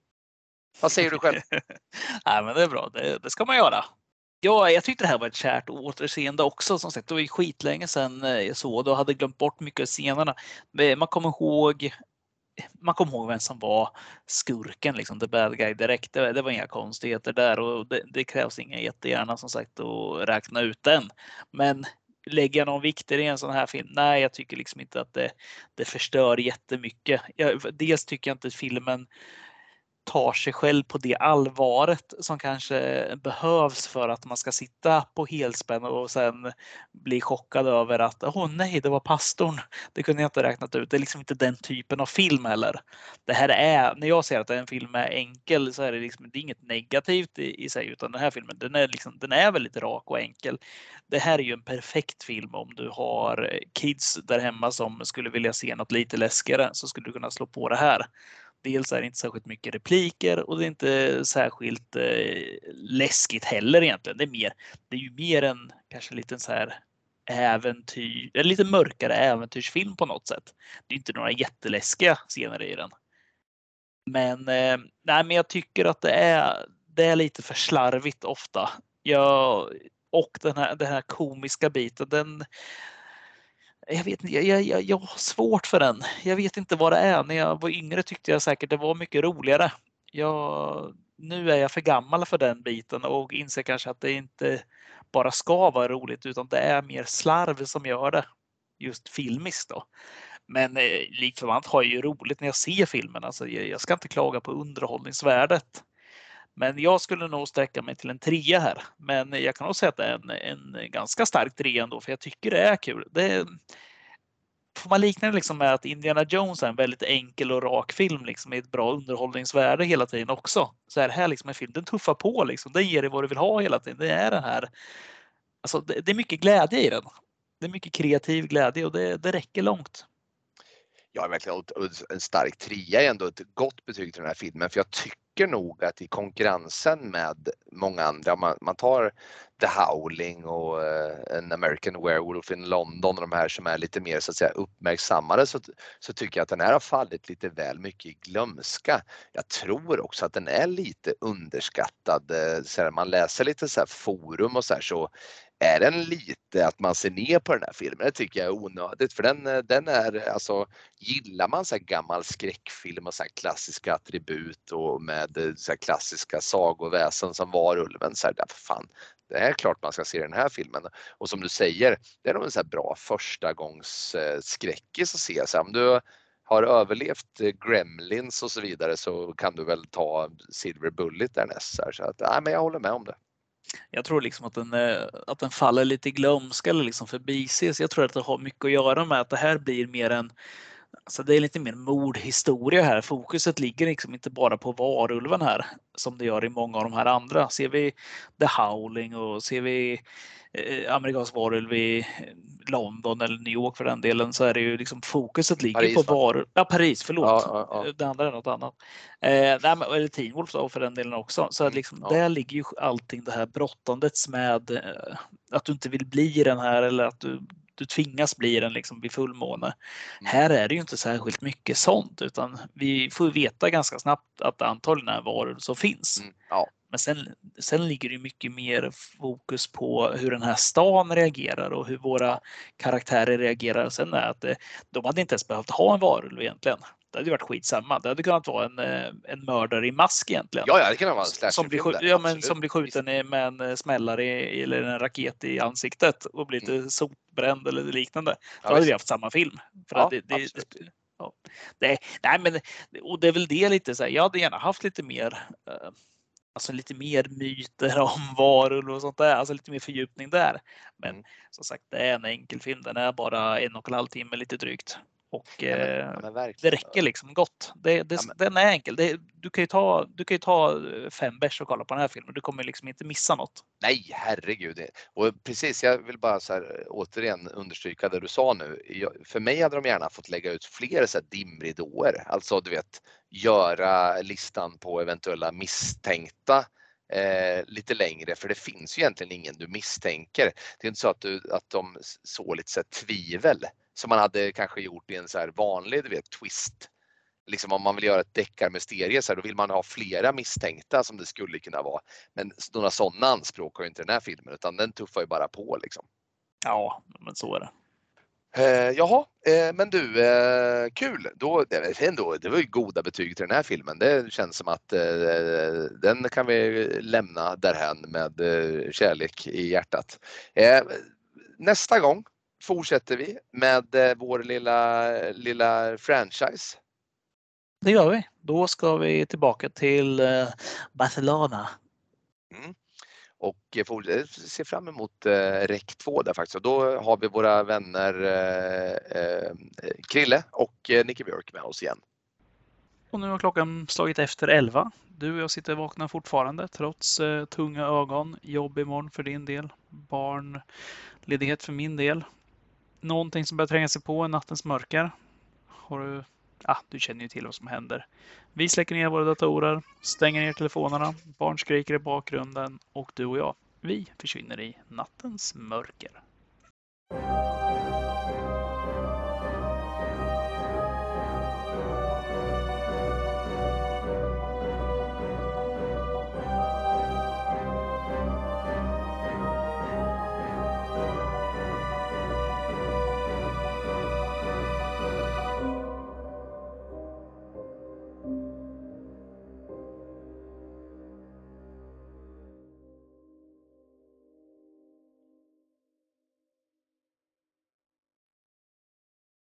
Vad säger du själv? Nej, men det är bra. Det, det ska man göra. Ja, jag tyckte det här var ett kärt återseende också. Som sagt, det var ju skitlänge sedan jag såg och hade glömt bort mycket av scenerna. Man kommer ihåg, man kommer ihåg vem som var skurken, liksom the bad guy direkt. Det, det var inga konstigheter där och det, det krävs inga jättehjärna som sagt att räkna ut den. Men lägger jag någon vikter i en sån här film? Nej, jag tycker liksom inte att det, det förstör jättemycket. Jag, dels tycker jag inte att filmen tar sig själv på det allvaret som kanske behövs för att man ska sitta på helspänn och sen bli chockad över att åh oh, nej, det var pastorn. Det kunde jag inte räknat ut. Det är liksom inte den typen av film heller. Det här är, när jag säger att en film är enkel så är det liksom, det är inget negativt i, i sig, utan den här filmen, den är liksom, den är väldigt rak och enkel. Det här är ju en perfekt film om du har kids där hemma som skulle vilja se något lite läskigare, så skulle du kunna slå på det här. Dels är det inte särskilt mycket repliker och det är inte särskilt eh, läskigt heller egentligen. Det är mer, det är ju mer en kanske lite så här äventyr, en lite mörkare äventyrsfilm på något sätt. Det är inte några jätteläskiga scener i den. Men eh, nej, men jag tycker att det är det är lite för slarvigt ofta. Jag, och den här den här komiska biten, den Jag vet inte, jag, jag, jag har svårt för den. Jag vet inte vad det är. När jag var yngre tyckte jag säkert det var mycket roligare. Jag, nu är jag för gammal för den biten och inser kanske att det inte bara ska vara roligt, utan det är mer slarv som gör det. Just filmiskt då. Men eh, likförvant har jag ju roligt när jag ser filmen. Alltså, jag, jag ska inte klaga på underhållningsvärdet. Men jag skulle nog sträcka mig till en trea här. Men jag kan nog säga att det är en, en ganska stark trea ändå, för jag tycker det är kul. Det är, får man likna det liksom med att Indiana Jones är en väldigt enkel och rak film liksom, med ett bra underhållningsvärde hela tiden också. Så är det här liksom en film, den tuffar på liksom. Den ger dig vad du vill ha hela tiden. Det är den här, alltså det, det är mycket glädje i den. Det är mycket kreativ glädje och det, det räcker långt. Ja, verkligen en stark trea är ändå ett gott betyg till den här filmen, för jag tycker tycker nog att i konkurrensen med många andra, man, man tar The Howling och uh, en American Werewolf in London och de här som är lite mer så att säga uppmärksammade, så, så tycker jag att den här har fallit lite väl mycket i glömska. Jag tror också att den är lite underskattad. Så här, man läser lite så här forum och så här, så är den lite att man ser ner på den här filmen. Det tycker jag är onödigt, för den, den är, alltså, gillar man så här gammal skräckfilm och så här klassiska attribut och med så här klassiska sagoväsen som Varulven, så här, där, fan, det är klart man ska se den här filmen. Och som du säger, det är nog en så här bra första gångs skräckis att se. Så om du har överlevt Gremlins och så vidare, så kan du väl ta Silver Bullet därnäst. Så att, nej, men jag håller med om det. Jag tror liksom att den, att den faller lite i glömska eller liksom förbises. Jag tror att det har mycket att göra med att det här blir mer en, alltså det är lite mer mordhistoria här. Fokuset ligger liksom inte bara på varulven här som det gör i många av de här andra. Ser vi The Howling och ser vi eh, amerikansk varulv i London eller New York för den delen, så är det ju liksom fokuset ligger Paris, på va? varulv. Ja, Paris, förlåt. Ja, ja, ja. Det andra är något annat. Eh, nej, men, eller Teen Wolf då, för den delen också. Så att liksom, ja. där ligger ju allting det här brottandets med eh, att du inte vill bli den här eller att du du tvingas bli den liksom vid fullmåne. Mm. Här är det ju inte särskilt mycket sånt, utan vi får veta ganska snabbt att det antagligen är varor som finns. Mm. Ja. Men sen, sen ligger det mycket mer fokus på hur den här stan reagerar och hur våra karaktärer reagerar. Sen är att de hade inte ens behövt ha en varulv egentligen. Det hade varit skitsamma. Det hade kunnat vara en, en mördare i mask egentligen. Ja, ja, det kan vara en slasherfilm. Som blir, skjut, ja, men som blir skjuten med en smällare i, eller en raket i ansiktet och blir lite mm. sotbränd eller liknande. Då ja, hade vi haft samma film. För ja, att det, det, det, ja, det, nej, men, och det är väl det lite så här, jag hade gärna haft lite mer uh, alltså lite mer myter om varulv och sånt där, alltså lite mer fördjupning där. Men mm. som sagt, det är en enkel film. Den är bara en och en halv timme lite drygt. Och ja, men, ja, men det räcker liksom gott. Det, det, ja, men... Den är enkel. Det, du, kan ju ta, du kan ju ta fem bärs och kolla på den här filmen. Du kommer liksom inte missa något. Nej, herregud. Och precis, jag vill bara så här, återigen understryka det du sa nu. Jag, för mig hade de gärna fått lägga ut fler så här dimridåer. Alltså, du vet, göra listan på eventuella misstänkta Eh, lite längre, för det finns ju egentligen ingen du misstänker. Det är inte så att, du, att de såg lite så här tvivel som man hade kanske gjort i en så här vanlig, du vet, twist. Liksom om man vill göra ett deckarmysterie så här, då vill man ha flera misstänkta som det skulle kunna vara. Men några sådana anspråk har ju inte den här filmen, utan den tuffar ju bara på liksom. Ja, men så är det. Eh, jaha, eh, men du, eh, kul. Då, det, ändå, det var ju goda betyg till den här filmen. Det känns som att eh, den kan vi lämna därhän med eh, kärlek i hjärtat. Eh, nästa gång fortsätter vi med eh, vår lilla, lilla franchise. Det gör vi. Då ska vi tillbaka till eh, Barcelona. Mm. Och får se fram emot eh, R E C två där faktiskt. Och då har vi våra vänner eh, eh, Krille och eh, Nicky Björk med oss igen. Och nu har klockan slagit efter elva. Du och jag sitter vakna fortfarande trots eh, tunga ögon. Jobb imorgon för din del. Barnledighet för min del. Någonting som börjar tränga sig på i nattens mörker. Har du... Ah, du känner ju till vad som händer. Vi släcker ner våra datorer, stänger ner telefonerna, barn skriker i bakgrunden och du och jag, vi försvinner i nattens mörker.